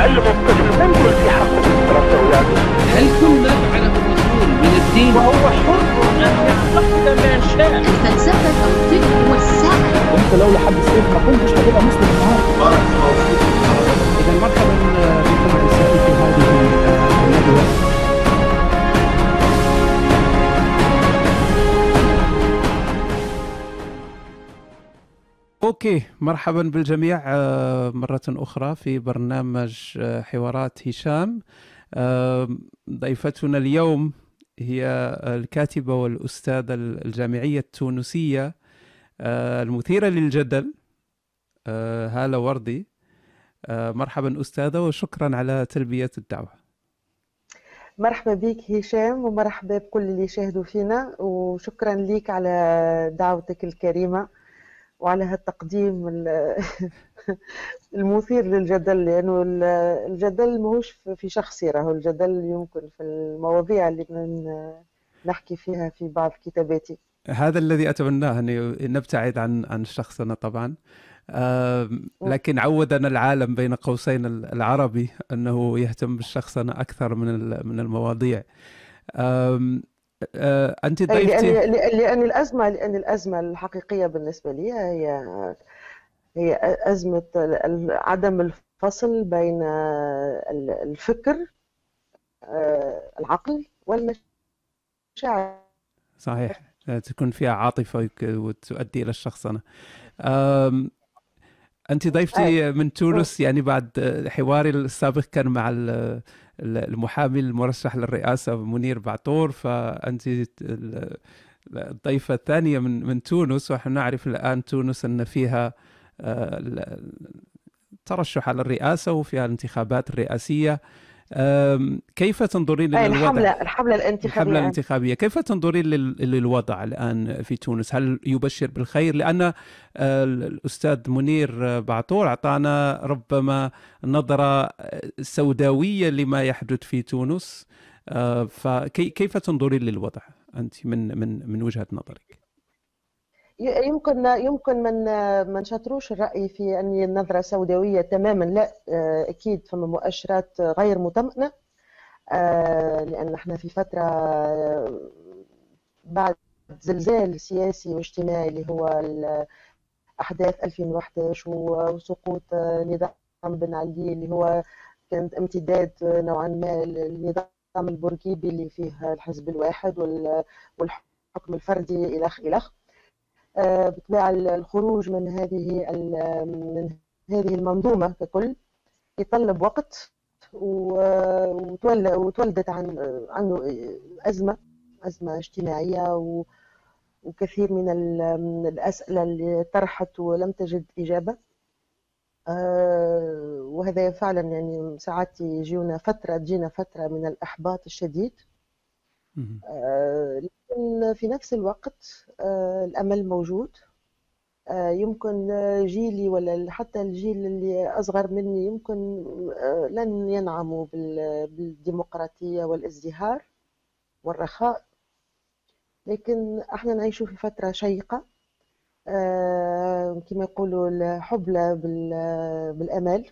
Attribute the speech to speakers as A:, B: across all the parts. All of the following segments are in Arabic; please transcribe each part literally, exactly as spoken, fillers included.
A: تعلم الطفل ما نقول في حقه في الدراسة ويعني.
B: هل كل ما فعله الرسول من الدين
A: وهو حر أن يعتقد ما شاء.
C: الفلسفة أو الفكر هو السعي.
D: وانت لو لحد السيف ما كنتش هتبقى مسلم النهارده.
E: بارك الله فيك.
D: اذا مرحبا بكم اعزائي في هذه الندوه. اوكي، مرحبا بالجميع مرة أخرى في برنامج حوارات هشام. ضيفتنا اليوم هي الكاتبة والأستاذة الجامعية التونسية المثيرة للجدل هالة وردي. مرحبا أستاذة وشكرا على تلبية الدعوة.
F: مرحبا بك هشام ومرحبا بكل اللي يشاهدوا فينا، وشكرا لك على دعوتك الكريمة وعلى هالتقديم المثير للجدل، لأنه الجدل ماهوش في شخصي، راهو الجدل يمكن في المواضيع اللي نحكي فيها في بعض كتاباتي.
D: هذا الذي أتمناه، أن نبتعد عن عن شخصنا طبعا، لكن عودنا العالم بين قوسين العربي أنه يهتم بالشخصنة أكثر من من المواضيع. أنت ضيفتي
F: لأن, لأن الأزمة لأن الأزمة الحقيقية بالنسبة لي هي هي أزمة عدم الفصل بين الفكر العقل والمشاعر.
D: صحيح، تكون فيها عاطفة وتؤدي إلى الشخصنة. أنت ضيفتي من تونس، يعني بعد حواري السابق كان مع المحامي المرشح للرئاسة منير بعطور، فأنت الضيفة الثانية من من تونس، ونحن نعرف الآن تونس أن فيها ترشح على الرئاسة وفيها الانتخابات الرئاسية. كيف تنظرين للوضع؟
F: الحملة الحملة الانتخابية
D: الحملة الانتخابية كيف تنظرين للوضع الآن في تونس؟ هل يبشر بالخير؟ لأن الأستاذ منير بعطور أعطانا ربما نظرة سوداوية لما يحدث في تونس، فكيف تنظرين للوضع أنت من من من وجهة نظرك؟
F: يمكن يمكن من ما نشطروش الرأي في أن النظرة سوداوية تماما، لا، أكيد فما مؤشرات غير مطمئنة، لأن احنا في فترة بعد زلزال سياسي واجتماعي اللي هو أحداث ألفين وأحد عشر وسقوط نظام بن علي اللي هو كانت امتداد نوعا ما للنظام البورقيبي اللي فيه الحزب الواحد والحكم الفردي إلخ إلخ. بطبيعة الخروج من هذه من هذه المنظومة ككل يطلب وقت، وتولدت عن عنه أزمة أزمة اجتماعية، وكثير من الأسئلة اللي طرحت ولم تجد إجابة. وهذا فعلا يعني ساعات يجينا فترة تجينا فترة من الإحباط الشديد، لكن في نفس الوقت الأمل موجود. يمكن جيلي ولا حتى الجيل اللي أصغر مني يمكن لن ينعموا بالديمقراطية والازدهار والرخاء، لكن احنا نعيش في فترة شيقة، كما يقولوا الحبلى بالأمل.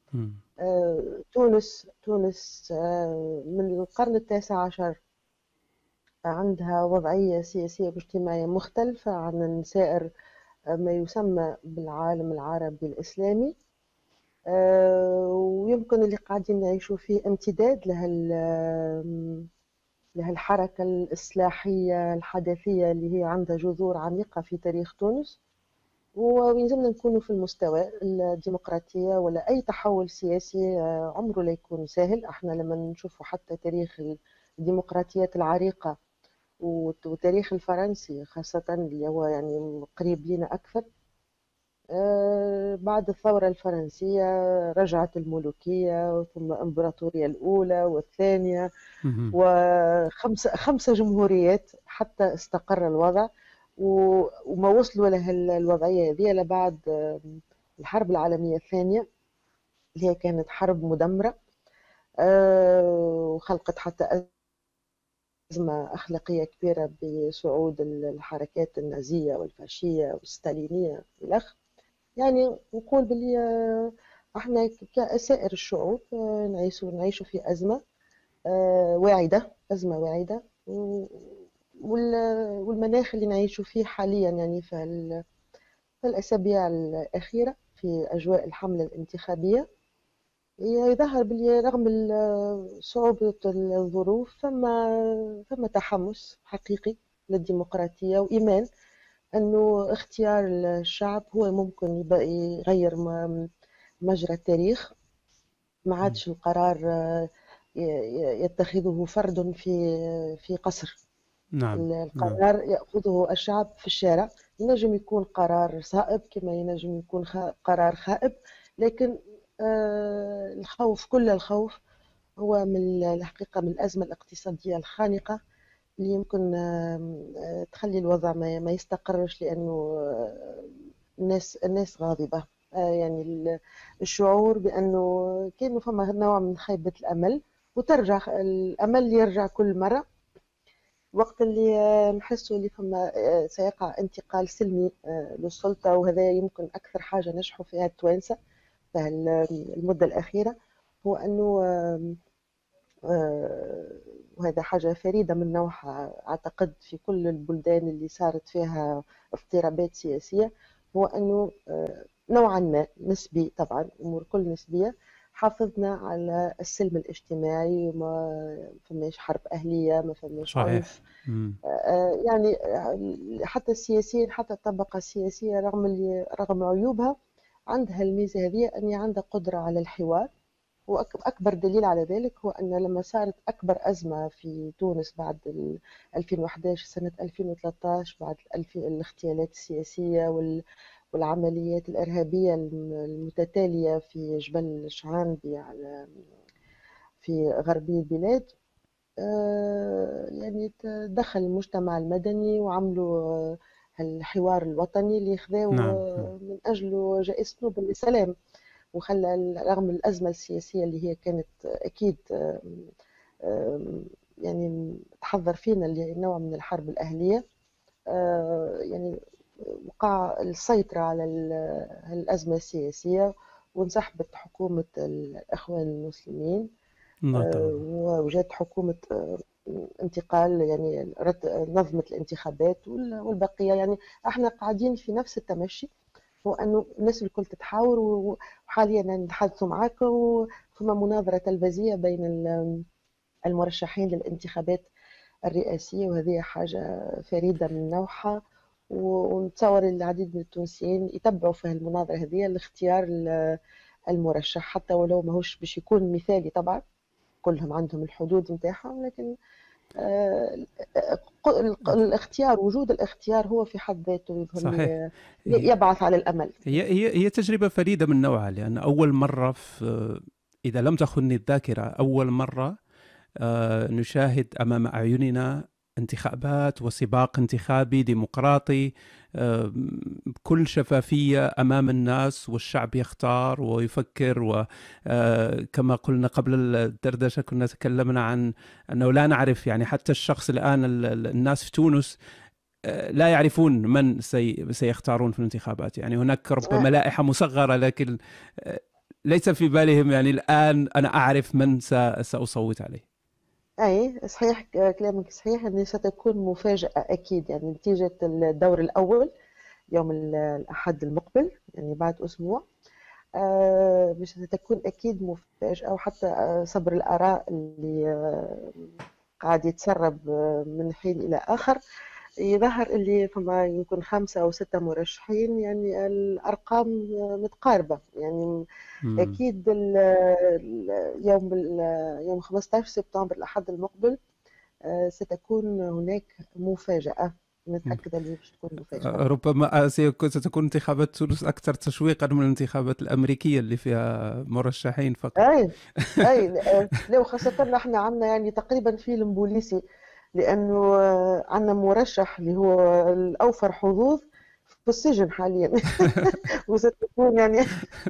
F: تونس تونس من القرن التاسع عشر عندها وضعية سياسية واجتماعية مختلفة عن سائر ما يسمى بالعالم العربي الإسلامي، ويمكن اللي قاعدين نعيشوا فيه امتداد لهال لهالحركة الإصلاحية الحداثية اللي هي عندها جذور عميقة في تاريخ تونس، ويلزمنا نكونوا في المستوى الديمقراطية ولا أي تحول سياسي عمره لا يكون سهل. احنا لما نشوفوا حتى تاريخ الديمقراطيات العريقة وتاريخ الفرنسي خاصة اللي هو يعني قريب لنا أكثر، بعد الثورة الفرنسية رجعت الملوكية ثم الإمبراطورية الأولى والثانية وخمسة خمسة جمهوريات حتى استقر الوضع، وما وصلوا لها الوضعية هذه إلا بعد الحرب العالمية الثانية اللي هي كانت حرب مدمرة، وخلقت حتى أزمة أخلاقية كبيرة بصعود الحركات النازية والفاشية والستالينية والأخ. يعني نقول باللي احنا كسائر الشعوب آه، نعيش نعيش في أزمة آه، واعدة، أزمة واعدة، و- وال- والمناخ اللي نعيش فيه حاليا يعني في ال- في الأسابيع الأخيرة في أجواء الحملة الانتخابية يظهر باللي رغم ال- صعوبة الظروف ثم ثم تحمس حقيقي للديمقراطية وإيمان أنه اختيار الشعب هو ممكن يبقى يغير م- مجرى التاريخ. ما عادش القرار آه، ي- ي- يتخذه فرد في في قصر،
D: نعم نعم
F: القرار يأخذه الشعب في الشارع. ينجم يكون قرار صائب كما ينجم يكون خ- قرار خائب، لكن آه، الخوف، كل الخوف هو من الحقيقة من الأزمة الاقتصادية الخانقة اللي يمكن آم، آه، تخلي الوضع ما ما يستقرش، لأنه آه، الناس الناس غاضبة. آه، يعني ال- الشعور بأنه كأنه فما نوع من خيبة الأمل، وترجع الأمل يرجع كل مرة وقت اللي آه، نحسوا اللي فما آه، سيقع انتقال سلمي آه، للسلطة. وهذا يمكن أكثر حاجة نجحوا فيها التوانسة في المدة الأخيرة، هو أنه آم، آه، وهذا حاجة فريدة من نوعها أعتقد في كل البلدان اللي صارت فيها اضطرابات سياسية، هو أنه آه، نوعا ما نسبي، طبعا أمور كل نسبية، حافظنا على السلم الاجتماعي، ما فماش حرب أهلية، ما فماش عنف.
D: صحيح. مم.
F: آه، يعني آه، حتى السياسيين، حتى الطبقة السياسية رغم اللي رغم عيوبها عندها الميزة هذه أن عندها قدرة على الحوار. وأكبر دليل على ذلك هو أن لما صارت أكبر أزمة في تونس بعد ال ألفين وأحد عشر، سنة ألفين وثلاثة عشر، بعد الألف- الاغتيالات السياسية وال- والعمليات الإرهابية الم- المتتالية في جبل شعانبي على في غربي البلاد، آه، يعني دخل المجتمع المدني وعملوا آه، الحوار الوطني اللي خذاو
D: نعم
F: آه، من أجله جائزة نوبل للسلام. وخلى رغم الأزمة السياسية اللي هي كانت أكيد آم، آم، يعني تحضر فينا لنوع من الحرب الأهلية، آه، يعني وقع السيطرة على ال- الأزمة السياسية، وانسحبت حكومة الإخوان المسلمين، آه،
D: نعم
F: وجات حكومة آه، انتقال، يعني رد- نظمت الانتخابات وال- والبقية. يعني احنا قاعدين في نفس التمشي، هو انه الناس الكل تتحاور. وحاليا نتحدث معك وفما مناظره تلفزيونيه بين ال- المرشحين للانتخابات الرئاسيه، وهذه حاجه فريده من نوعها. ونتصور العديد من التونسيين يتبعوا في المناظره هذه لاختيار ال- المرشح، حتى ولو ماهوش باش يكون مثالي طبعا، كلهم عندهم الحدود نتاعهم، لكن آه، ق- الاختيار، وجود الاختيار هو في حد ذاته يظهر
D: صحيح.
F: لي
D: هي
F: يبعث على الامل.
D: هي هي هي تجربة فريدة من نوعها، لأن أول مرة في، إذا لم تخني الذاكرة، أول مرة آه، نشاهد أمام أعيننا انتخابات وسباق انتخابي ديمقراطي آه، بكل شفافية أمام الناس، والشعب يختار ويفكر. وكما قلنا قبل الدردشة كنا تكلمنا عن أنه لا نعرف، يعني حتى الشخص الآن ال- ال- الناس في تونس آه، لا يعرفون من سي سيختارون في الانتخابات. يعني هناك ربما لائحة مصغرة، لكن آه، ليس في بالهم يعني الآن أنا أعرف من س- سأصوت عليه.
F: أي صحيح، ك- كلامك صحيح، أن ستكون مفاجأة أكيد، يعني نتيجة الدور الأول يوم ال- الأحد المقبل، يعني بعد أسبوع. آه، باش ستكون أكيد مفاجأة. وحتى آه، صبر الآراء اللي آه، قاعد يتسرب آه، من حين إلى آخر يظهر اللي فما يمكن خمسة أو ستة مرشحين، يعني الأرقام آه، متقاربة. يعني
D: مم.
F: أكيد ال- ال- يوم ال- يوم خمسة عشر سبتمبر الأحد المقبل آه، ستكون هناك مفاجأة، متأكدة اللي باش تكون مفاجأة.
D: ربما سيكون- ستكون انتخابات تونس أكثر تشويقا من الانتخابات الأمريكية اللي فيها مرشحين فقط.
F: أي أي لا لا، وخاصة احنا عندنا يعني تقريبا فيلم بوليسي، لأنه آه، عندنا مرشح اللي هو الأوفر حظوظ في السجن حاليا. وستكون يعني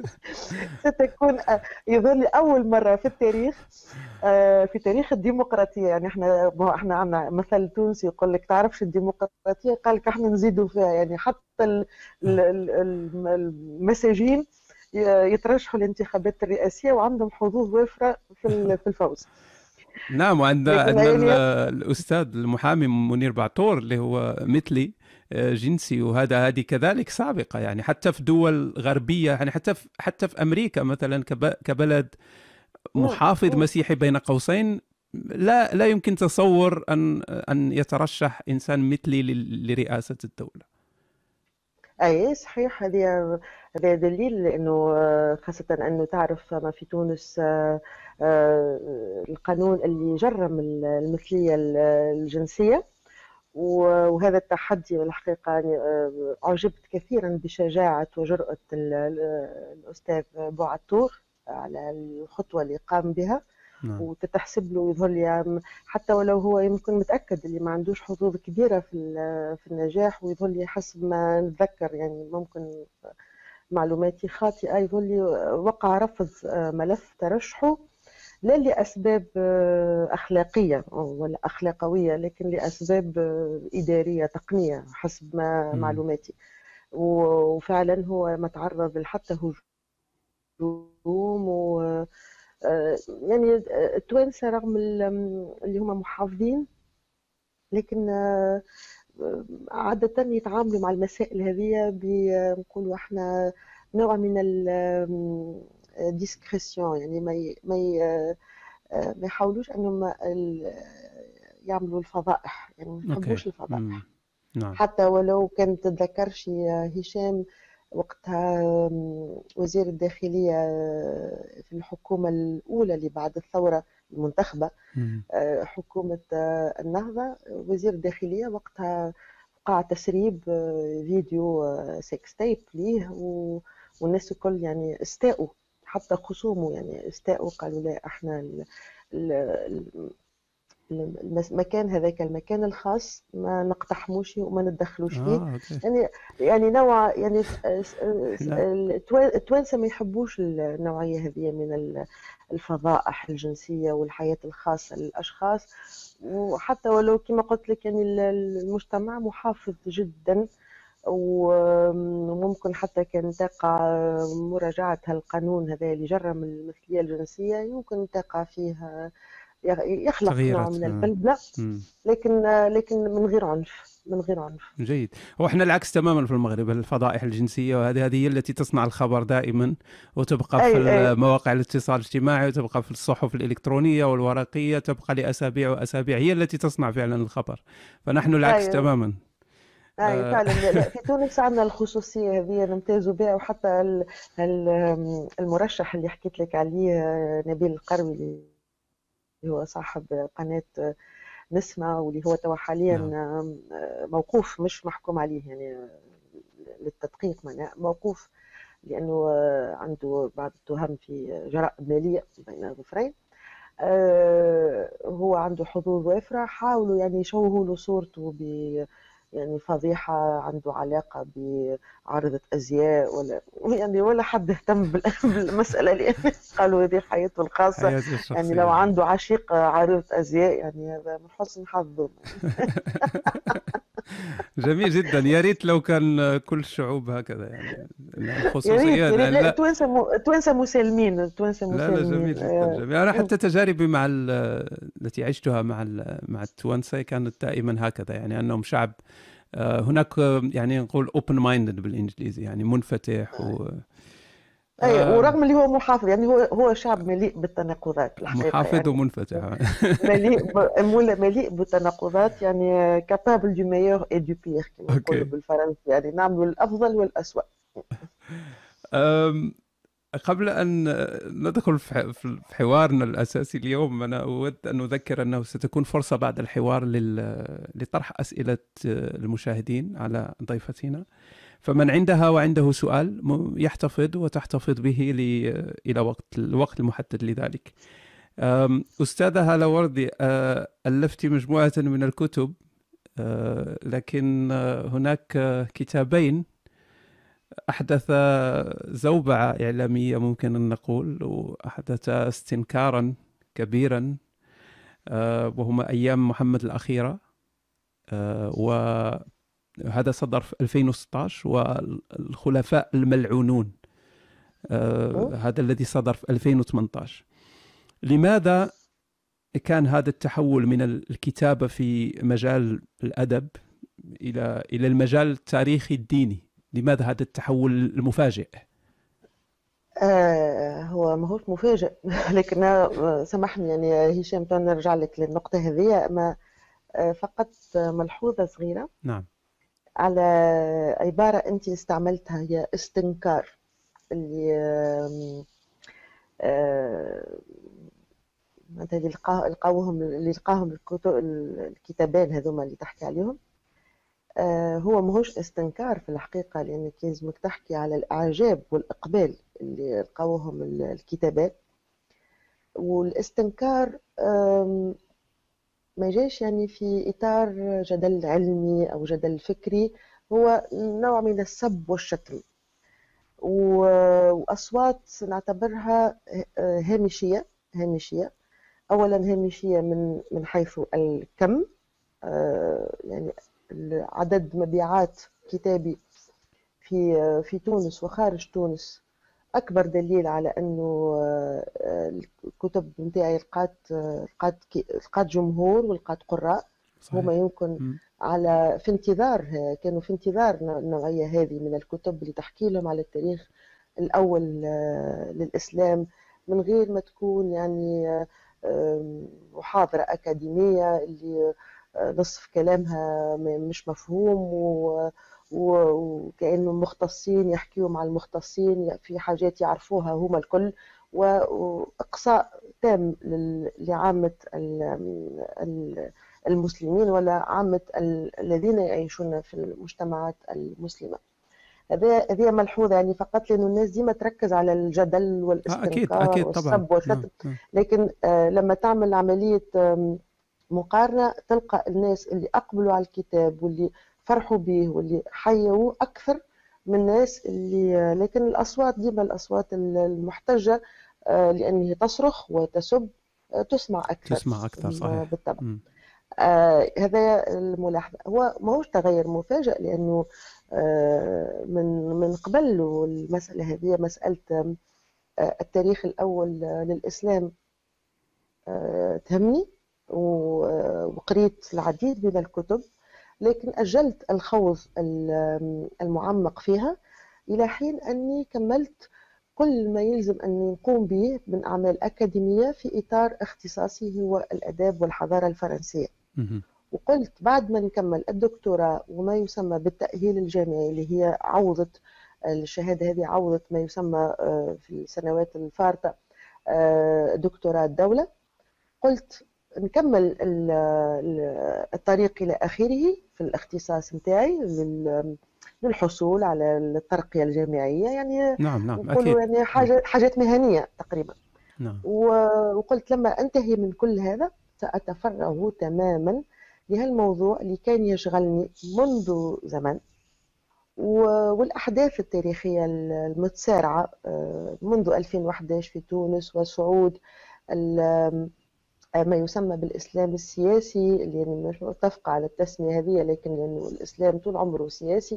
F: ستكون آه، يظل لي أول مرة في التاريخ، آه، في تاريخ الديمقراطية. يعني احنا ما هو احنا عندنا مثل تونسي يقول لك تعرفش الديمقراطية، قال لك احنا نزيدوا فيها، يعني حتى ال- ال- ال- الم- المساجين يترشحوا الانتخابات الرئاسية وعندهم حظوظ وافرة في في الفوز.
D: نعم، وعندنا
F: لكن
D: عندنا
F: يعني
D: الأستاذ المحامي منير بعطور اللي هو مثلي جنسي، وهذا هذه كذلك سابقة يعني حتى في دول غربية، يعني حتى في حتى في أمريكا مثلا كبلد محافظ مسيحي بين قوسين، لا لا يمكن تصور أن أن يترشح إنسان مثلي لرئاسة الدولة.
F: أي صحيح، هذه هذا دليل إنه خاصة أنه تعرف ما في تونس القانون اللي جرم المثلية الجنسية، وهذا التحدي الحقيقة يعني أعجبت كثيرا بشجاعة وجرأة الأستاذ بعطور على الخطوة اللي قام بها. نعم. وتتحسب له يظهر لي حتى ولو هو يمكن متأكد اللي ما عندوش حظوظ كبيرة في في النجاح، ويظهر لي حسب ما نتذكر يعني ممكن معلوماتي خاطئة، يظهر لي وقع رفض ملف ترشحه لا لأسباب أخلاقية ولا أخلاقوية، لكن لأسباب إدارية تقنية حسب ما م. معلوماتي. وفعلا هو ما تعرض لحتى هجوم و يعني التوانسة رغم اللي هم محافظين، لكن عادة يتعاملوا مع المسائل هذه بنقولوا احنا نوع من الديسكريسيون، يعني ما ما ما يحاولوش انهم يعملوا الفضائح، يعني ما يحبوش الفضائح. نعم. حتى ولو كان تتذكرش هشام وقتها وزير الداخلية في الحكومة الأولى اللي بعد الثورة المنتخبة، حكومة النهضة، وزير الداخلية وقتها وقع تسريب فيديو سيكس تايب ليه، والناس الكل يعني استاءوا، حتى خصومه يعني استاءوا، قالوا لا احنا ال ال المكان هذاك المكان الخاص ما نقتحموش وما ندخلوش فيه. آه، يعني يعني نوع يعني التوانسه ما يحبوش النوعيه هذه من الفضائح الجنسيه والحياه الخاصه للاشخاص، وحتى ولو كما قلت لك يعني المجتمع محافظ جدا، وممكن حتى كان تقع مراجعه هالقانون هذا اللي جرم المثليه الجنسيه، يمكن تقع فيها يخلق نوع من البلبلة، لكن لكن من غير عنف، من غير عنف.
D: جيد. واحنا العكس تماما في المغرب، الفضائح الجنسيه وهذه هذه هي التي تصنع الخبر دائما، وتبقى أي في أي. مواقع الاتصال الاجتماعي، وتبقى في الصحف الالكترونيه والورقيه، تبقى لاسابيع واسابيع، هي التي تصنع فعلا الخبر. فنحن العكس أي. تماما.
F: اي فعلا. لا في تونس عندنا الخصوصيه هذه نمتازوا بها، وحتى المرشح اللي حكيت لك عليه نبيل القروي اللي هو صاحب قناة نسمة، واللي هو توا حاليا نعم. موقوف، مش محكوم عليه يعني للتدقيق، معناه موقوف لأنه عنده بعض التهم في جرائم مالية بين ظفرين. هو عنده حظوظ وافرة، حاولوا يعني يشوهوا له صورته ب يعني فضيحة عنده علاقة بعارضة أزياء، ولا يعني ولا حد اهتم بالمسألة، لأن قالوا هذه حياته الخاصة، يعني لو عنده عشيق عارضة أزياء يعني هذا من حسن حظه.
D: جميل جدا. يا ريت لو كان كل الشعوب هكذا، يعني
F: الخصوصية. لا التوانسة التوانسة مسالمين، التوانسة مسالمين.
D: لا لا جميل جدا جميل. أنا حتى تجاربي مع التي عشتها مع مع التوانسة كانت دائما هكذا، يعني أنهم شعب هناك يعني نقول open minded بالإنجليزي، يعني منفتح و
F: اي ورغم اللي هو محافظ، يعني هو هو شعب مليء بالتناقضات الحقيقه،
D: محافظ يعني ومنفتح.
F: مليء مليء بالتناقضات، يعني كابابل دو ميور اي دو بير كما نقولوا بالفرنسي، يعني نعملوا الافضل والاسوأ.
D: قبل أن ندخل في حوارنا الأساسي اليوم، أنا أود أن أذكر أنه ستكون فرصة بعد الحوار لطرح أسئلة المشاهدين على ضيفتنا، فمن عندها وعنده سؤال يحتفظ وتحتفظ به إلى وقت الوقت المحدد لذلك. أستاذة هالة وردي، ألفت مجموعة من الكتب، لكن هناك كتابين أحدث زوبعة إعلامية ممكن أن نقول، وأحدث استنكارا كبيرا، وهما أيام محمد الأخيرة، وهذا صدر في ألفين وستة عشر، والخلفاء الملعونون آه هذا الذي صدر في ألفين وثمانية عشر. لماذا كان هذا التحول من الكتابة في مجال الأدب إلى إلى المجال التاريخي الديني؟ لماذا هذا التحول المفاجئ؟
F: آه هو ما هوش مفاجئ لكن آه، سامحني يعني هشام، تو نرجع لك للنقطة هذه. ما آه، فقط ملحوظة صغيرة
D: نعم.
F: على عبارة أنت استعملتها، هي استنكار، اللي آم، آه، معناتها اللي لقاه لقاوهم اللي لقاهم الكتب الكتابين هذوما اللي تحكي عليهم. آه، هو ماهوش استنكار في الحقيقة، لأنك لازمك تحكي على الإعجاب والإقبال اللي لقاوهم ال- الكتابات. والاستنكار آم، ما جاش يعني في إطار جدل علمي أو جدل فكري، هو نوع من السب والشتم، و- وأصوات نعتبرها آه، هامشية هامشية. أولا هامشية من من حيث الكم، آه، يعني عدد مبيعات كتابي في في تونس وخارج تونس أكبر دليل على أنه آه، الكتب نتاعي لقات آه، لقات كي- لقات جمهور ولقات قراء. هما
D: صحيح.
F: يمكن
D: م.
F: على في انتظار، كانوا في انتظار النوعية هذه من الكتب اللي تحكي لهم على التاريخ الأول آه، للإسلام، من غير ما تكون يعني آه، آم، محاضرة أكاديمية اللي آه، نصف كلامها م- مش مفهوم، و- و- وكأنه مختصين يحكيوا مع المختصين في حاجات يعرفوها هما الكل، و- وإقصاء تام لل- لعامة ال- ال- المسلمين ولا عامة ال- الذين يعيشون في المجتمعات المسلمة. هذه هذه ملحوظة يعني، فقط لأنه الناس ديما تركز على الجدل
D: آه أكيد
F: والاستنكار
D: أكيد طبعا.
F: والسب
D: نعم
F: والشتم،
D: نعم.
F: لكن آه، لما تعمل عملية آم، مقارنة تلقى الناس اللي أقبلوا على الكتاب واللي فرحوا به واللي حيوه أكثر من الناس اللي آه، لكن الأصوات ديما الأصوات المحتجة آه، لأنها تصرخ وتسب آه، تسمع أكثر.
D: تسمع أكثر.
F: آه،
D: صحيح.
F: بالطبع.
D: م.
F: آه هذا الملاحظة، هو ما هوش تغير مفاجئ، لأنه آه من من قبل المسألة هذه مسألة آه التاريخ الأول للإسلام آه تهمني، و- وقريت العديد من الكتب، لكن أجلت الخوض ال- المعمق فيها إلى حين أني كملت كل ما يلزم أن نقوم به من أعمال أكاديمية في إطار اختصاصي هو الآداب والحضارة الفرنسية.
D: م.
F: وقلت بعد ما نكمل الدكتوراه وما يسمى بالتأهيل الجامعي، اللي هي عوضة الشهادة هذه، عوضة ما يسمى آه، في السنوات الفارطة آه، دكتوراه الدولة، قلت نكمل ال- ال- الطريق إلى آخره في الاختصاص متاعي لل- للحصول على الترقية الجامعية، يعني
D: نعم نعم
F: نقولوا
D: أكيد.
F: يعني
D: نعم
F: حاجة حاجات مهنية تقريبا.
D: نعم.
F: و- وقلت لما أنتهي من كل هذا سأتفرغ تماما لهالموضوع اللي كان يشغلني منذ زمن، و- والأحداث التاريخية المتسارعة آه، منذ ألفين وأحد عشر في تونس وصعود ال- ما يسمى بالإسلام السياسي، اللي يعني مش متفقة على التسمية هذه، لكن لأنه الإسلام طول عمره سياسي.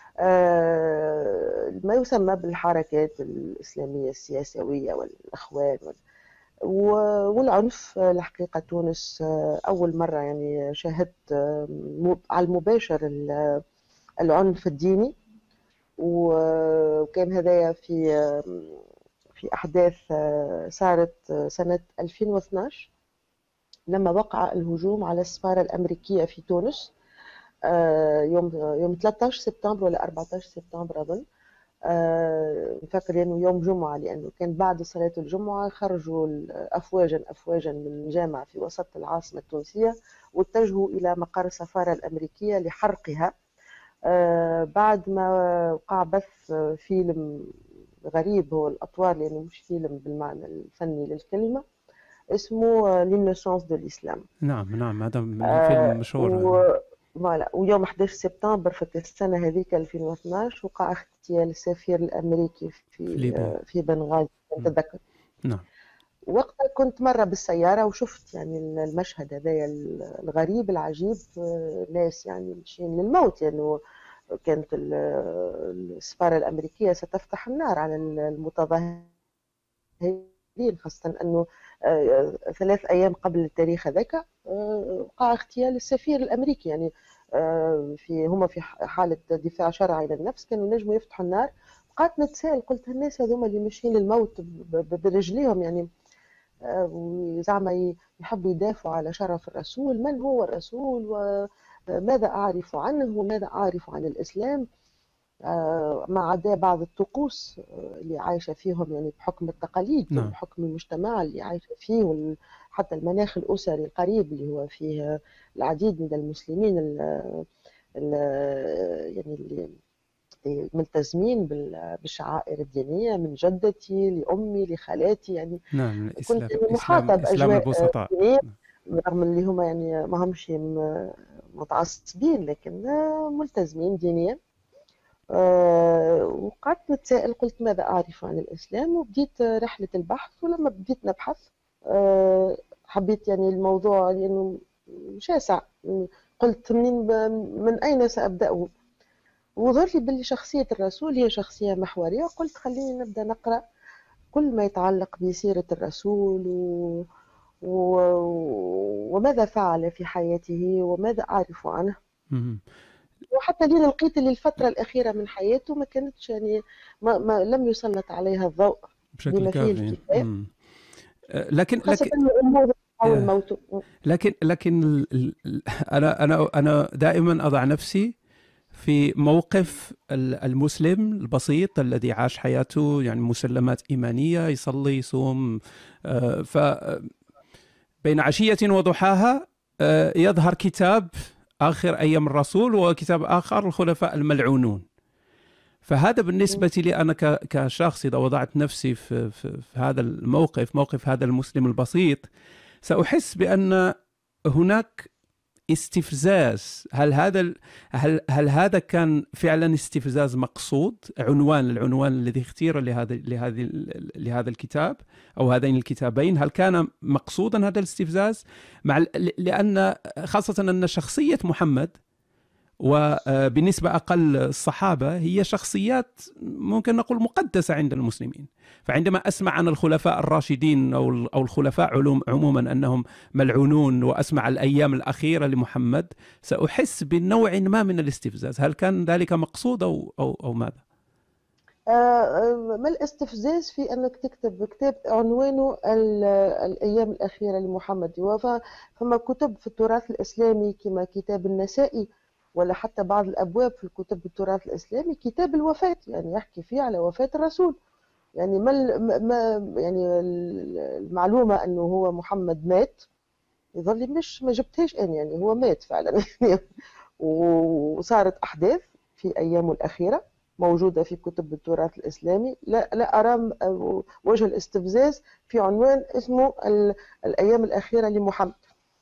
F: آه، ما يسمى بالحركات الإسلامية السياسوية والأخوان وال- و- والعنف. آه، الحقيقة تونس آه، أول مرة يعني شاهدت آه، مب- على المباشر ال- العنف الديني، و- وكان هذايا في آه، في أحداث آه، صارت آه، سنة ألفين واثناعش لما وقع الهجوم على السفارة الأمريكية في تونس آه، يوم يوم ثلاثة عشر سبتمبر ولا أربعة عشر سبتمبر أظن. آه، نفكر انه يوم جمعه، لانه كان بعد صلاه الجمعه خرجوا افواجا افواجا من الجامع في وسط العاصمه التونسيه واتجهوا الى مقر السفاره الامريكيه لحرقها. آه، بعد ما وقع بث فيلم غريب، هو الاطوار لانه مش فيلم بالمعنى الفني للكلمه، اسمه لينوسونس دو الاسلام.
D: نعم نعم. هذا من فيلم
F: آه،
D: مشهور.
F: و فوالا، ويوم أحد عشر سبتمبر في السنة هذيك ألفين واثناعش وقع اغتيال السفير الأمريكي
D: في
F: في
D: ليبيا.
F: آه، في بنغازي
D: م.
F: نتذكر.
D: نعم.
F: وقتها كنت مرة بالسيارة وشفت يعني المشهد هذايا الغريب العجيب، آه، ناس يعني ماشيين للموت، لأنه كانت السفارة الأمريكية ستفتح النار على المتظاهرين، خاصة أنه ثلاث أيام قبل التاريخ هذاك وقع اغتيال السفير الأمريكي. يعني في هما في حالة دفاع شرعي للنفس كانوا نجموا يفتحوا النار. بقيت نتساءل، قلت الناس هذوما اللي ماشيين للموت برجليهم، يعني زعما يحبوا يدافعوا على شرف الرسول، من هو الرسول وماذا أعرف عنه وماذا أعرف عن الإسلام، ما عدا بعض الطقوس اللي عايشة فيهم يعني بحكم التقاليد،
D: نعم.
F: بحكم المجتمع اللي عايشة فيه، حتى المناخ الأسري القريب اللي هو فيه العديد من المسلمين ال ال يعني اللي ملتزمين بالشعائر الدينية، من جدتي لأمي لخالاتي. يعني
D: نعم. الإسلام
F: كنت محاطة
D: إسلام البسطاء،
F: دينية، رغم اللي هما يعني ما همش متعصبين لكن ملتزمين دينيا. أه وقعدت نتساءل، قلت ماذا أعرف عن الإسلام، وبديت رحلة البحث. ولما بديت نبحث أه حبيت يعني الموضوع يعني شاسع، قلت من, من أين سأبدأ؟ وظهر لي باللي شخصية الرسول هي شخصية محورية. قلت خليني نبدأ نقرأ كل ما يتعلق بسيرة الرسول و... و... وماذا فعل في حياته وماذا أعرف عنه. وحتى لين لقيت اللي الفترة الأخيرة من حياته ما كانتش يعني ما, ما لم يسلط عليها الضوء
D: بشكل كافي. لكن
F: خاصة
D: لكن
F: أو الموت.
D: لكن لكن أنا أنا أنا دائما أضع نفسي في موقف المسلم البسيط الذي عاش حياته يعني مسلمات إيمانية، يصلي يصوم، ف بين عشية وضحاها يظهر كتاب آخر أيام الرسول وكتاب آخر الخلفاء الملعونون. فهذا بالنسبة لي أنا كشخص إذا وضعت نفسي في, في, في هذا الموقف، موقف هذا المسلم البسيط، سأحس بأن هناك استفزاز. هل هذا هل هل هذا كان فعلا استفزاز مقصود؟ عنوان العنوان الذي اختير لهذا لهذه لهذا الكتاب او هذين الكتابين، هل كان مقصودا هذا الاستفزاز؟ مع لان خاصه ان شخصيه محمد وبالنسبه اقل الصحابه هي شخصيات ممكن نقول مقدسه عند المسلمين. فعندما اسمع عن الخلفاء الراشدين او او الخلفاء علوم عموما انهم ملعونون، واسمع الايام الاخيره لمحمد، ساحس بنوع ما من الاستفزاز. هل كان ذلك مقصود او او او ماذا؟
F: آه ما الاستفزاز في انك تكتب كتاب عنوانه الايام الاخيره لمحمد؟ فما كتب في التراث الاسلامي كما كتاب النسائي ولا حتى بعض الابواب في الكتب التراث الاسلامي كتاب الوفاه، يعني يحكي فيه على وفاه الرسول. يعني ما ما يعني المعلومه انه هو محمد مات يظل مش ما جبتهاش انا، يعني هو مات فعلا. وصارت احداث في ايامه الاخيره موجوده في كتب التراث الاسلامي. لا لا ارى وجه الاستفزاز في عنوان اسمه الايام الاخيره لمحمد.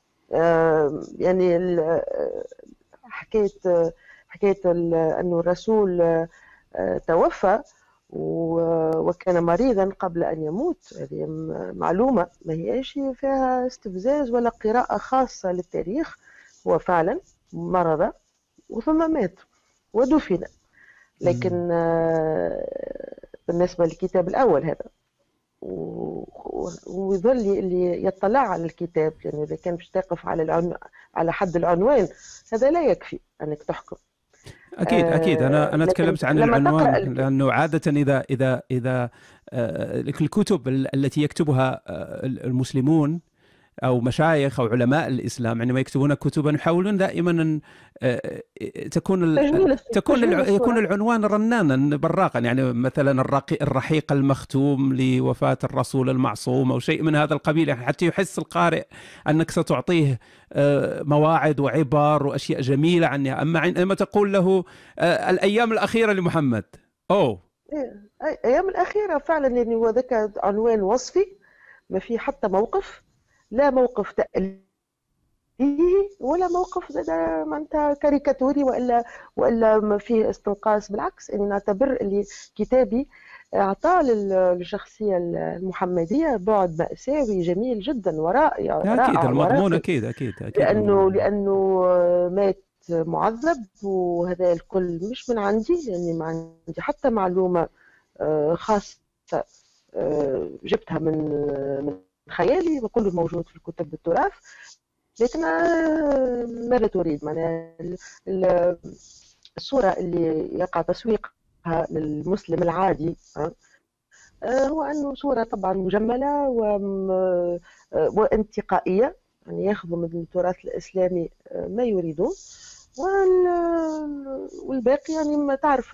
F: يعني حكايه حكايه انه الرسول توفى وكان مريضا قبل أن يموت، هذه معلومة ما هيش فيها استفزاز ولا قراءة خاصة للتاريخ. هو فعلا مرض وثم مات ودفن. لكن بالنسبة للكتاب الأول هذا، ويظل اللي يطلع على الكتاب، لأنه يعني إذا كان باش تقف على العنو... على حد العنوان هذا لا يكفي أنك تحكم.
D: أكيد أكيد أنا أنا تكلمت عن العنوان لأنه عادة إذا إذا إذا الكتب التي يكتبها المسلمون أو مشايخ أو علماء الإسلام عندما يكتبون كتبا يحاولون دائما أن تكون تكون يكون العنوان رنانا براقا، يعني مثلا الرحيق المختوم لوفاة الرسول المعصوم أو شيء من هذا القبيل، يعني حتى يحس القارئ أنك ستعطيه مواعظ وعبر وأشياء جميلة عنها. أما عندما تقول له الأيام الأخيرة لمحمد، أوه
F: الأيام الأخيرة فعلا، يعني هو ذاك عنوان وصفي ما في حتى موقف، لا موقف تأليفي ولا موقف ما انت كاريكاتوري والا والا ما فيه استنقاص. بالعكس اني نعتبر اللي كتابي اعطى للشخصيه المحمديه بعد مأساوي جميل جدا ورائع.
D: اكيد المضمون اكيد اكيد اكيد
F: لانه لانه مات معذب، وهذا الكل مش من عندي لأني ما عندي حتى معلومة آه، خاصة آه، جبتها من من خيالي، وكله موجود في كتب التراث. لكن آه، ماذا تريد؟ معناها الصورة اللي يقع تسويقها للمسلم العادي آه، هو أنه صورة طبعا مجملة وانتقائية، يعني ياخذوا من التراث الإسلامي ما يريدون، والباقي يعني ما تعرف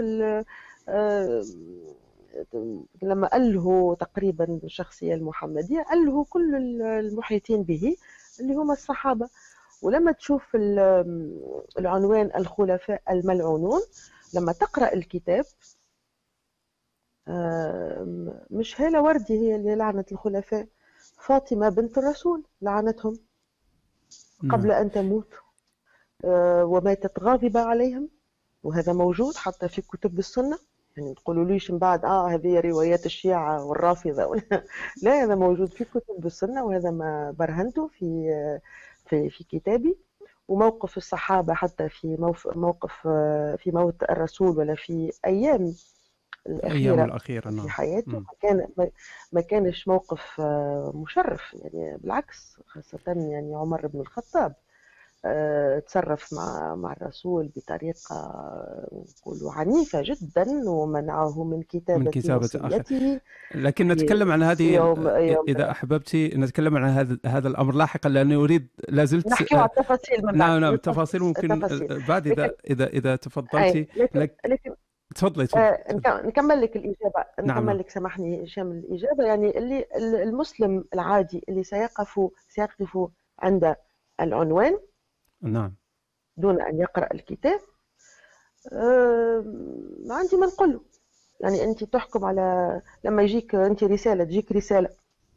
F: لما ألهوا تقريبا الشخصية المحمدية ألهوا كل المحيطين به اللي هم الصحابة. ولما تشوف العنوان الخلفاء الملعونون، لما تقرأ الكتاب مش هالة وردي هي اللي لعنت الخلفاء، فاطمة بنت الرسول لعنتهم قبل أن تموت، وماتت غاضبة عليهم، وهذا موجود حتى في كتب السنة. يعني تقولوا ليش من بعد آه هذه روايات الشيعة والرافضة لا، هذا موجود في كتب السنة، وهذا ما برهنته في في في كتابي. وموقف الصحابة حتى في موقف في موت الرسول ولا في أيام
D: الأخيرة, الأخيرة
F: في حياته ما كان ما كانش موقف مشرف، يعني بالعكس، خاصة يعني عمر بن الخطاب تصرف مع مع الرسول بطريقة نقولوا عنيفة جدا، ومنعه من كتابة
D: من كتابة
F: وصيته.
D: لكن نتكلم عن هذه
F: يوم يوم
D: إذا أحببتي نتكلم عن هذا هذا الأمر لاحقا، لأنه أريد لازلت
F: نحكي على التفاصيل من بعد.
D: نعم نعم التفاصيل ممكن
F: التفاصيل.
D: بعد إذا
F: لكن...
D: إذا إذا تفضلتي.
F: لكن... لكن...
D: تفضلي
F: آه نكمل لك الإجابة.
D: نعم.
F: نكمل لك سامحني هشام الإجابة. يعني اللي المسلم العادي اللي سيقف سيقف عند العنوان
D: نعم
F: دون أن يقرأ الكتاب، آه ما عندي ما نقول له. يعني أنت تحكم على لما يجيك أنت رسالة تجيك رسالة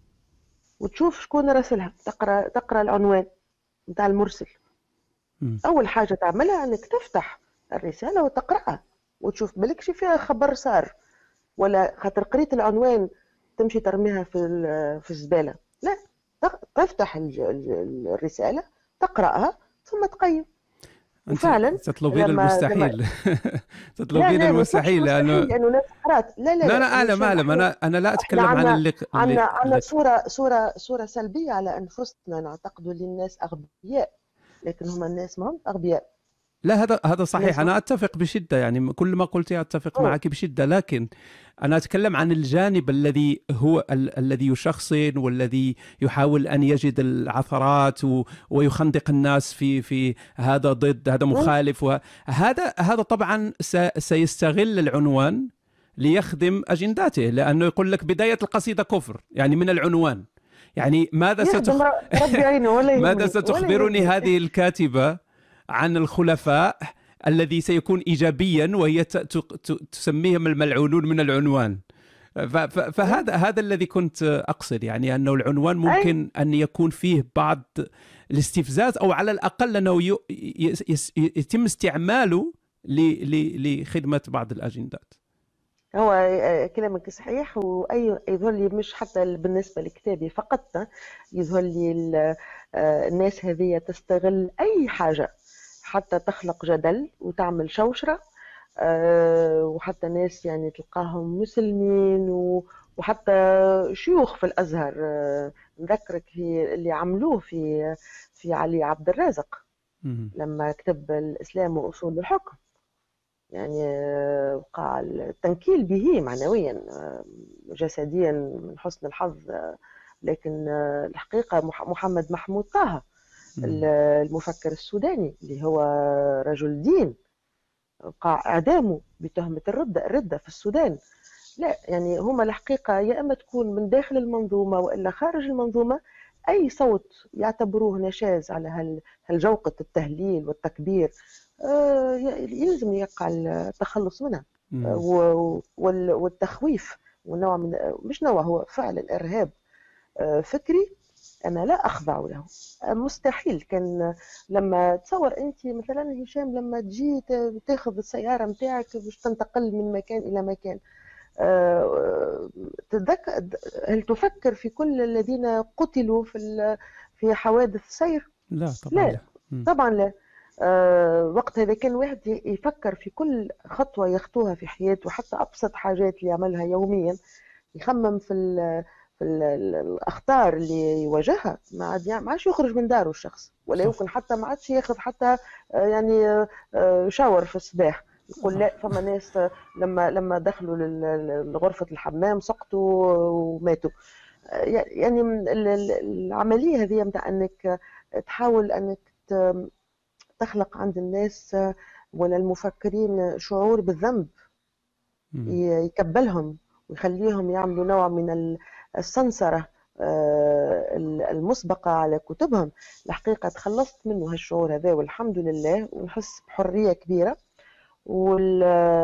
F: وتشوف شكون راسلها، تقرأ تقرأ العنوان نتاع المرسل. م. أول حاجة تعملها أنك تفتح الرسالة وتقرأها وتشوف بالك شي فيها خبر صار، ولا خاطر قريت العنوان تمشي ترميها في في الزبالة. لا، تفتح الرسالة تقرأها ثم تقيم. وفعلا
D: تطلبين المستحيل تطلبين المستحيل
F: لانه لانه ناس قرات. لا لا
D: لا لا اعلم اعلم انا انا لا اتكلم عن اللي
F: عندنا عندنا صوره صوره صوره سلبيه على انفسنا، نعتقد ان الناس اغبياء، لكن هم الناس ما هم اغبياء.
D: لا هذا هذا صحيح، انا اتفق بشده، يعني كل ما قلتي اتفق أوه. معك بشده، لكن انا اتكلم عن الجانب الذي هو ال الذي يشخصن والذي يحاول ان يجد العثرات ويخندق الناس في في هذا ضد هذا مخالف، وهذا هذا طبعا سيستغل العنوان ليخدم اجنداته، لانه يقول لك بدايه القصيده كفر، يعني من العنوان. يعني ماذا ستخ... ماذا ستخبرني هذه الكاتبه عن الخلفاء الذي سيكون إيجابيا وهي تسميهم الملعونون من العنوان؟ فهذا هذا الذي كنت أقصد، يعني أنه العنوان ممكن أن يكون فيه بعض الاستفزاز، أو على الأقل أنه يتم استعماله لخدمة بعض الأجندات.
F: هو كلامك صحيح، وأي يظهر لي مش حتى بالنسبة لكتابي فقط، يظهر لي الناس هذه تستغل أي حاجة حتى تخلق جدل وتعمل شوشرة، أه وحتى ناس يعني تلقاهم مسلمين وحتى شيوخ في الأزهر. أه نذكرك في اللي عملوه في في علي عبد الرازق لما كتب الإسلام وأصول الحكم، يعني وقع التنكيل به معنويا جسديا من حسن الحظ، لكن الحقيقة محمد محمود طه المفكر السوداني اللي هو رجل دين وقع إعدامه بتهمة الردة الردة في السودان. لا يعني هما الحقيقة يا إما تكون من داخل المنظومة وإلا خارج المنظومة، أي صوت يعتبروه نشاز على هالجوقة التهليل والتكبير يلزم يقع التخلص منها، والتخويف، والنوع من مش نوع، هو فعلا إرهاب فكري أنا لا أخضع له. مستحيل كان لما تصور أنت مثلا هشام لما تجي تاخذ السيارة متاعك باش تنتقل من مكان إلى مكان، تذكر هل تفكر في كل الذين قتلوا في في حوادث سير؟
D: لا طبعا
F: لا. طبعا لا. آه، وقت هذا كان واحد ي- يفكر في كل خطوة يخطوها في حياته، حتى أبسط حاجات اللي يعملها يوميا، يخمم في ال في ال الأخطار اللي يواجهها. ما عاد يعني ما عادش يخرج من داره الشخص، ولا
D: صح.
F: يمكن حتى ما عادش ياخذ حتى آه، يعني آه، آه، شاور في الصباح. يقول لا، فما ناس آه، لما لما دخلوا لل- لغرفة الحمام سقطوا وماتوا. آه، يعني ال- ال- العملية هذه متاع أنك تحاول أنك ت- تخلق عند الناس آه، ولا المفكرين شعور بالذنب
D: مم.
F: ي- يكبلهم، ويخليهم يعملوا نوع من ال- السنسرة آه، ال- المسبقة على كتبهم. الحقيقة تخلصت منه هالشعور هذا والحمد لله، ونحس بحرية كبيرة. وال-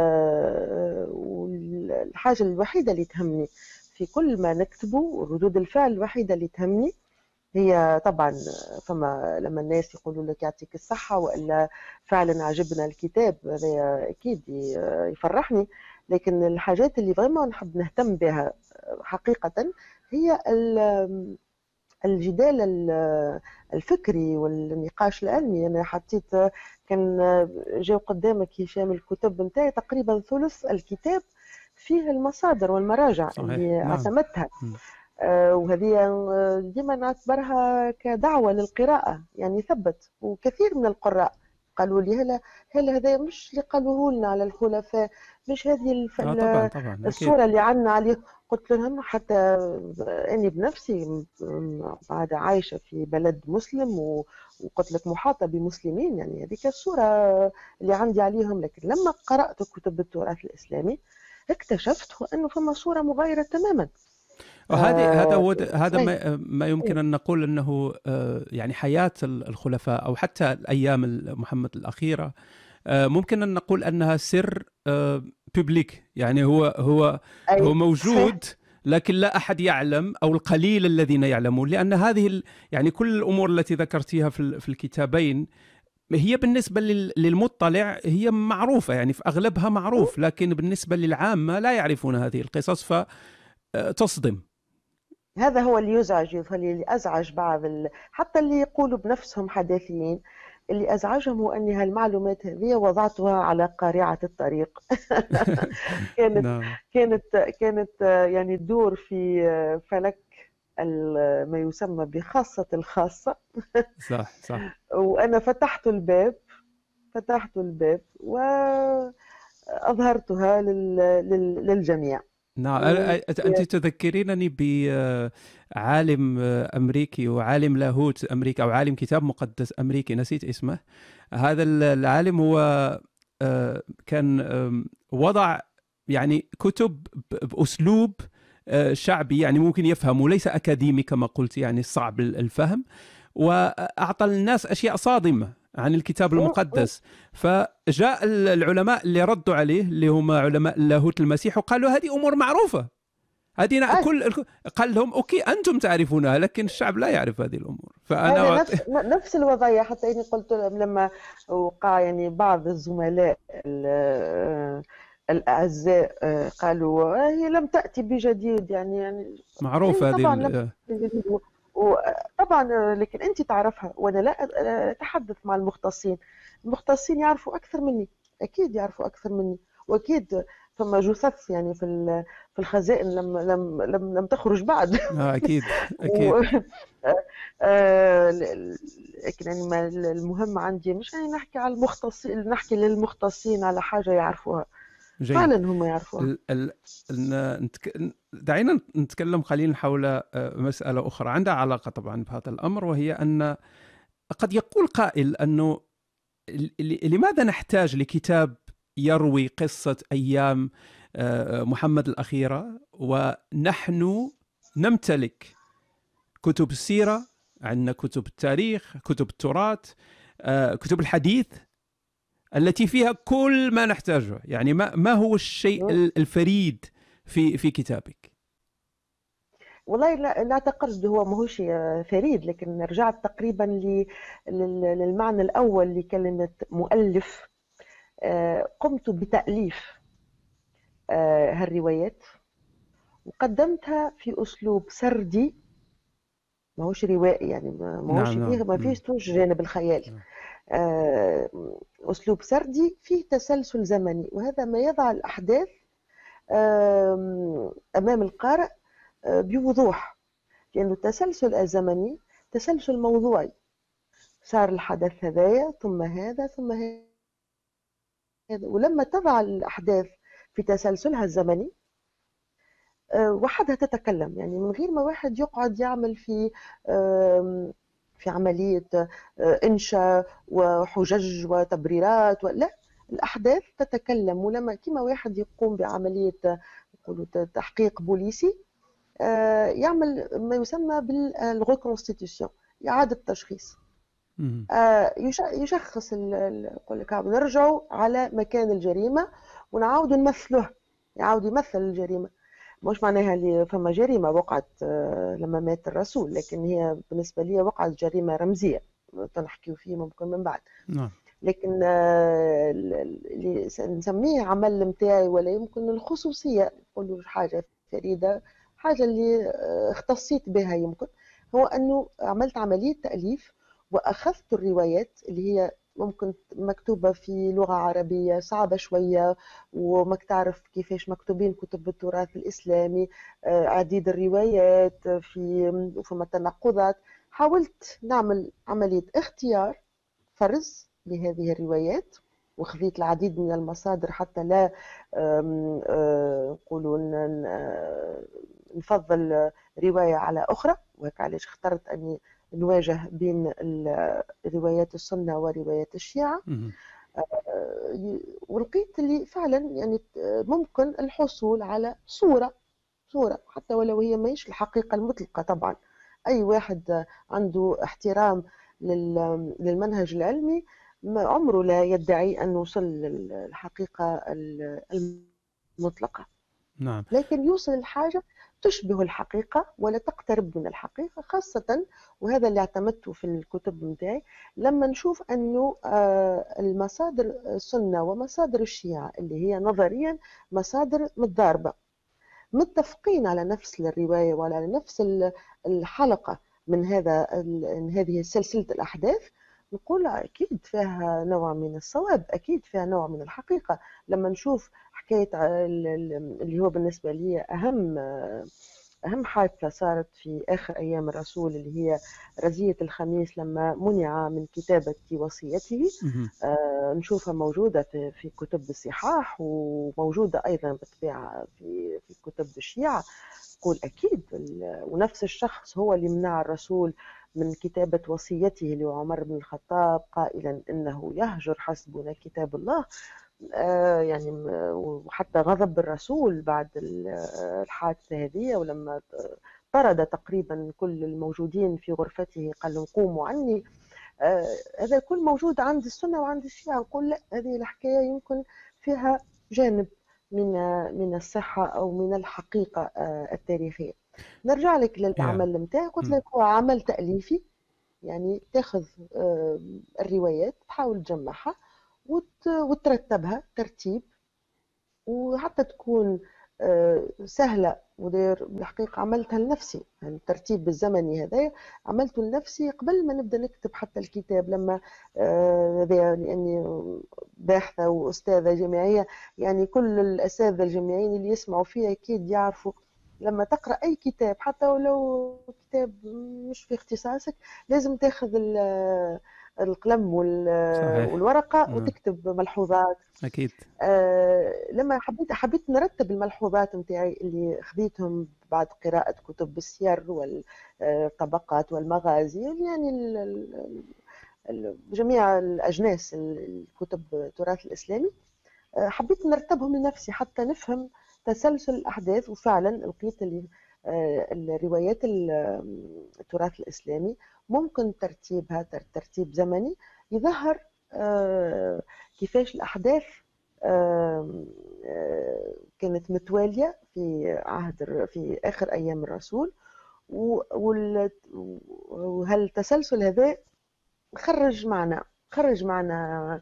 F: آه، والحاجة الوحيدة اللي تهمني في كل ما نكتبه، وردود الفعل الوحيدة اللي تهمني هي طبعا، فما لما الناس يقولوا لك يعطيك الصحة، وإلا فعلا عجبنا الكتاب، هذا أكيد ي- يفرحني. لكن الحاجات اللي vraiment نحب نهتم بها حقيقة هي ال- الجدال ال- الفكري والنقاش العلمي. أنا حطيت، كان جاو قدامك هشام الكتب نتاعي تقريبا ثلث الكتاب فيه المصادر والمراجع
D: صحيح.
F: اللي
D: نعم.
F: اعتمدتها.
D: مم.
F: آه، وهذه آه، ديما نعتبرها كدعوة للقراءة، يعني ثبت. وكثير من القراء قالوا لي هلا هلا هذا مش اللي قالوه لنا على الخلفاء، مش هذه الف...
D: اه طبعا طبعا اكيد.
F: الصورة اللي عنا عليه. قلت لهم حتى أني بنفسي م- م- بعد عايشة في بلد مسلم و... وقلت لك محاطة بمسلمين، يعني هذيك الصورة اللي عندي عليهم. لكن لما قرأت كتب التراث الإسلامي اكتشفت أنه فما صورة مغايرة تماما.
D: وهذه هذا
F: آه،
D: هو هذا
F: صحيح.
D: ما ما يمكن ان نقول انه آه، يعني حياه الخلفاء او حتى الايام محمد الاخيره، آه، ممكن ان نقول انها سر ببليك، يعني هو هو هو
F: أي صحيح.
D: موجود لكن لا احد يعلم، او القليل الذين يعلمون، لان هذه ال- يعني كل الامور التي ذكرتيها في ال- في الكتابين هي بالنسبه لل- للمطلع هي معروفه، يعني في اغلبها معروف، لكن بالنسبه للعامه لا يعرفون هذه القصص فتصدم.
F: هذا هو اللي يزعج، اللي أزعج بعض ال... حتى اللي يقولوا بنفسهم حداثيين، اللي أزعجهم هو أني هالمعلومات هذه وضعتها على قارعة الطريق. كانت
D: نعم.
F: كانت كانت يعني تدور في فلك ال- ما يسمى بخاصة الخاصة.
D: صح صح.
F: وأنا فتحت الباب، فتحت الباب وأظهرتها لل... لل... للجميع.
D: نعم.
F: و...
D: أنت تذكرينني بعالم أمريكي وعالم لاهوت أمريكي، أو عالم كتاب مقدس أمريكي، نسيت اسمه. هذا العالم هو آه، كان آم، وضع يعني كتب ب- بأسلوب آه، شعبي، يعني ممكن يفهمه، ليس أكاديمي كما قلت، يعني صعب الفهم، وأعطى الناس أشياء صادمة عن الكتاب المقدس. فجاء العلماء اللي ردوا عليه، اللي هم علماء اللاهوت المسيح، وقالوا هذه أمور معروفة، هذه
F: أي.
D: كل قال لهم أوكي أنتم تعرفونها لكن الشعب لا يعرف هذه الأمور. فأنا
F: هذا
D: وقت...
F: نفس نفس الوضعية. حتى إني قلت لهم لما وقع يعني بعض الزملاء ال- الأعزاء آه، قالوا آه، هي لم تأتي بجديد، يعني يعني
D: معروف
F: إيه
D: هذه
F: طبعا لم
D: ال...
F: تأتي بجديد. و- وطبعا آه، لكن أنت تعرفها وأنا لا أتحدث مع المختصين. المختصين يعرفوا أكثر مني، أكيد يعرفوا أكثر مني، وأكيد ثم جثث يعني في ال- في الخزائن لم لم لم لم تخرج بعد.
D: آه أكيد
F: و...
D: أكيد.
F: آه، ل- لكن يعني ما المهم عندي مش يعني نحكي على المختصين، نحكي للمختصين على حاجة يعرفوها،
D: جيد.
F: فعلا هم يعرفوها.
D: ال... ال... ن- نتك... دعينا نتكلم قليلا حول آه، مسألة أخرى عندها علاقة طبعا بهذا الأمر، وهي أن قد يقول قائل أنه ل- ل- لماذا نحتاج لكتاب يروي قصة أيام آه، محمد الأخيرة ونحن نمتلك كتب السيرة، عندنا كتب التاريخ، كتب التراث، آه، كتب الحديث التي فيها كل ما نحتاجه؟ يعني ما ما هو الشيء ال- الفريد في في كتابك؟
F: والله لا لا اعتقد هو ماهوش فريد، لكن رجعت تقريبا ل- لل- للمعنى الأول لكلمة مؤلف. آه، قمت بتأليف آه، هالروايات وقدمتها في أسلوب سردي ماهوش روائي، يعني ما- ماهوش
D: نعم نعم
F: فيه، ما
D: مم.
F: فيش توش جانب الخيال.
D: نعم.
F: آه، أسلوب سردي فيه تسلسل زمني، وهذا ما يضع الأحداث آم، أمام القارئ آه، بوضوح، لأن التسلسل الزمني تسلسل موضوعي. صار الحدث هذايا ثم هذا ثم هذا، ولما تضع الأحداث في تسلسلها الزمني آه، وحدها تتكلم، يعني من غير ما واحد يقعد يعمل في آم، في عملية آه، إنشاء وحجج وتبريرات، لا، الأحداث تتكلم. ولما كما واحد يقوم بعملية آه، يقولوا ت- تحقيق بوليسي، آه، يعمل ما يسمى بالريكونستيتيوشن، إعادة تشخيص.
D: مم.
F: آه، يش- يشخص ال- ال- يقول لك نرجعوا على مكان الجريمة ونعاودوا نمثله، يعاود يمثل الجريمة. مش معناها اللي فما جريمة وقعت آه، لما مات الرسول، لكن هي بالنسبة لي وقعت جريمة رمزية تنحكيو فيه ممكن من بعد.
D: نعم
F: لكن آه، ال- ال- اللي س- نسميه عمل متاعي ولا يمكن الخصوصية، نقولوا حاجة فريدة، حاجة اللي آه، اختصيت بها يمكن، هو أنه عملت عملية تأليف وأخذت الروايات اللي هي ممكن مكتوبة في لغة عربية صعبة شوية، وماك تعرف كيفاش مكتوبين كتب التراث الإسلامي، آه، عديد الروايات في وفما تناقضات. حاولت نعمل عملية اختيار، فرز لهذه الروايات، وخذيت العديد من المصادر حتى لا آم، آه، نقولوا ن- ن- نفضل رواية على أخرى، وهيك علاش اخترت أني نواجه بين ال- روايات السنة وروايات الشيعة.
D: مم.
F: آه، ولقيت اللي فعلا يعني ممكن الحصول على صورة، صورة حتى ولو هي ماهيش الحقيقة المطلقة طبعا. أي واحد عنده احترام لل- للمنهج العلمي ما عمره لا يدعي أن وصل للحقيقة المطلقة،
D: نعم
F: لكن يوصل الحاجة تشبه الحقيقة ولا تقترب من الحقيقة، خاصة وهذا اللي اعتمدته في الكتب متاعي لما نشوف أنه آه، المصادر السنة ومصادر الشيعة اللي هي نظريا مصادر متضاربة، متفقين على نفس الرواية وعلى نفس ال- الحلقة من هذا ال- من هذه سلسلة الأحداث، نقول أكيد فيها نوع من الصواب، أكيد فيها نوع من الحقيقة. لما نشوف حكاية ع- ال- ال- اللي هو بالنسبة لي أهم أهم حادثة صارت في آخر أيام الرسول، اللي هي رزية الخميس لما منع من كتابة وصيته،
D: مم.
F: آه، نشوفها موجودة في في كتب الصحاح، وموجودة أيضا بالطبيعة في في كتب الشيعة. تقول أكيد ال- ونفس الشخص هو اللي منع الرسول من كتابة وصيته لعمر بن الخطاب قائلا إنه يهجر حسبنا كتاب الله. آه، يعني م- وحتى غضب الرسول بعد ال- آه، الحادثة هذه، ولما طرد تقريبا كل الموجودين في غرفته قال لهم قوموا عني. آه، هذا كل موجود عند السنة وعند الشيعة. نقول لا، هذه الحكاية يمكن فيها جانب من من الصحة أو من الحقيقة آه، التاريخية. نرجع لك
D: يا
F: للعمل متاعي، قلت
D: مم.
F: لك هو عمل تأليفي، يعني تاخذ آه، الروايات تحاول تجمعها وت- وترتبها ترتيب، وحتى تكون آه، سهلة. ودير بالحقيقة عملتها لنفسي، يعني الترتيب الزمني هذا عملته لنفسي قبل ما نبدأ نكتب حتى الكتاب. لما آه، هذا لأني باحثة وأستاذة جامعية، يعني كل الأساتذة الجامعيين اللي يسمعوا فيها أكيد يعرفوا لما تقرأ أي كتاب حتى ولو كتاب مش في اختصاصك لازم تاخذ ال- القلم وال-
D: صحيح
F: والورقة
D: نعم
F: وتكتب ملحوظات.
D: أكيد
F: آه، لما حبيت حبيت نرتب الملحوظات نتاعي اللي خذيتهم بعد قراءة كتب السير والطبقات والمغازي، يعني ال- ال- ال- جميع الأجناس الكتب التراث الإسلامي. آه، حبيت نرتبهم لنفسي حتى نفهم تسلسل الأحداث، وفعلا لقيت اللي آه، الروايات ال- التراث الإسلامي ممكن ترتيبها تر- ترتيب زمني يظهر آه، كيفاش الأحداث آم، آه، كانت متوالية في عهد الر- في آخر أيام الرسول، و- وال- وهالتسلسل هذا خرج معنا خرج معنا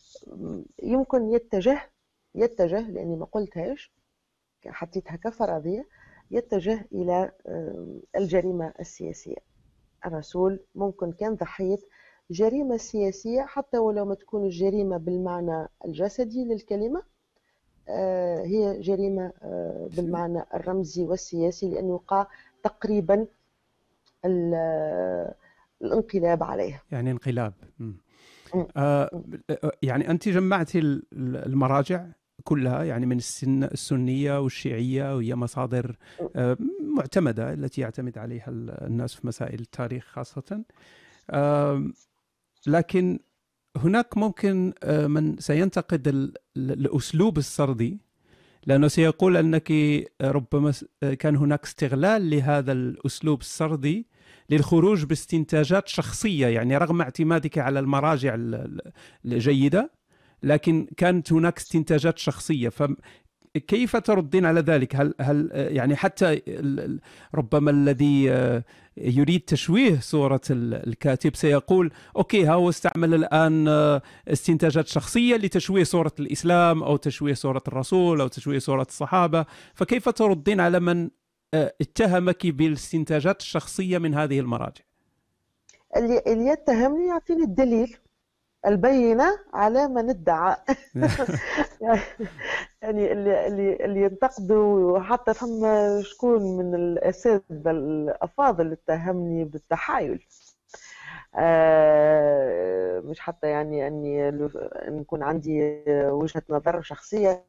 F: يمكن يتجه يتجه لأني ما قلتهاش، حطيتها كفرضية، يتجه إلى آم، الجريمة السياسية. الرسول ممكن كان ضحية جريمة سياسية، حتى ولو ما تكون الجريمة بالمعنى الجسدي للكلمة، آه، هي جريمة آه، بالمعنى الرمزي والسياسي، لأنه وقع تقريبا ال- آه، الانقلاب عليه.
D: يعني انقلاب. مم.
F: م.
D: آه
F: م.
D: يعني أنت جمعتي ال- المراجع كلها، يعني من السن السنية والشيعية، وهي مصادر آه معتمدة التي يعتمد عليها الناس في مسائل التاريخ خاصة. آه لكن هناك ممكن آه من سينتقد ال- الأسلوب السردي، لأنه سيقول أنك ربما س- كان هناك استغلال لهذا الأسلوب السردي للخروج باستنتاجات شخصية، يعني رغم اعتمادك على المراجع ال- ال- الجيدة، لكن كانت هناك استنتاجات شخصية. فكيف تردين على ذلك؟ هل هل يعني حتى ال- ال- ربما الذي آه، يريد تشويه صورة ال- الكاتب سيقول أوكي، هو استعمل الآن آه، استنتاجات شخصية لتشويه صورة الإسلام أو تشويه صورة الرسول أو تشويه صورة الصحابة. فكيف تردين على من آه، اتهمك بالاستنتاجات الشخصية من هذه المراجع؟
F: اللي اللي يتهمني يعطيني الدليل، البينة على من ادعى. يعني اللي اللي اللي ينتقدوا، حتى فما شكون من الأساتذة الأفاضل اتهمني بالتحايل. آه، مش حتى يعني أني نكون عندي وجهة نظر شخصية،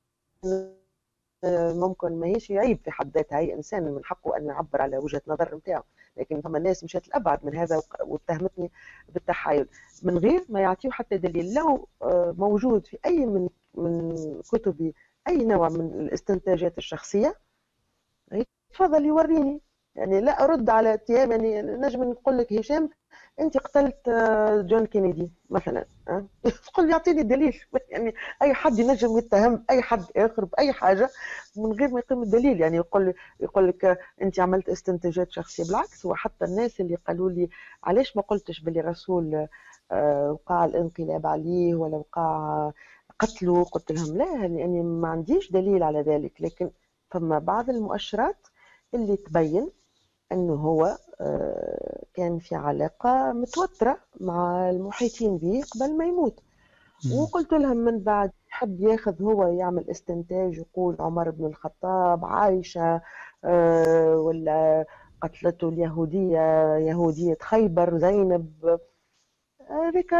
F: ممكن ما هيش عيب في حد ذاتها، أي إنسان من حقه أن يعبر على وجهة نظر نتاعو، لكن فما الناس مشات الأبعد من هذا واتهمتني بالتحايل من غير ما يعطيو حتى دليل. لو آه، موجود في أي من من كتبي أي نوع من الاستنتاجات الشخصية، تفضل يوريني، يعني لا أرد على اتهام. يعني نجم نقول لك هشام أنت قتلت آه، جون كينيدي مثلا، أه؟ تقول لي يعطيني دليل. يعني أي حد ينجم يتهم أي حد آخر بأي حاجة من غير ما يقيم الدليل. يعني يقول لي يقول لك آه، أنت عملت استنتاجات شخصية. بالعكس، وحتى الناس اللي قالوا لي علاش ما قلتش باللي الرسول آه، وقع الانقلاب عليه ولا وقع قتله، قلت لهم لا، لأني ما عنديش دليل على ذلك، لكن ثم بعض المؤشرات اللي تبين أنه هو آه، كان في علاقة متوترة مع المحيطين به قبل ما يموت. وقلت لهم من بعد يحب ياخذ هو يعمل استنتاج يقول عمر بن الخطاب، عائشة، آه، ولا قتلته اليهودية، يهودية خيبر، زينب، هذيك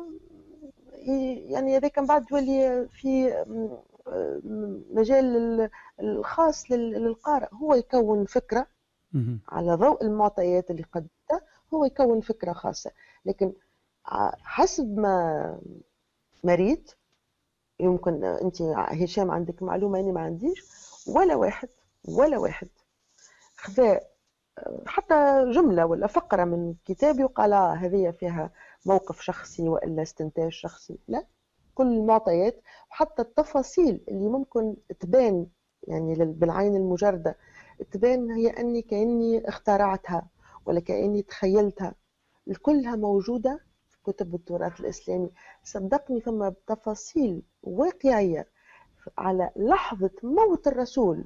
F: يعني هذيك من بعد تولي في آه، مجال الخاص للقارئ، هو يكون فكرة على ضوء المعطيات اللي قدمتها، هو يكون فكرة خاصة. لكن حسب ما مريت، يمكن أنت هشام عندك معلومة أنا ما عنديش، ولا واحد ولا واحد خذا حتى جملة ولا فقرة من كتابي وقال هذه فيها موقف شخصي وإلا استنتاج شخصي. لا، كل المعطيات وحتى التفاصيل اللي ممكن تبان يعني بالعين المجردة تبان هي أني كأني اخترعتها ولا كأني تخيلتها، كلها موجودة في كتب التراث الإسلامي. صدقني ثم تفاصيل واقعية على لحظة موت الرسول،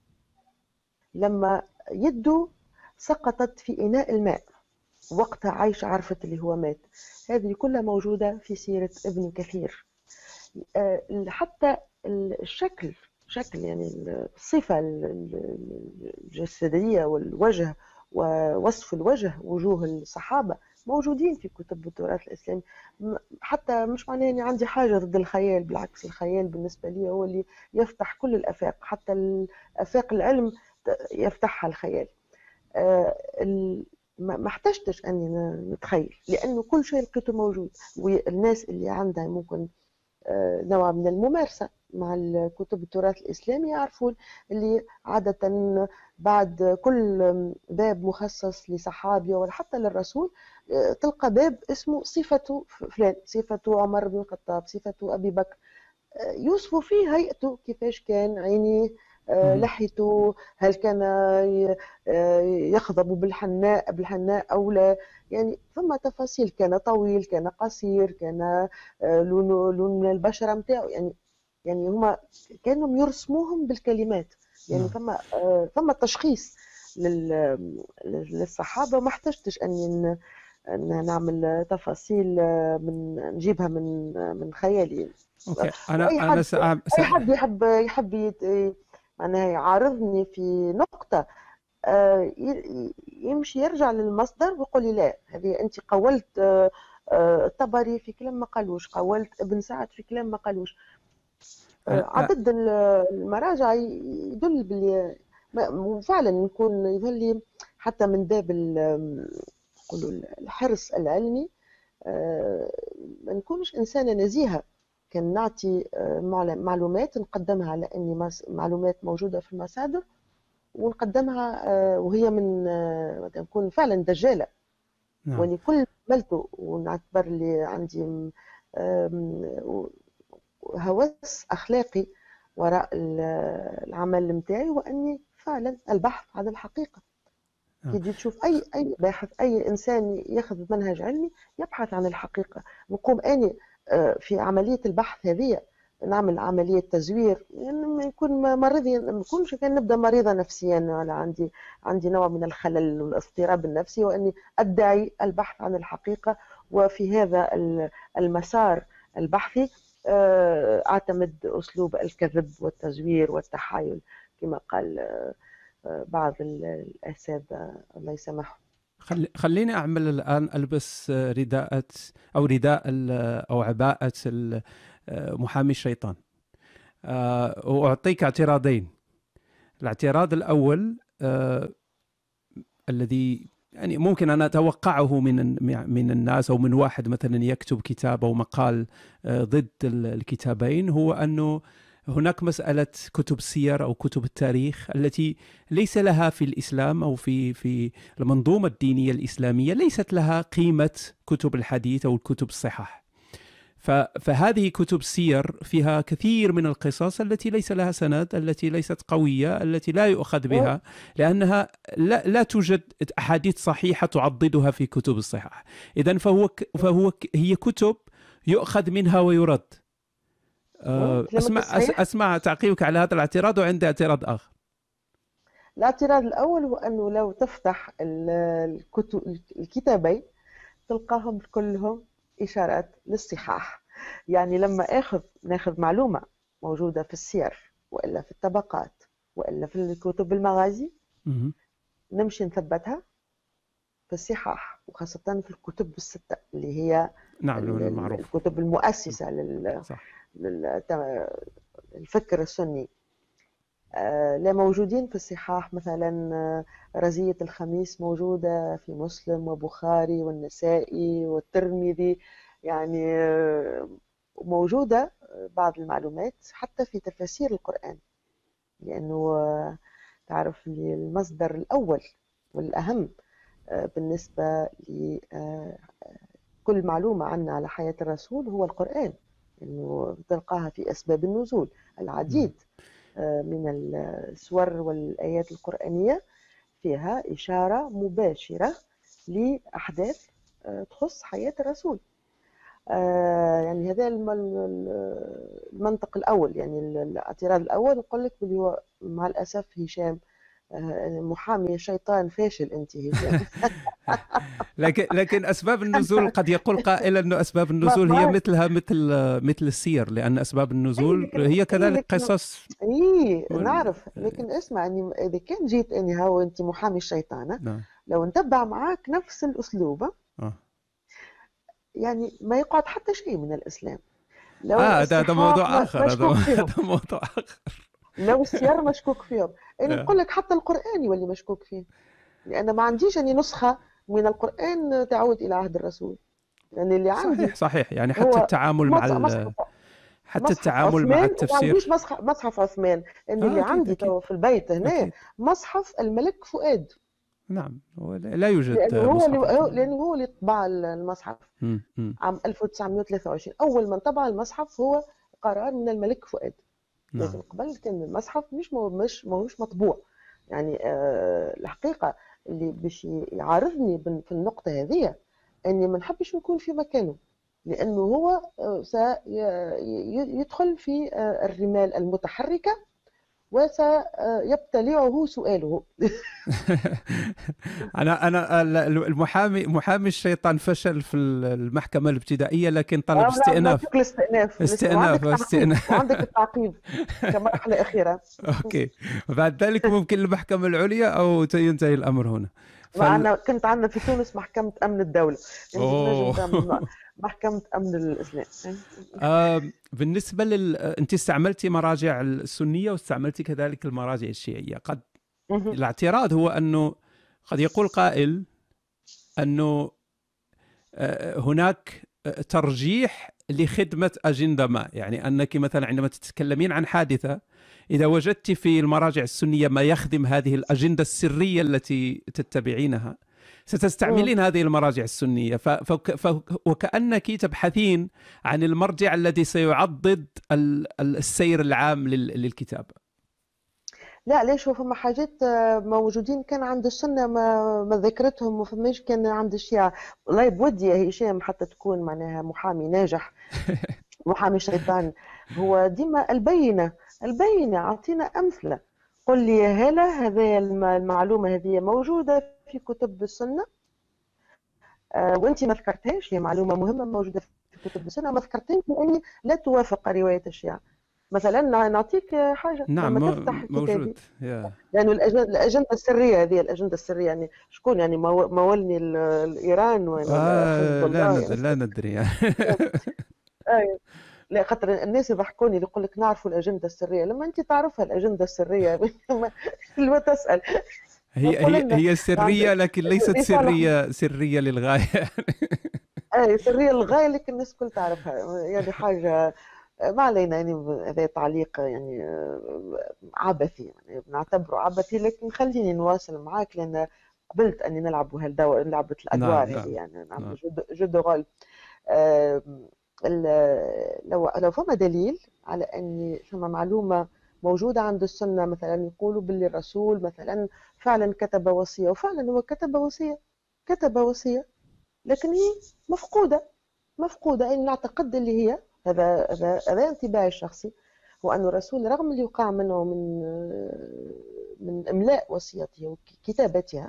F: لما يده سقطت في إناء الماء، وقتها عايشة عرفت اللي هو مات. هذه كلها موجودة في سيرة ابن كثير. حتى الشكل شكل يعني الصفة الجسدية والوجه ووصف الوجه، وجوه الصحابة موجودين في كتب التراث الإسلامي. حتى مش معناه أني عندي حاجة ضد الخيال، بالعكس الخيال بالنسبة لي هو اللي يفتح كل الآفاق، حتى الآفاق العلم يفتحها الخيال. ما احتجتش أني نتخيل، لأنه كل شيء لقيته موجود. والناس اللي عندها ممكن نوع من الممارسة مع الكتب التراث الإسلامي يعرفون اللي عادة بعد كل باب مخصص لصحابي ولا حتى للرسول تلقى باب اسمه صفة فلان، صفة عمر بن الخطاب، صفة أبي بكر، يوصفوا فيه هيئته كيفاش كان، عينيه، لحيته، هل كان يخضب بالحناء بالحناء أو لا. يعني ثم تفاصيل، كان طويل، كان قصير، كان لون لون البشرة متاعه، يعني يعني هما كانوا يرسموهم بالكلمات. يعني ثم ثم تشخيص لل- للصحابة، ما احتجتش أني ن- ن- نعمل تفاصيل من نجيبها من من خيالي.
D: اوكي، انا
F: وأي
D: انا
F: حد
D: سأعم...
F: أي
D: سأ...
F: حد يحب يحب يت- معناها يعارضني في نقطة، آه، ي- يمشي يرجع للمصدر ويقول لي لا، هذه أنت قولت آه، آه، الطبري في كلام ما قالوش، قولت ابن سعد في كلام ما قالوش. آه،
D: أنا... أ-
F: عدد ال- المراجع يدل باللي ما- وفعلا نكون يظهر لي حتى من باب ال- نقولوا الحرص العلمي، آه، ما نكونش إنسانة نزيهة. كان نعطي آه، معل- معلومات نقدمها على أني مس- معلومات موجودة في المصادر، ونقدمها آه، وهي من آه، نكون فعلا دجالة.
D: نعم.
F: واني كل ما عملته ونعتبر لي عندي م- آم، هوس اخلاقي وراء ال- العمل نتاعي، واني فعلا البحث عن الحقيقه.
D: نعم.
F: كي تجي تشوف اي اي باحث، اي انسان ياخذ منهج علمي يبحث عن الحقيقه. نقوم اني آه، في عمليه البحث هذه نعمل عمليه تزوير، يعني ما يكون مريض، ما نكونش كان نبدا مريضه نفسيا، ولا عندي عندي نوع من الخلل والاضطراب النفسي، واني ادعي البحث عن الحقيقه. وفي هذا ال- المسار البحثي آه، اعتمد اسلوب الكذب والتزوير والتحايل، كما قال آه، بعض الأساتذة الله يسامحهم.
D: خل... خليني أعمل الآن ألبس رداءة أو رداء ال... أو عباءة ال- محامي الشيطان، آه، وأعطيك اعتراضين. الاعتراض الأول آه، الذي يعني ممكن أنا أتوقعه من من الناس أو من واحد مثلا يكتب كتاب أو مقال آه، ضد ال- الكتابين، هو أنه هناك مسألة كتب السير أو كتب التاريخ التي ليس لها في الإسلام أو في في المنظومة الدينية الإسلامية ليست لها قيمة كتب الحديث أو الكتب الصحاح. ف- فهذه كتب السير فيها كثير من القصص التي ليس لها سند، التي ليست قوية، التي لا يؤخذ بها لأنها لا, لا توجد أحاديث صحيحة تعضدها في كتب الصحاح. إذن فهو ك- فهو ك- هي كتب يؤخذ منها ويرد. أه،
F: كلامك
D: أسمع أس-
F: صحيح.
D: أسمع تعقيبك على هذا الاعتراض، وعندي اعتراض آخر.
F: الاعتراض الأول هو أنه لو تفتح ال- الكتب الكتابين تلقاهم كلهم إشارات للصحاح. يعني لما آخذ ناخذ معلومة موجودة في السير، وإلا في الطبقات، وإلا في الكتب المغازي،
D: مهم.
F: نمشي نثبتها في الصحاح، وخاصة في الكتب الستة اللي هي
D: نعم،
F: ال- ال-
D: المعروف.
F: الكتب المؤسسة لل-
D: صح.
F: للفكر السني. آه، لا موجودين في الصحاح، مثلا آه، رزية الخميس موجودة في مسلم وبخاري والنسائي والترمذي، يعني آه، موجودة بعض المعلومات حتى في تفاسير القرآن، لأنه آه، تعرف لي المصدر الأول والأهم آه، بالنسبة لكل معلومة عنا على حياة الرسول هو القرآن، إنه تلقاها في أسباب النزول العديد من السور والآيات القرآنية فيها إشارة مباشرة لأحداث تخص حياة الرسول. يعني هذا المنطق الأول، يعني الاعتراض الأول نقول لك اللي هو مع الأسف هشام محامي شيطان فاشل أنت هشام.
D: لكن لكن اسباب النزول قد يقول قائل انه اسباب النزول هي مثلها مثل مثل السير، لان اسباب النزول هي كذلك قصص.
F: اي نعرف، لكن اسمع، اني اذا كان جيت اني هاو انت محامي الشيطان،
D: نعم.
F: لو نتبع معاك نفس الاسلوب
D: آه.
F: يعني ما يقعد حتى شيء من الاسلام. لو
D: اه هذا هذا موضوع اخر، هذا
F: هذا
D: موضوع اخر.
F: لو السير مشكوك فيهم، انا نقول لك حتى القرآن يولي مشكوك فيه، لان ما عنديش اني نسخة من القرآن تعود الى عهد الرسول، لان يعني اللي عندي
D: صحيح صحيح، يعني حتى التعامل مع ال... حتى التعامل مع التفسير.
F: ما عنديش مصحف مصحف عثمان، لان
D: آه
F: اللي
D: أكيد
F: عندي
D: أكيد.
F: تو في البيت هنا
D: أكيد.
F: مصحف الملك فؤاد.
D: نعم، لا يوجد
F: لأنه هو اللي
D: مصحف.
F: لأنه هو اللي طبع المصحف
D: م- م.
F: عام ألف وتسعمئة وثلاثة وعشرين. أول من طبع المصحف هو قرار من الملك فؤاد.
D: نعم.
F: لكن قبل كان المصحف مش مو مش ماهوش مطبوع. يعني آه الحقيقة اللي باش يعارضني في النقطة هذه أني ما نحبش نكون في مكانه، لأنه هو آه سيدخل في آه الرمال المتحركة، وسيبتلعه سؤاله.
D: انا انا المحامي محامي الشيطان فشل في المحكمه الابتدائيه، لكن طلب
F: آه، لا،
D: استئناف.
F: نعطيك الاستئناف
D: استئناف
F: وعندك تعقيب
D: استئناف
F: وعندك التعقيب كمرحلة أخيرة.
D: اوكي، وبعد ذلك ممكن المحكمه العليا او ينتهي الامر هنا.
F: فأنا كنت عندنا في تونس محكمة أمن الدولة، يعني نجم
D: أوه.
F: تعمل محكمة أمن الإسلام.
D: آه بالنسبة لل أنت استعملتي مراجع السنية واستعملتي كذلك المراجع الشيعية. قد الاعتراض هو أنه قد يقول قائل أنه آه هناك ترجيح لخدمة أجندة ما، يعني أنك مثلا عندما تتكلمين عن حادثة، إذا وجدت في المراجع السنية ما يخدم هذه الأجندة السرية التي تتبعينها ستستعملين
F: مم.
D: هذه المراجع السنية، ف... ف... ف... وكأنك تبحثين عن المرجع الذي سيعضد ال- السير العام لل... للكتاب.
F: لا ليش، هو فما حاجات آه، موجودين كان عند السنة ما ما ذكرتهم وفماش كان عند الشيعة. والله بودي يا هشام حتى تكون معناها محامي ناجح، محامي شيطان. هو ديما البينة البينة، أعطينا أمثلة. قل لي يا هلا هذه الم- المعلومة هذه موجودة في كتب السنة آه، وأنت ما ذكرتهاش، هي معلومة مهمة موجودة في كتب السنة ما ذكرتهاش لأني لا توافق رواية الشيعة. مثلا نعطيك حاجة،
D: نعم
F: لما تفتح
D: موجود
F: كتابي
D: يا.
F: لأنه الأجن- الأجندة السرية هذه الأجندة السرية، يعني شكون يعني مو- مولني ال- الإيران ولا حزب
D: آه لا
F: الله
D: ند...
F: يعني.
D: لا ندري يعني.
F: آه، لا خاطر الناس يضحكوني اللي يقول لك نعرفوا الأجندة السرية، لما أنت تعرفها الأجندة السرية لما تسأل
D: هي
F: قول
D: هي
F: لنا
D: هي سرية، لكن ليست
F: يصالح.
D: سرية سرية للغاية.
F: آه سرية للغاية لكن الناس الكل تعرفها، يعني حاجة ما علينا. يعني هذا تعليق يعني آه، عبثي، يعني نعتبره عبثي، لكن خليني نواصل معاك لأن قبلت أني نلعب هالدور لعبة الأدوار
D: نعم
F: هذه،
D: نعم
F: يعني نلعب
D: نعم
F: جو دو رول. آه، ال- لو لو فما دليل على أن فما معلومة موجودة عند السنة، مثلا يقولوا باللي الرسول مثلا فعلا كتب وصية، وفعلا هو كتب وصية كتب وصية لكن هي مفقودة مفقودة أن نعتقد اللي هي هذا هذا هذا انطباعي الشخصي، هو أن الرسول رغم اللي يقع منه من من إملاء وصيته وكتابتها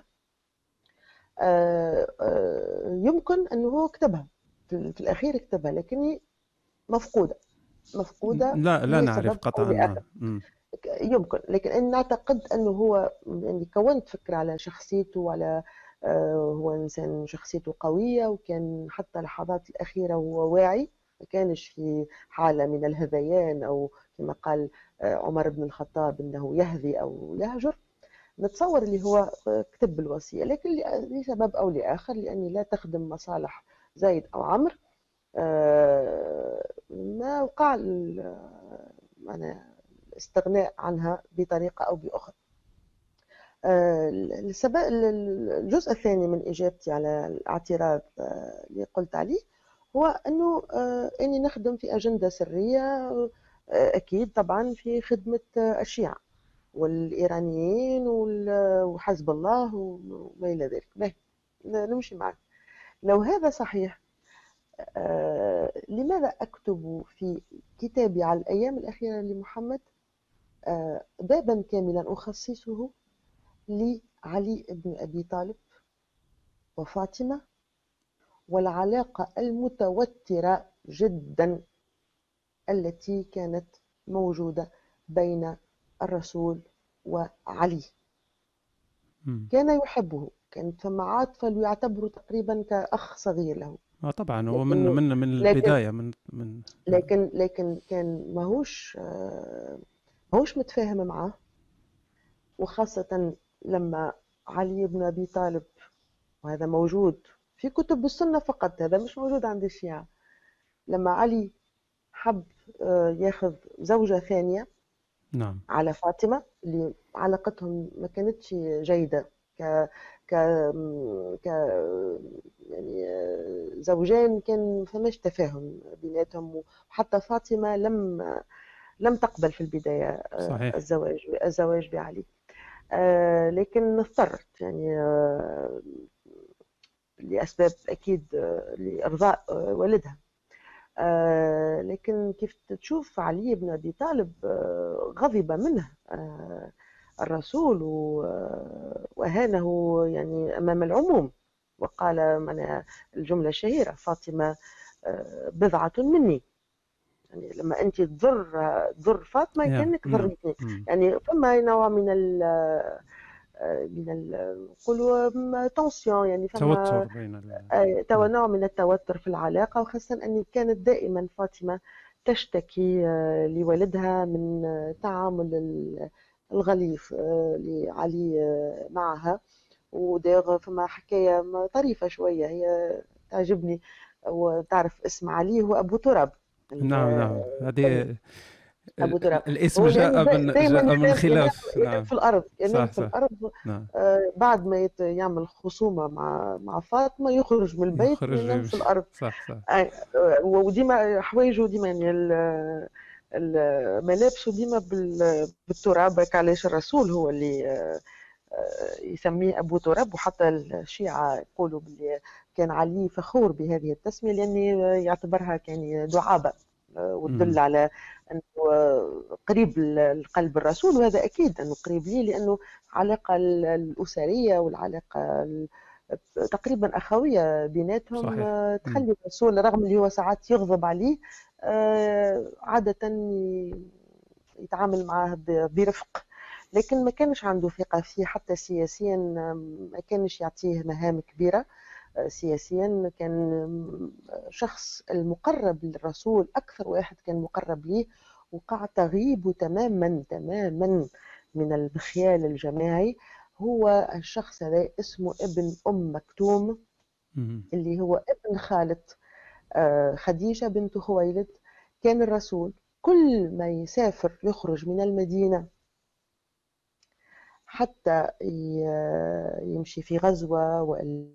F: آه، آه، يمكن أنه هو كتبها في في الأخير كتبها، لكن هي مفقودة مفقودة
D: لا لا نعرف
F: لسبب أو
D: قطعا.
F: لآخر.
D: نعم.
F: يمكن، لكن أن نعتقد أنه هو يعني كونت فكرة على شخصيته وعلى آه، هو إنسان شخصيته قوية، وكان حتى اللحظات الأخيرة هو واعي، ما كانش في حالة من الهذيان أو كما قال آه، عمر بن الخطاب أنه يهذي أو يهجر. نتصور اللي هو كتب الوصية، لكن لسبب أو لآخر لأني لا تخدم مصالح زيد أو عمرو آه، ما وقع الاستغناء عنها بطريقة أو بأخرى. آه، السبب الجزء الثاني من إجابتي على الاعتراض آه، اللي قلت عليه هو أنه آه، أني نخدم في أجندة سرية آه، أكيد طبعا في خدمة آه، الشيعة والإيرانيين وحزب الله وما إلى ذلك. باهي نمشي معك. لو هذا صحيح آه، لماذا أكتب في كتابي على الأيام الأخيرة لمحمد آه، بابا كاملا أخصصه لعلي بن أبي طالب وفاطمة والعلاقة المتوترة جدا التي كانت موجودة بين الرسول وعلي.
D: مم.
F: كان يحبه، كانت فما عاطفة يعتبره تقريبا كأخ صغير له.
D: آه طبعا هو من
F: لكن
D: من من
F: لكن
D: البداية من من
F: لكن لكن كان ماهوش آه، ماهوش متفاهم معاه، وخاصة لما علي بن أبي طالب، وهذا موجود في كتب السنة فقط، هذا مش موجود عند الشيعة، لما علي حب آه، ياخذ زوجة ثانية
D: نعم
F: على فاطمة اللي علاقتهم ما كانتش جيدة ك ك ك يعني آه، زوجين كان فماش تفاهم بيناتهم، وحتى فاطمة لم لم تقبل في البداية آه،
D: صحيح.
F: الزواج الزواج بعلي، آه، لكن اضطرت يعني آه، لأسباب أكيد آه، لإرضاء آه، والدها. لكن كيف تشوف علي بن أبي طالب غضب منه الرسول وأهانه يعني أمام العموم، وقال من الجملة الشهيرة: فاطمة بضعة مني. يعني لما أنت تضر تضر فاطمة كأنك ضرتني. يعني فما نوع من ال من نقولوا تونسيون، يعني فما
D: توتر بين
F: تو نوع من التوتر في العلاقة، وخاصة أن كانت دائما فاطمة تشتكي لولدها من تعامل الغليظ لعلي معها. وداغ فما حكاية طريفة شوية هي تعجبني، وتعرف اسم علي هو أبو تراب.
D: نعم نعم، هذه
F: أبو تراب
D: الاسم جاء من جاء من خلاف.
F: ينام
D: نعم
F: في الأرض، ينام
D: صح
F: في
D: صح.
F: الأرض.
D: نعم.
F: آه بعد ما يعمل خصومة مع مع فاطمة يخرج من البيت وينام في الأرض.
D: صح صح.
F: آه وديما حوايجه ديما يعني الملابسه ديما بالتراب، علاش الرسول هو اللي آه يسميه أبو تراب. وحتى الشيعة يقولوا باللي كان علي فخور بهذه التسمية، لأن يعتبرها كان دعابة وتدل على أنه قريب لقلب الرسول، وهذا أكيد أنه قريب ليه، لأنه علاقة الأسرية والعلاقة تقريبا أخوية بيناتهم. صحيح. تخلي الرسول رغم اللي هو ساعات يغضب عليه عادة يتعامل معه برفق، لكن ما كانش عنده ثقة فيه حتى سياسيا، ما كانش يعطيه مهام كبيرة سياسيا. كان شخص المقرب للرسول، أكثر واحد كان مقرب ليه، وقع تغيب تماما تماما من المخيال الجماعي. هو الشخص هذا اسمه ابن أم مكتوم، اللي هو ابن خالة خديجة بنت خويلد. كان الرسول كل ما يسافر يخرج من المدينة حتى يمشي في غزوة، وإلا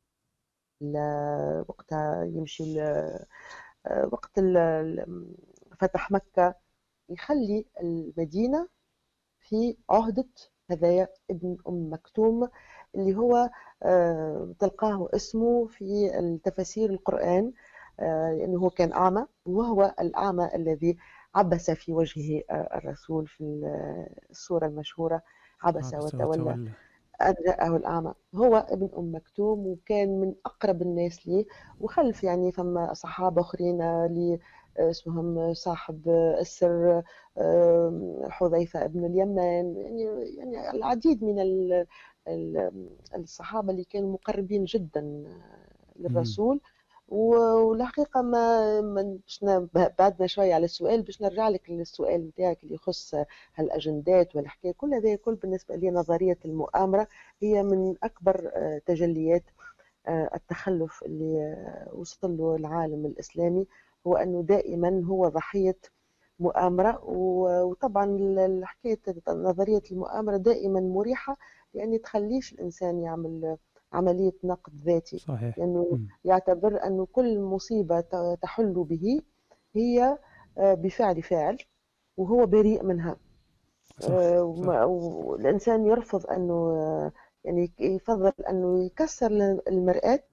F: وقتها يمشي وقت فتح مكة، يخلي المدينة في عهدة هذايا ابن أم مكتوم، اللي هو تلقاه اسمه في التفاسير القرآن لأنه هو كان أعمى، وهو الأعمى الذي عبس في وجهه الرسول في السورة المشهورة: عبس وتولى أن جاءه الأعمى. هو ابن أم مكتوم، وكان من أقرب الناس لي. وخلف يعني ثم صحابة أخرين لي اسمهم صاحب السر حذيفة ابن اليمان، يعني يعني العديد من الصحابة اللي كانوا مقربين جدا للرسول. والحقيقة ما باش بعدنا شوية على السؤال، باش نرجع لك للسؤال نتاعك اللي يخص هالأجندات والحكاية كل هذا كل. بالنسبة لي نظرية المؤامرة هي من أكبر تجليات التخلف اللي وصل له العالم الإسلامي، هو أنه دائما هو ضحية مؤامرة. وطبعا الحكاية نظرية المؤامرة دائما مريحة، لأن تخليش الإنسان يعمل عملية نقد ذاتي. صحيح. لأنه م. يعتبر أنه كل مصيبة تحل به هي بفعل فاعل وهو بريء منها. صح. صح. والإنسان يرفض أنه يعني يفضل أنه يكسر المرآة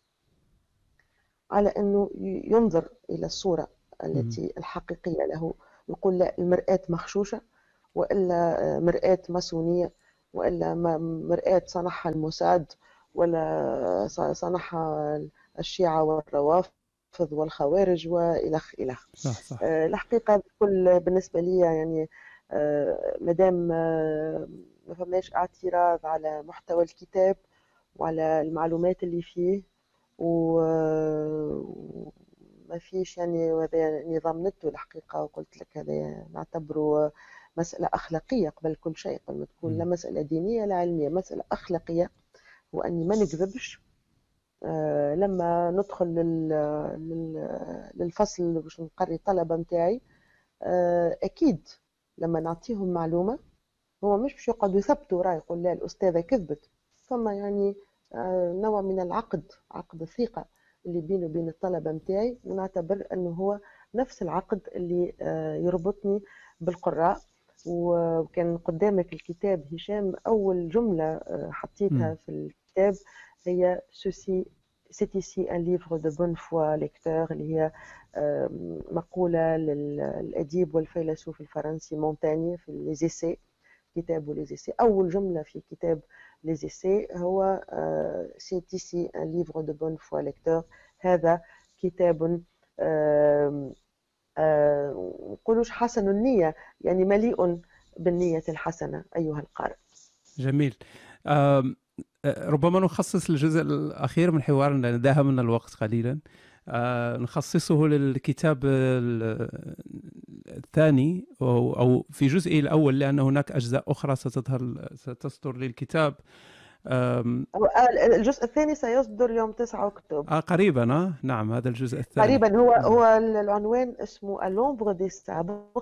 F: على أنه ينظر إلى الصورة التي م. الحقيقية له. يقول لا، المرآة مخشوشة، وإلا مرآة ماسونية، وإلا مرآة صنعها الموساد، ولا صنعها الشيعة والروافض والخوارج والخ إلخ. صح صح. أه الحقيقة كل بالنسبة لي يعني أه مدام أه ما فماش اعتراض على محتوى الكتاب وعلى المعلومات اللي فيه، وما فيش يعني وهذا نظام نتو الحقيقة. وقلت لك هذا نعتبره مسألة أخلاقية قبل كل شيء، قبل ما تكون لا مسألة دينية لا علمية، مسألة أخلاقية. وأني ما نكذبش آه لما ندخل لل... لل... للفصل باش نقري الطلبة متاعي، آه أكيد لما نعطيهم معلومة هو مش باش يقعدوا يثبتوا رأي يقول لا الأستاذة كذبت. ثم يعني آه نوع من العقد، عقد الثقة اللي بينه وبين الطلبة متاعي، ونعتبر أنه هو نفس العقد اللي آه يربطني بالقراء. وكان قدامك الكتاب هشام، أول جملة آه حطيتها م. في الكتاب هي سوسي c'est ici un livre de bonne foi lecteur اللي هي آم، مقولة للأديب والفيلسوف الفرنسي مونتاني في ليزيسي، كتابه ليزيسي. أول جملة في كتاب ليزيسي هو آه، c'est ici un livre de bonne foi lecteur. هذا كتاب آم، آه، نقولوش حسن النية، يعني مليء بالنية الحسنة أيها القارئ.
D: جميل. آم، آه، ربما نخصص الجزء الأخير من حوارنا لأن داهمنا الوقت قليلا، آه، نخصصه للكتاب ال- الثاني أو أو في جزئه الأول، لأن هناك أجزاء أخرى ستظهر ستصدر للكتاب. آم،
F: آه، الجزء الثاني سيصدر يوم تسعة أكتوبر
D: آه قريبا. آه نعم، هذا الجزء الثاني
F: قريبا. هو
D: نعم.
F: هو العنوان اسمه الأومبر دي سابغ،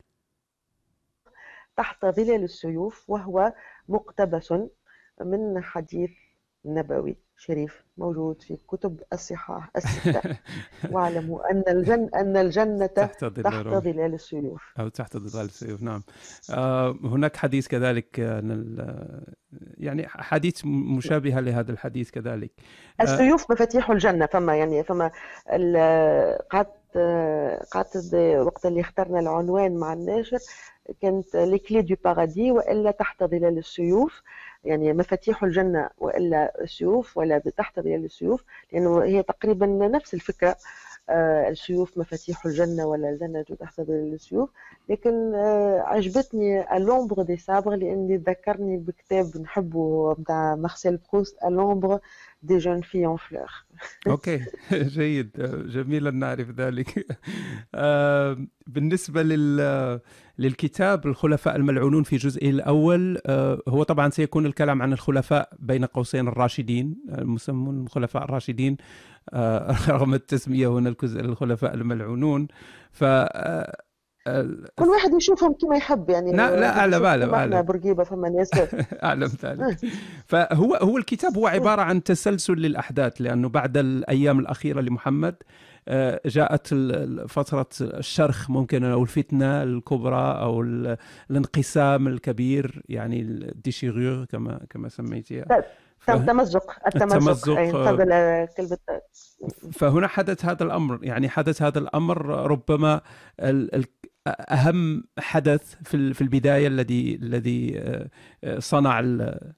F: تحت ظلال السيوف، وهو مقتبس من حديث نبوي شريف موجود في كتب الصحاح الستة. واعلموا أن الجنة أن الجنة
D: تحت
F: تحت
D: ظل
F: ظلال السيوف.
D: أو تحت ظلال السيوف. نعم. آه هناك حديث كذلك عن ال- يعني حديث مشابهة لهذا الحديث كذلك. آه
F: السيوف مفاتيح الجنة. فما يعني فما ال- قعدت قعدت وقت اللي اخترنا العنوان مع الناشر كانت لي كلي دو بارادي والا تحت ظلال السيوف، يعني مفاتيح الجنة والا السيوف ولا تحت ظلال السيوف، لأنه هي تقريبا نفس الفكرة. آه، السيوف مفاتيح الجنة ولا الجنة تحت ظلال السيوف. لكن آه، عجبتني اللومبر دي سابر لأني ذكرني بكتاب نحبه بتاع مارسيل بروست، اللومبر دي جون في ان فلور.
D: أوكي. جيد، جميل أن نعرف ذلك. آه بالنسبة لل للكتاب الخلفاء الملعونون في جزئه الأول، آه هو طبعا سيكون الكلام عن الخلفاء بين قوسين الراشدين المسمون الخلفاء الراشدين، آه رغم التسمية هنا الجزء الخلفاء الملعونون. ف آه،
F: كل واحد يشوفهم كما يحب، يعني
D: لا لا أعلم أعلم
F: كما احنا
D: أعلم
F: برقيبة فما ناس
D: أعلم ذلك. فهو هو الكتاب هو عبارة عن تسلسل للأحداث، لأنه بعد الأيام الأخيرة لمحمد آه، جاءت ال- ال- فترة الشرخ ممكن، أو الفتنة الكبرى، أو ال- الانقسام الكبير، يعني الديشيغور كما كما سميتها. ف-
F: التمزق التمزق
D: التمزق،
F: أي
D: آه،
F: نفضل كلمة.
D: فهنا حدث هذا الأمر، يعني حدث هذا الأمر ربما ال- ال- أهم حدث في ال- في البداية الذي الذي آه، آه، صنع ال-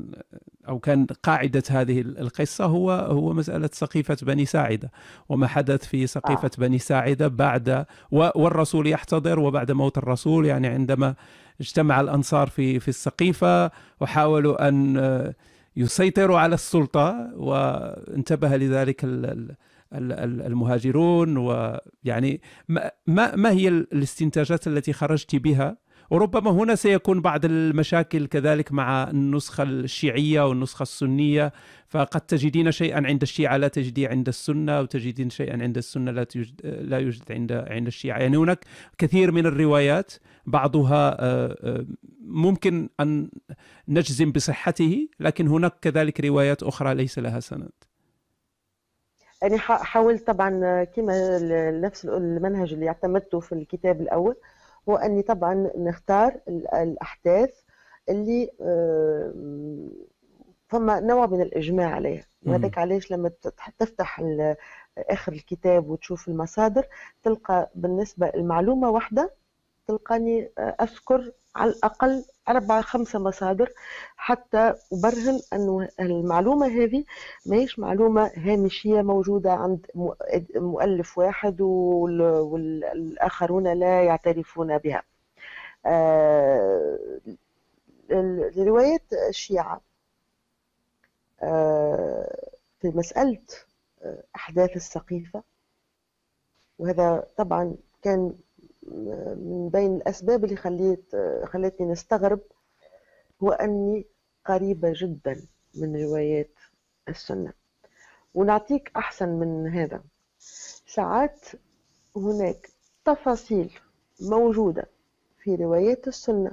D: أو كان قاعدة هذه القصة هو هو مسألة سقيفة بني ساعدة، وما حدث في سقيفة
F: آه.
D: بني ساعدة بعد و- والرسول يحتضر، وبعد موت الرسول، يعني عندما اجتمع الأنصار في في السقيفة وحاولوا أن آه، يسيطروا على السلطة، وانتبه لذلك ال- ال- ال- ال- المهاجرون. ويعني ما ما ما هي الاستنتاجات التي خرجت بها؟ وربما هنا سيكون بعض المشاكل كذلك مع النسخة الشيعية والنسخة السنية، فقد تجدين شيئا عند الشيعة لا تجديه عند السنة، وتجدين شيئا عند السنة لا توجد لا يوجد عند عند الشيعة. يعني هناك كثير من الروايات، بعضها آه، آه، ممكن أن نجزم بصحته، لكن هناك كذلك روايات أخرى ليس لها سند.
F: يعني ح- حاولت طبعا كما ال- نفس المنهج اللي اعتمدته في الكتاب الأول، هو أني طبعا نختار ال- الأحداث اللي آه، فما نوع من الإجماع عليها.
D: مم.
F: وهذاك علاش لما تتح- تفتح ال- آخر الكتاب وتشوف المصادر، تلقى بالنسبة المعلومة واحدة تلقاني آه، أذكر على الأقل أربعة خمسة مصادر حتى أبرهن أنه المعلومة هذه ماهيش معلومة هامشية موجودة عند مؤ- مؤلف واحد وال- والآخرون لا يعترفون بها. آه، ال- رواية الشيعة آه، في مسألة آه، أحداث السقيفة، وهذا طبعا كان من بين الأسباب اللي خليت خلتني نستغرب، هو أني قريبة جدا من روايات السنة. ونعطيك أحسن من هذا، ساعات هناك تفاصيل موجودة في روايات السنة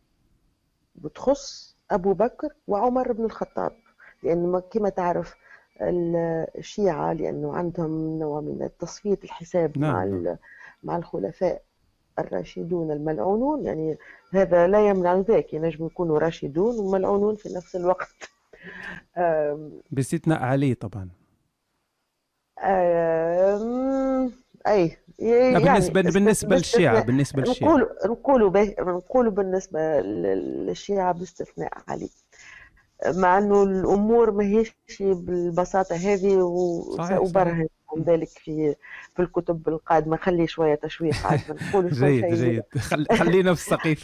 F: بتخص أبو بكر وعمر بن الخطاب، لأن كما تعرف الشيعة لأنه عندهم نوع من التصفية الحساب مع
D: نعم.
F: ال- مع الخلفاء الراشدون الملعونون، يعني هذا لا يمنع ذاك، ينجم يكونوا راشدون وملعونون في نفس الوقت. آم،
D: باستثناء علي طبعا.
F: آم، أي
D: لا،
F: يعني
D: بالنسبة
F: استث-
D: بالنسبة للشيعة،
F: باستثناء،
D: بالنسبة للشيعة.
F: نقول نقولوا به نقولوا بالنسبة للشيعة باستثناء علي، مع انه الامور ما هيش بالبساطه هذه،
D: صحيح صحيح.
F: وسأبرهن عن
D: مم.
F: ذلك في في الكتب القادمه. خلي شويه تشويق عاد ما نقولش كل
D: جيد
F: شيء هو.
D: جيد، خل... خلينا في السقيف.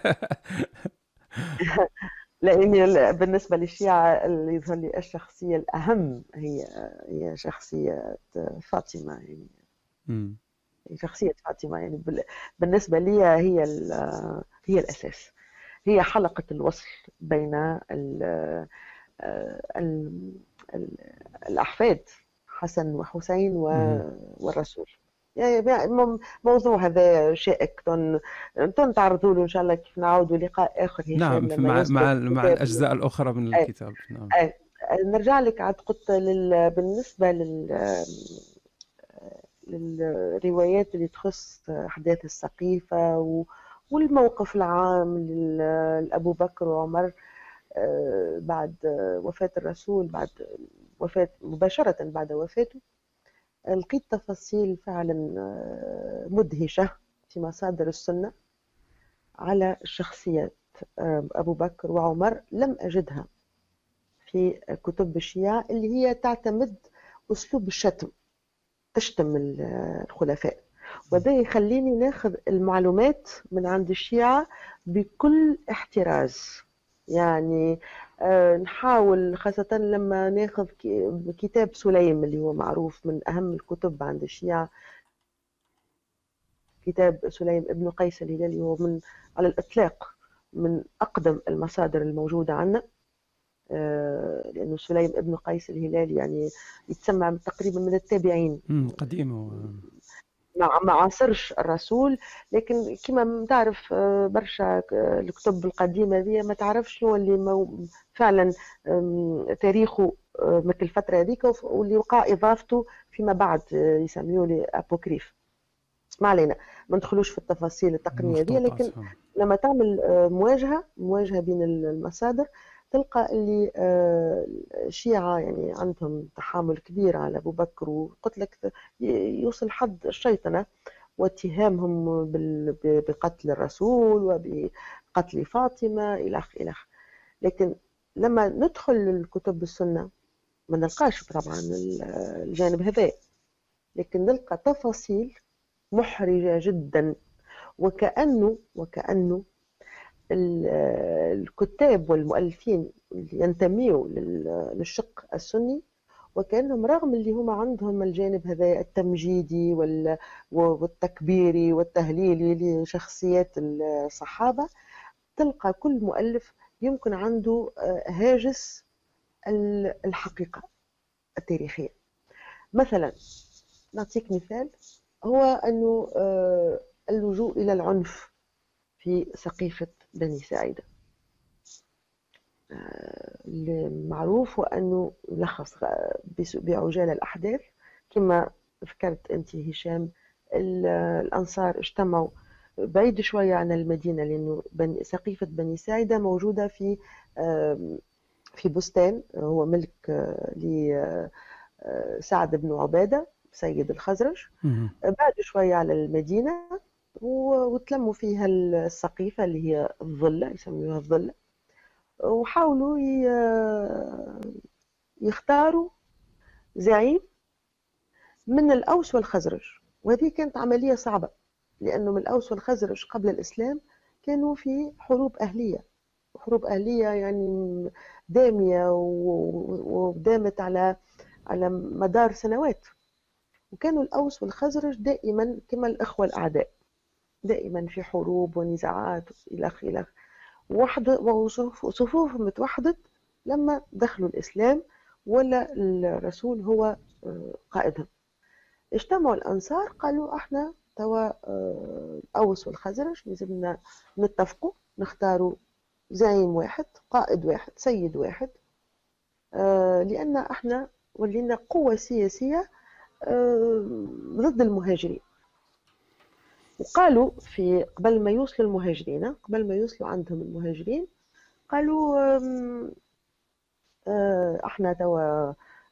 F: لاني ال- بالنسبه للشيعه اللي يظهر لي الشخصيه الاهم هي هي شخصيه فاطمه، يعني
D: مم.
F: شخصيه فاطمه يعني بال- بالنسبه لي هي ال- هي الاساس، هي حلقه الوصل بين ال ال ال الأحفاد حسن وحسين
D: مم.
F: والرسول. يعني مم- موضوع هذا شائك، تن تن تعرضوا له إن شاء الله كيف نعاودوا لقاء آخر
D: نعم،
F: هشام
D: في
F: لما
D: مع
F: يصدر
D: مع مع
F: كتاب.
D: الأجزاء الأخرى من
F: أي
D: الكتاب. نعم.
F: أي نرجع لك عاد قلت لل... بالنسبة لل... للروايات اللي تخص أحداث السقيفة و... والموقف العام لل- لأبو بكر وعمر آه، بعد آه، وفاة الرسول، بعد وفاة مباشرة بعد وفاته. لقيت تفاصيل فعلا آه، مدهشة في مصادر السنة على شخصية آه، أبو بكر وعمر، لم أجدها في كتب الشيعة اللي هي تعتمد أسلوب الشتم، تشتم ال- الخلفاء. وده يخليني ناخذ المعلومات من عند الشيعة بكل احتراز. يعني آه، نحاول خاصة لما ناخذ ك- كتاب سليم اللي هو معروف من أهم الكتب عند الشيعة. كتاب سليم ابن قيس الهلالي هو من على الإطلاق من أقدم المصادر الموجودة عندنا، آه، لأنه سليم ابن قيس الهلالي يعني يتسمى تقريبا من التابعين،
D: مم. قديم و...
F: ما ما عاصرش الرسول. لكن كما تعرف آه، برشا آه، الكتب القديمة ذي ما تعرفش شنو اللي مو- فعلا آم، تاريخه آه، مثل الفترة هذيك، وف- واللي وقع إضافته فيما بعد آه، يسميوه لي أبوكريف. ما علينا، ما ندخلوش في التفاصيل التقنية دي. لكن
D: مخطوطات. مم.
F: لما تعمل آه، مواجهة مواجهة بين المصادر، تلقى اللي آه، الشيعة يعني عندهم تحامل كبير على أبو بكر، وقلت لك ي- يوصل حد الشيطنة، واتهامهم بال- ب- بقتل الرسول وبقتل فاطمة إلى آخره إلى آخره. لكن لما ندخل للكتب السنة ما نلقاش طبعا ال- الجانب هذا، لكن نلقى تفاصيل محرجة جدا. وكأنه وكأنه ال- الكتاب والمؤلفين اللي ينتميوا لل- للشق السني، وكأنهم رغم اللي هم عندهم الجانب هذا التمجيدي وال- والتكبيري والتهليلي لشخصيات الصحابة، تلقى كل مؤلف يمكن عنده آه، هاجس ال- الحقيقة التاريخية. مثلا نعطيك مثال، هو أنه آه، اللجوء إلى العنف في سقيفة بني ساعدة. المعروف هو أنه لخص بس- بعجالة الأحداث كما ذكرت أنت هشام. ال- الأنصار اجتمعوا بعيد شوية عن المدينة، لأنه بني سقيفة بني ساعدة موجودة في آم، في بستان هو ملك آه، لسعد بن عبادة سيد الخزرج.
D: مم.
F: بعد شوية على المدينة و- وتلموا فيها السقيفة اللي هي الظلة، يسموها الظلة، وحاولوا ي- يختاروا زعيم من الأوس والخزرج. وهذه كانت عملية صعبة، لأنه من الأوس والخزرج قبل الإسلام كانوا في حروب أهلية، حروب أهلية يعني دامية و- ودامت على على مدار سنوات. وكانوا الأوس والخزرج دائما كما الإخوة الأعداء، دائما في حروب ونزاعات إلى آخره إلى آخره. وحد وصفوفهم اتوحدت لما دخلوا الإسلام ولا الرسول هو آه، قائدهم. اجتمعوا الأنصار قالوا احنا توا آه، الأوس والخزرج لازمنا نتفقوا نختاروا زعيم واحد، قائد واحد، سيد واحد، آه، لأن احنا ولينا قوة سياسية آه، ضد المهاجرين. وقالوا في قبل ما يوصلوا المهاجرين، قبل ما يوصلوا عندهم المهاجرين، قالوا آم، آه، احنا توا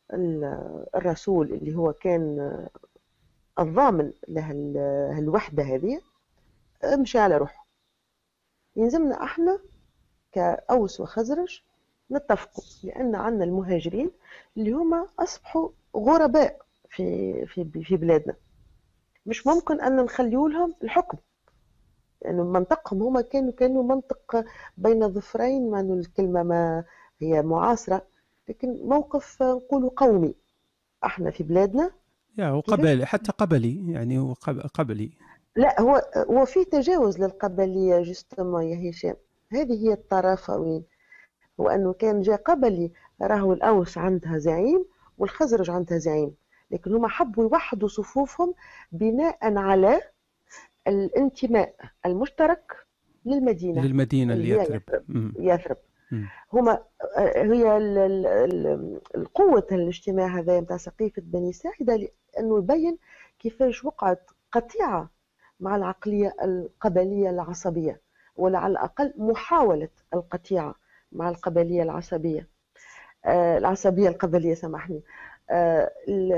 F: الرسول اللي هو كان الضامن لهالوحدة هذه مشى على روحه. يلزمنا احنا كأوس وخزرج نتفقوا، لأن عندنا المهاجرين اللي هما أصبحوا غرباء في في في بلادنا، مش ممكن أن نخليوا لهم الحكم، لأنه يعني منطقهم هما كانوا كانوا منطق بين ظفرين، مع أنه الكلمة ما هي معاصرة، لكن موقف نقولوا قومي. احنا في بلادنا
D: يا هو قبلي، حتى قبلي، يعني هو قبلي.
F: لا، هو هو في تجاوز للقبلية جوستومون يا هشام، هذه هي الطرافة وين، هو أنه كان جاء قبلي راهو الأوس عندها زعيم والخزرج عندها زعيم، لكن هما حبوا يوحدوا صفوفهم بناء على الانتماء المشترك للمدينة
D: للمدينة اللي يثرب.
F: يثرب هما هي القوة الاجتماع هذا نتاع سقيفة بني ساعدة، لأنه يبين كيفاش وقعت قطيعة مع العقلية القبلية العصبية، ولا على الأقل محاولة القطيعة مع القبلية العصبية آه العصبية القبلية سامحني. آه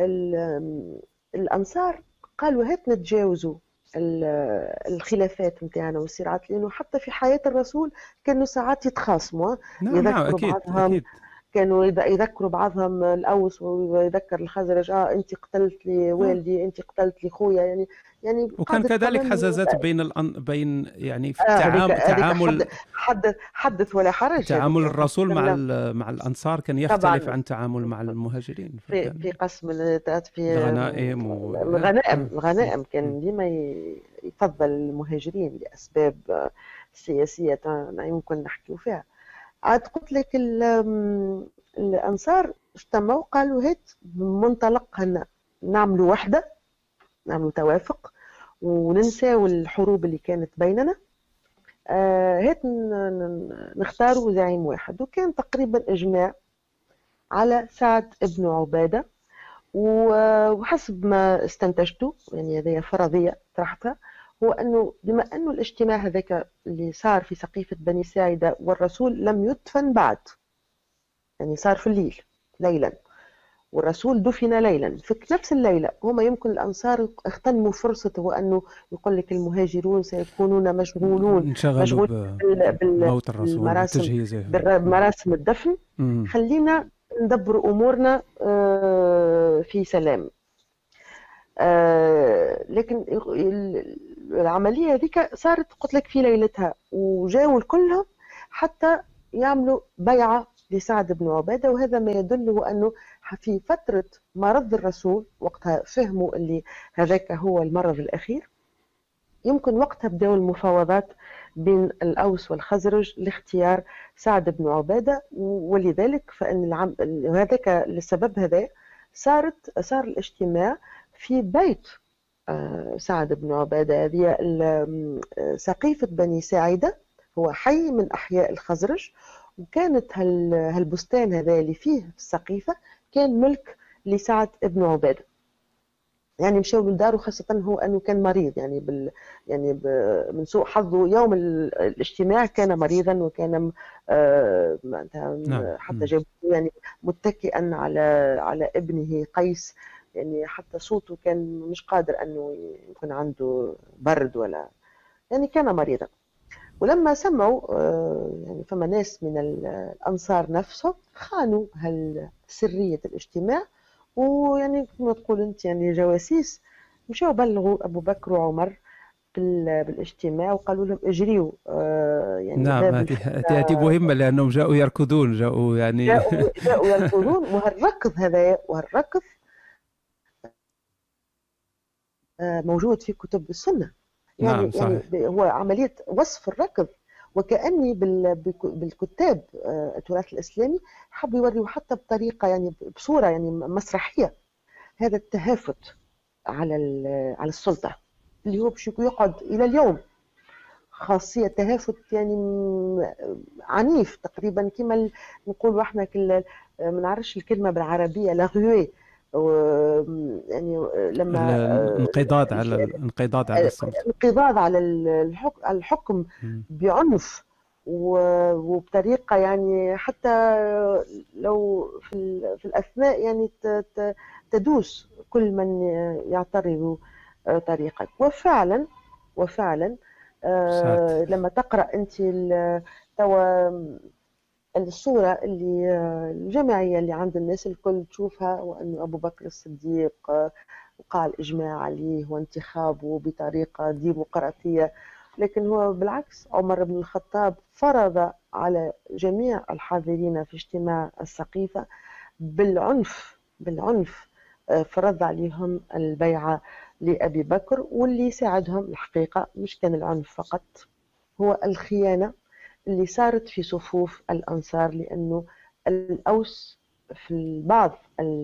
F: الأنصار قالوا هات نتجاوزوا الخلافات نتاعنا والصراعات، لأنه حتى في حياة الرسول كانوا ساعات يتخاصموا،
D: نعم
F: يذكروا
D: نعم أكيد
F: بعضهم
D: أكيد.
F: كانوا يذكروا بعضهم الأوس ويذكر الخزرج، اه انت قتلت لي والدي، انت قتلت لي خويا، يعني يعني
D: وكان كذلك حزازات بين الأن... بين يعني في
F: آه
D: التعامل
F: هذيك
D: تعامل
F: حدث حدث ولا حرج.
D: تعامل الرسول مع مع الأنصار كان يختلف طبعاً عن تعامل مع المهاجرين
F: في في قسم في
D: الغنائم و...
F: الغنائم الغنائم كان ديما يفضل المهاجرين لأسباب سياسية يمكن نحكيو فيها. عاد قلت لك الأنصار اجتمعوا قالوا هات منطلق نعملوا وحدة، نعملوا توافق وننساو الحروب اللي كانت بيننا، آه هات نختاروا زعيم واحد. وكان تقريبا إجماع على سعد بن عبادة، وحسب ما استنتجته يعني هذه فرضية طرحتها، هو أنه بما أنه الاجتماع هذاك اللي صار في سقيفة بني ساعدة والرسول لم يدفن بعد، يعني صار في الليل ليلا والرسول دفن ليلا، في نفس الليلة هما يمكن الأنصار اغتنموا فرصة، وأنه يقول لك المهاجرون سيكونون مشغولون
D: مشغولون بموت الرسول وتجهيزه
F: بمراسم الدفن، مم. خلينا ندبر أمورنا في سلام. لكن العملية هذيك صارت قلت لك في ليلتها، وجاوا كلهم حتى يعملوا بيعة لسعد بن عبادة، وهذا ما يدل أنه في فترة مرض الرسول وقتها فهموا اللي هذاك هو المرض الأخير، يمكن وقتها بدأوا المفاوضات بين الأوس والخزرج لاختيار سعد بن عبادة، ولذلك فإن العم... هذاك للسبب هذا صارت صار الاجتماع في بيت سعد بن عبادة، هذه سقيفة بني ساعدة، هو حي من أحياء الخزرج، وكانت هالبستان هذا اللي فيه السقيفة كان ملك لسعد بن عبادة. يعني مشاو لداره، خاصة هو أنه كان مريض، يعني بال يعني ب... من سوء حظه يوم الاجتماع كان مريضا، وكان آه حتى جاب يعني متكئا على على ابنه قيس، يعني حتى صوته كان مش قادر أنه يكون عنده برد ولا، يعني كان مريضا. ولما سمعوا يعني فما ناس من الأنصار نفسهم خانوا هال سرية الاجتماع، ويعني كما تقول أنت يعني جواسيس مشاو بلغوا أبو بكر وعمر بالاجتماع وقالوا لهم اجريوا.
D: يعني نعم هذه مهمة لأنهم جاءوا يركضون، جاءوا يعني
F: جاءوا, جاءوا يركضون، وهالركض هذا وهالركض موجود في كتب السنة. يعني
D: نعم صحيح.
F: يعني هو عملية وصف الركض، وكأني بالكتاب التراث الإسلامي حبوا يوريوا حتى بطريقة يعني بصورة يعني مسرحية هذا التهافت على على السلطة اللي هو باش يقعد إلى اليوم، خاصية تهافت يعني عنيف تقريبا، كما نقولوا احنا كل ما نعرفش الكلمة بالعربية لاغوي، يعني لما
D: الانقضاض على الانقضاض على السلطة،
F: الانقضاض على الحكم بعنف وبطريقة يعني حتى لو في, في الأثناء يعني تدوس كل من يعترض طريقك. وفعلا وفعلا آه لما تقرأ أنت توا الصورة اللي الجماعية اللي عند الناس الكل تشوفها، وأنه أبو بكر الصديق وقال إجماع عليه وانتخابه بطريقة ديمقراطية، لكن هو بالعكس عمر بن الخطاب فرض على جميع الحاضرين في اجتماع السقيفة بالعنف بالعنف فرض عليهم البيعة لأبي بكر. واللي ساعدهم الحقيقة مش كان العنف فقط، هو الخيانة اللي صارت في صفوف الأنصار، لأنه الأوس في بعض ال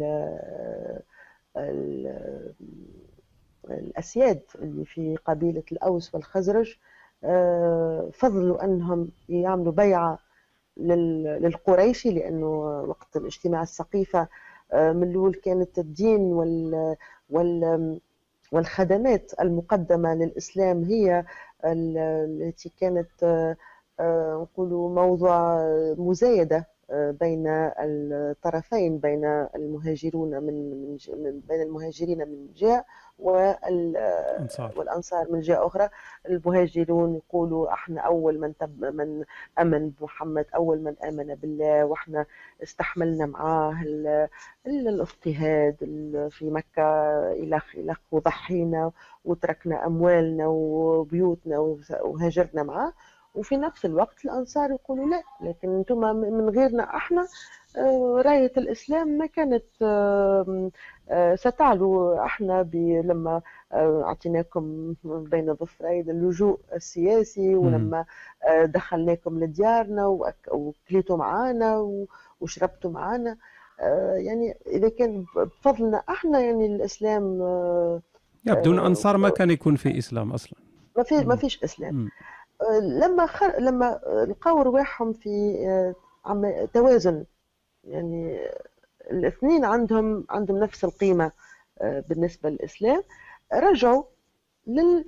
F: ال الأسياد اللي في قبيلة الأوس والخزرج فضلوا أنهم يعملوا بيعة للقريشي، لأنه وقت الاجتماع السقيفة من الأول كانت الدين وال وال والخدمات المقدمة للإسلام هي التي كانت نقولوا موضوع مزايدة بين الطرفين، بين المهاجرون من بين المهاجرين من جهة والأنصار من جهة أخرى. المهاجرون يقولوا احنا أول من تب من أمن بمحمد، أول من آمن بالله، واحنا استحملنا معاه الاضطهاد في مكة إلخ إلخ وضحينا وتركنا أموالنا وبيوتنا وهاجرنا معاه. وفي نفس الوقت الأنصار يقولوا لا، لكن أنتم من غيرنا احنا راية الإسلام ما كانت ستعلو. احنا لما اعطيناكم بين ظفرين اللجوء السياسي، ولما دخلناكم لديارنا وكليتوا معانا وشربتوا معانا، يعني إذا كان بفضلنا احنا يعني الإسلام
D: بدون أنصار ما كان يكون في إسلام أصلا،
F: ما في ما فيش إسلام. مم. لما خر... لما لقاو رواحهم في توازن، يعني الاثنين عندهم عندهم نفس القيمة بالنسبة للإسلام، رجعوا لل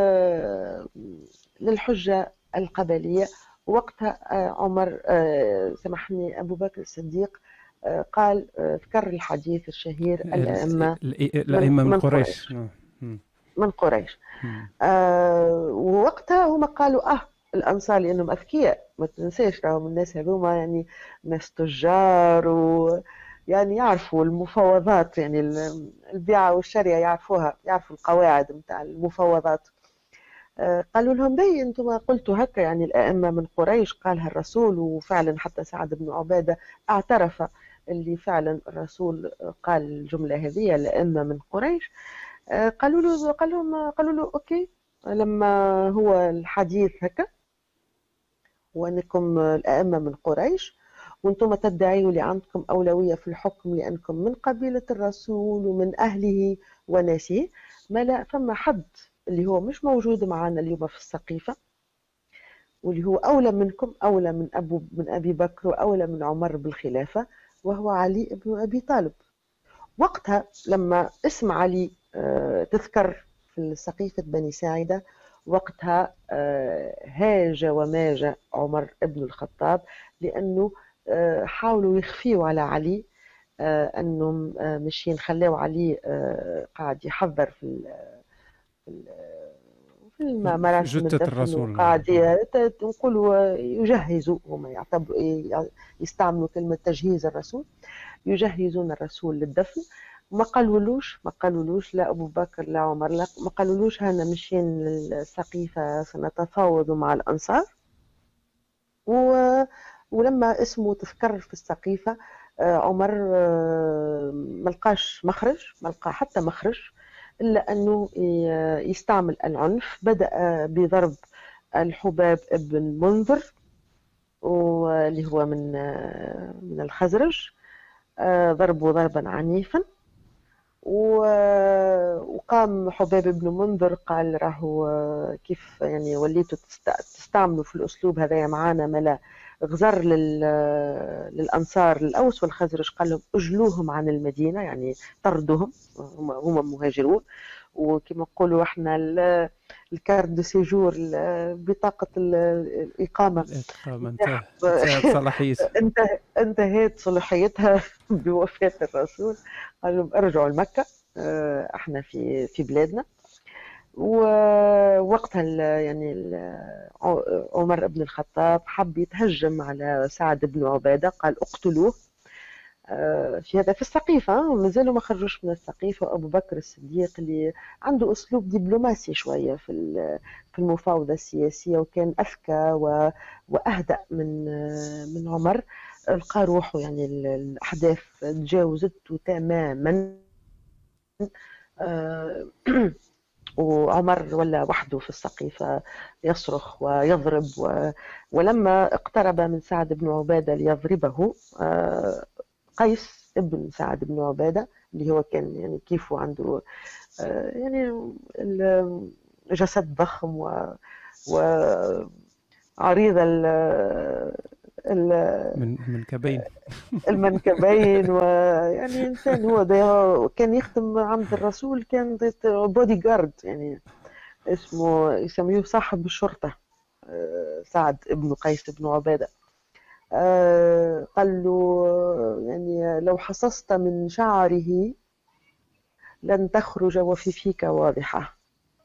F: للحجة القبلية. وقتها عمر سامحني أبو بكر الصديق قال ذكر الحديث الشهير الأئمة
D: الأئمة من, من قريش, قريش.
F: من قريش. آه ووقتها هم قالوا اه الانصار لانهم اذكياء، ما تنساش راهم الناس هذوما يعني ناس تجار ويعني يعرفوا المفاوضات، يعني البيعه والشراء يعرفوها، يعرفوا القواعد نتاع المفاوضات. آه قالوا لهم بي انتم قلتوا هكا، يعني الائمه من قريش قالها الرسول، وفعلا حتى سعد بن عباده اعترف اللي فعلا الرسول قال الجمله هذه الائمه من قريش. قالوا له قال لهم قالوا له اوكي، لما هو الحديث هكا وانكم الائمه من قريش وانتم تدعيوا لي عندكم اولويه في الحكم لانكم من قبيله الرسول ومن اهله وناسه، ما لا فما حد اللي هو مش موجود معنا اليوم في السقيفه واللي هو اولى منكم، اولى من ابو من ابي بكر واولى من عمر بالخلافه، وهو علي بن ابي طالب. وقتها لما اسم علي تذكر في سقيفة بني ساعدة، وقتها هاج وماج عمر بن الخطاب، لأنه حاولوا يخفيوا على علي أنهم مشين خلاوا علي قاعد يحضر في في مراسم الدفن، قاعد نقولوا يجهزوا، هم يعتبروا يستعملوا كلمة تجهيز الرسول، يجهزون الرسول للدفن. ما قالولوش ما قالولوش لا أبو بكر لا عمر، لا ما قالولوش هنا مشين للسقيفة سنتفاوض مع الأنصار. و... ولما اسمه تذكر في السقيفة عمر ما لقاش مخرج، ما لقى حتى مخرج إلا أنه يستعمل العنف. بدأ بضرب الحباب ابن منذر واللي هو من من الخزرج، ضربه ضربا عنيفا. وقام حباب بن منذر قال راهو كيف يعني وليتوا تستعملوا في الأسلوب هذا معانا، ملا غزر للأنصار الأوس والخزرج، قال لهم اجلوهم عن المدينة، يعني طردوهم، هم هم مهاجرون، وكما نقولوا احنا ال- الكارت دو سيجور، ال- بطاقة ال- الإقامة
D: الإقامة انتهت انتهت صلاحيتها.
F: انتهت انتهت صلاحيتها بوفاة الرسول. قال لهم ارجعوا لمكة، آه، احنا في في بلادنا. ووقتها ال- يعني ال- عمر بن الخطاب حب يتهجم على سعد بن عبادة، قال اقتلوه. آه، في هذا في السقيفة، مازالوا ما خرجوش من السقيفة. أبو بكر الصديق اللي عنده أسلوب دبلوماسي شوية في ال- في المفاوضة السياسية، وكان أذكى و- وأهدأ من آه، من عمر. لقى روحه يعني ال- الأحداث تجاوزته تماما. آه، وعمر ولا وحده في السقيفة يصرخ ويضرب و... ولما اقترب من سعد بن عبادة ليضربه، آه، قيس ابن سعد بن عبادة اللي هو كان يعني كيفه عنده آه، يعني ال- جسد ضخم و وعريض ال ال-
D: من من كبين.
F: المنكبين، ويعني إنسان هو ده كان يخدم عند الرسول، كان بودي جارد يعني، اسمه يسميه صاحب الشرطة. آه، سعد ابن قيس بن عبادة. آه، قال له يعني لو حصصت من شعره لن تخرج وفي فيك واضحة.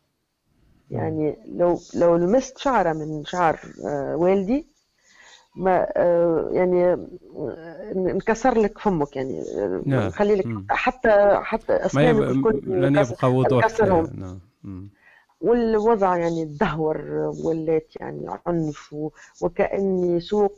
F: يعني لو لو لمست شعرة من شعر آه، والدي، ما آه، يعني آه، انكسر لك فمك، يعني آه،
D: نعم.
F: نخلي لك
D: مم.
F: حتى حتى
D: ما
F: أسنانك
D: يب...
F: الكل
D: لن
F: انكسر-
D: يبقى وضوح.
F: انكسرهم.
D: نعم. مم.
F: والوضع يعني تدهور، ولات يعني عنف و- وكأني سوق.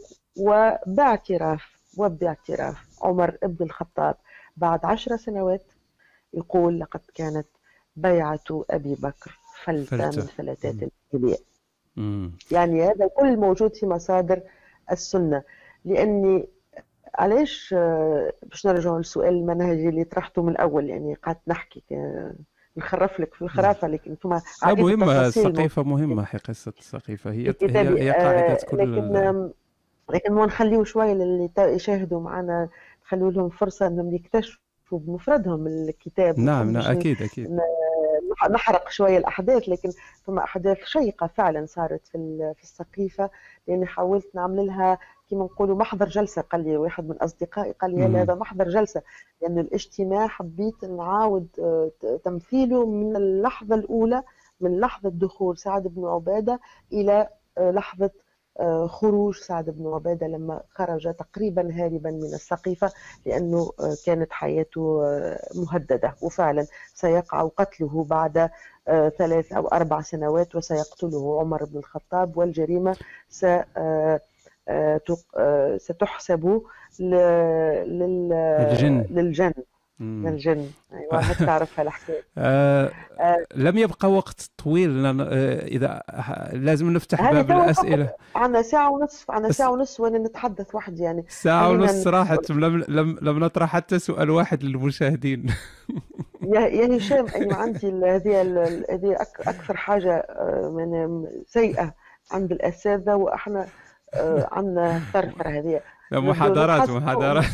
F: وباعتراف وباعتراف عمر ابن الخطاب بعد عشر سنوات يقول لقد كانت بيعة أبي بكر فلتة من
D: فلتة.
F: فلتات
D: مم.
F: الجبال.
D: مم.
F: يعني هذا كل موجود في مصادر السنة. لأني علاش آه، باش نرجع للسؤال المنهجي اللي طرحته من الأول، يعني قعدت نحكي آه، نخرف لك في الخرافة، لكن ثم
D: لا،
F: عديد
D: مهمة
F: التفاصيل موجودة
D: السقيفة، مهمة هي قصة السقيفة،
F: في
D: هي هي
F: كتابي.
D: هي قاعدة
F: آه،
D: كل
F: لكن
D: ال...
F: آم، لكن ما نخليه شوية للي تا- يشاهدوا معنا، نخلوا لهم فرصة أنهم يكتشفوا بمفردهم الكتاب. ما
D: نعم نعم
F: نحبش ن-
D: أكيد أكيد.
F: ن- نحرق شوية الأحداث، لكن ثم أحداث شيقة فعلا صارت في ال- في السقيفة. لأني حاولت نعمل لها كما نقولوا محضر جلسة. قال لي واحد من أصدقائي، قال لي
D: مم.
F: هذا محضر جلسة، لأن الاجتماع حبيت نعاود آه، ت- تمثيله من اللحظة الأولى، من لحظة دخول سعد بن عبادة إلى آه، لحظة آه، خروج سعد بن عبادة لما خرج تقريبا هاربا من السقيفة، لأنه آه، كانت حياته آه، مهددة. وفعلا سيقع قتله بعد آه، ثلاث أو أربع سنوات، وسيقتله عمر بن الخطاب، والجريمة س آه، آه، تق- آه، ستحسب ل- لل-
D: الجن.
F: للجن.
D: مم.
F: للجن، أيوة، هيك تعرف هالحكاية.
D: آه،
F: آه،
D: لم يبقى وقت طويل، لأن آه، إذا ح- لازم نفتح
F: هذه
D: باب
F: تو
D: الأسئلة.
F: عندنا ساعة ونصف، عندنا
D: بس
F: ساعة ونصف وأنا نتحدث وحدي يعني.
D: ساعة
F: خلينا
D: ونص
F: ن-
D: راحت، لم لم لم نطرح حتى سؤال واحد للمشاهدين.
F: يا يا هشام، أنا عندي ال- هذه ال- هذه أك- أكثر حاجة آه، من سيئة عند الأساتذة، وإحنا آه، عندنا الثرثرة هذه. نبدو
D: محاضرات
F: نتحسبوا،
D: محاضرات.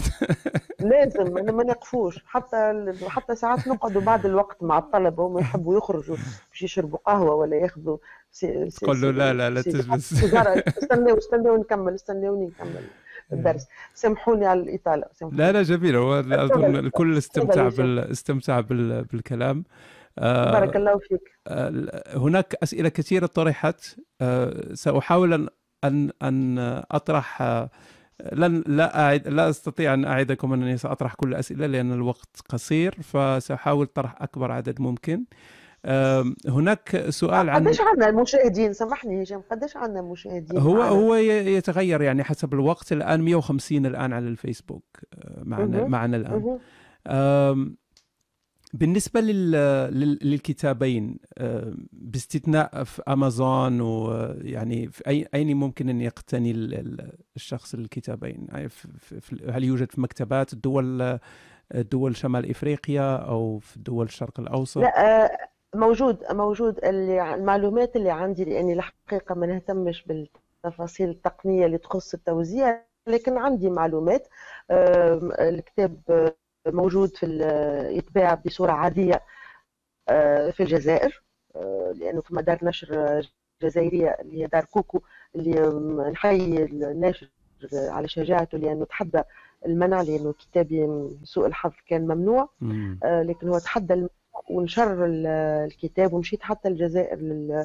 F: لازم ما ما نقفوش حتى ال- حتى ساعات نقعدوا بعد الوقت مع الطلبة، هم يحبوا يخرجوا باش يشربوا قهوة ولا ياخذوا سي سي
D: تقول له لا
F: سي
D: لا لا
F: سيجارة
D: تجلس.
F: سيجارة. استنوا استنوا نكمل، استنوني نكمل الدرس. سامحوني على الإطالة،
D: لا
F: سامحوني.
D: لا جميل، هو أظن
F: تفضل
D: الكل استمتع
F: تفضل هشام.
D: بال استمتع بال بالكلام.
F: بارك
D: آه،
F: الله فيك.
D: آه، هناك أسئلة كثيرة طرحت. آه، سأحاول أن أن أن أطرح. آه، لن لا أعد لا أستطيع أن أعدكم أنني سأطرح كل الأسئلة لأن الوقت قصير، فسأحاول طرح أكبر عدد ممكن. آم، هناك سؤال عن
F: قديش عندنا المشاهدين؟ سامحني هشام، قديش عندنا مشاهدين
D: هو
F: معنا؟
D: هو ي- يتغير يعني حسب الوقت. الآن مئة وخمسين الآن على الفيسبوك آه، معنا
F: مهم.
D: معنا الآن.
F: مهم.
D: آم، بالنسبة لل... لل- للكتابين، آه، باستثناء في أمازون، ويعني في أي... أين ممكن أن يقتني ال- ال- الشخص الكتابين؟ يعني في... في... في- هل يوجد في مكتبات الدول دول شمال إفريقيا أو في دول الشرق الأوسط؟
F: لا، آه، موجود موجود اللي المعلومات اللي عندي، لاني الحقيقه ما نهتمش بالتفاصيل التقنيه اللي تخص التوزيع، لكن عندي معلومات. آم، الكتاب آه، موجود في ال- يتباع بصوره عاديه آه، في الجزائر، آه، لأنه فما دار نشر جزائرية اللي هي دار كوكو، اللي نحيي الناشر على شجاعته لأنه تحدى المنع، لأنه كتابي سوء الحظ كان ممنوع.
D: مم.
F: آه، لكن هو تحدى المنع ونشر ال- الكتاب، ومشيت حتى الجزائر لل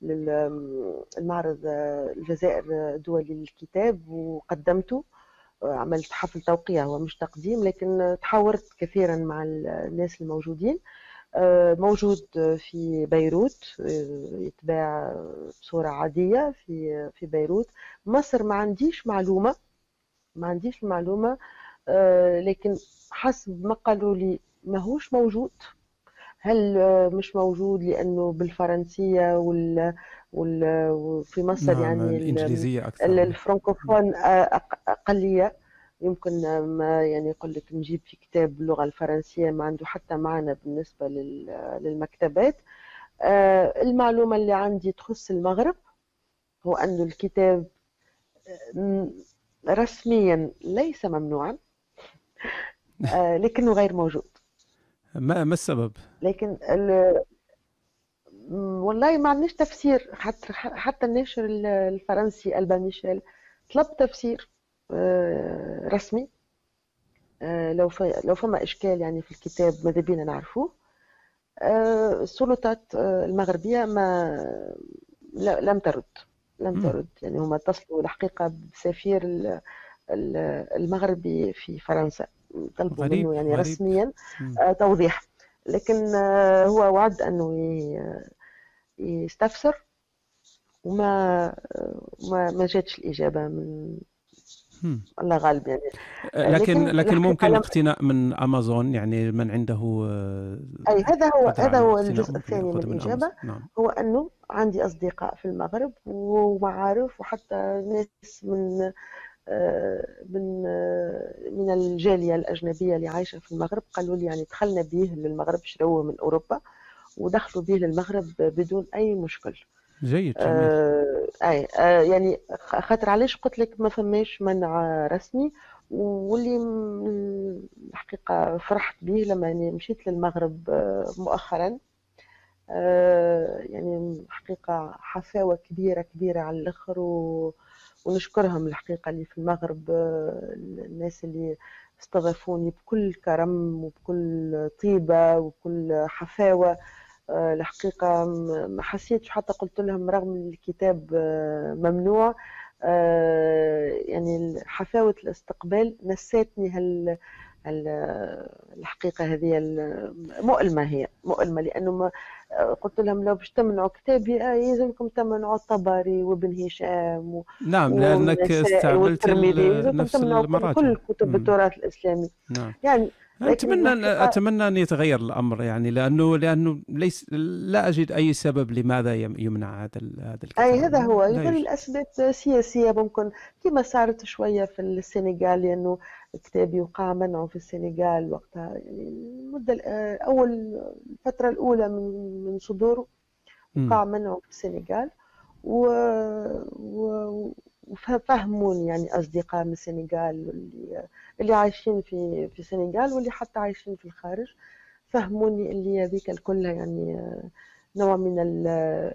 F: للمعرض الجزائر الدولي للكتاب وقدمته. آه، عملت حفل توقيع، هو مش تقديم، لكن تحاورت كثيرا مع الناس الموجودين. آه، موجود في بيروت، آه، يتباع بصورة عادية في في بيروت. مصر ما عنديش معلومة، ما عنديش المعلومة، آه، لكن حسب ما قالوا لي ماهوش موجود. هل آه، مش موجود لأنه بالفرنسية وال وال وفي مصر
D: نعم،
F: يعني ال-
D: الإنجليزية أكثر.
F: ال-
D: مم.
F: الفرنكوفون آه، أق- أقلية. يمكن ما يعني يقول لك نجيب في كتاب باللغة الفرنسية، ما عنده حتى معنى بالنسبة لل- للمكتبات. آه، المعلومة اللي عندي تخص المغرب هو أن الكتاب م، رسميا ليس ممنوعا، آه، لكنه غير موجود.
D: ما ما السبب؟
F: لكن ال- م، والله ما عندناش تفسير. حتى حتى الناشر ال- الفرنسي ألبا ميشيل طلب تفسير آه، رسمي. آه، لو ف- لو فما إشكال يعني في الكتاب ماذا بينا نعرفوه. آه، السلطات آه، المغربية ما لا- لم ترد، لم
D: مم.
F: ترد. يعني هم اتصلوا الحقيقة بسفير ال- ال- المغربي في فرنسا، طلبوا
D: غريب
F: منه يعني
D: غريب.
F: رسميا
D: مم.
F: آه، توضيح. لكن آه، هو وعد أنه ي- يستفسر، وما آه، ما ما جاتش الإجابة من
D: مم.
F: الله غالب يعني. آه،
D: لكن
F: لكن
D: لكن
F: الحقيقة
D: ممكن
F: لم.
D: الاقتناء من امازون، يعني من عنده آه،
F: أي هذا هو
D: قدرة
F: هذا
D: على
F: هو
D: الاقتناء
F: الجزء
D: ممكن
F: الثاني من
D: ياخذ من امازون.
F: الإجابة.
D: نعم.
F: هو أنه عندي أصدقاء في المغرب ومعارف، وحتى ناس من آه، من آه، من الجالية الأجنبية اللي عايشة في المغرب، قالوا لي يعني دخلنا به للمغرب، شروه من أوروبا ودخلوا به للمغرب بدون أي مشكل.
D: جيد، جميل.
F: آه أي آه يعني خ- خاطر علاش قلت لك ما فماش منع رسمي. واللي م- الحقيقة فرحت به لما يعني مشيت للمغرب آه مؤخرا. آه يعني حقيقة حفاوة كبيرة كبيرة على الآخر، و... ونشكرهم الحقيقة اللي في المغرب، آه الناس اللي استضافوني بكل كرم وبكل طيبة وبكل حفاوة. آه، الحقيقة م- ما حسيتش، حتى قلت لهم رغم إن الكتاب آه، ممنوع، آه، يعني حفاوة الاستقبال نسيتني هال هال- الحقيقة هذه ال- مؤلمة، هي مؤلمة لأنه ما آه، قلت لهم لو باش تمنعوا كتابي آه، يلزمكم تمنعوا الطبري وابن هشام و-
D: نعم، لانك
F: والنسائي
D: استعملت
F: والترمذي،
D: ال-
F: يلزمكم
D: نفس
F: تمنعوا كل
D: المراجع.
F: كل كتب
D: مم.
F: التراث الإسلامي
D: نعم.
F: يعني. لكن
D: اتمنى
F: الحقيقة
D: اتمنى ان يتغير الامر، يعني لانه لانه ليس لا اجد اي سبب لماذا يم- يمنع هذا ال- هذا
F: أي
D: الكتاب.
F: هذا هو،
D: لا
F: يظل
D: يوجد.
F: الأسباب سياسية ممكن، كما صارت شوية في السنغال، لأنه كتابي وقع منعه في السنغال وقتها، يعني المدة الأ- أول الفترة الأولى من من صدوره
D: مم.
F: وقع منعه في السنغال. و... و... وفهموني يعني أصدقاء من السنغال اللي اللي عايشين في في السنغال واللي حتى عايشين في الخارج، فهموني اللي هذيك الكل يعني نوع من ال...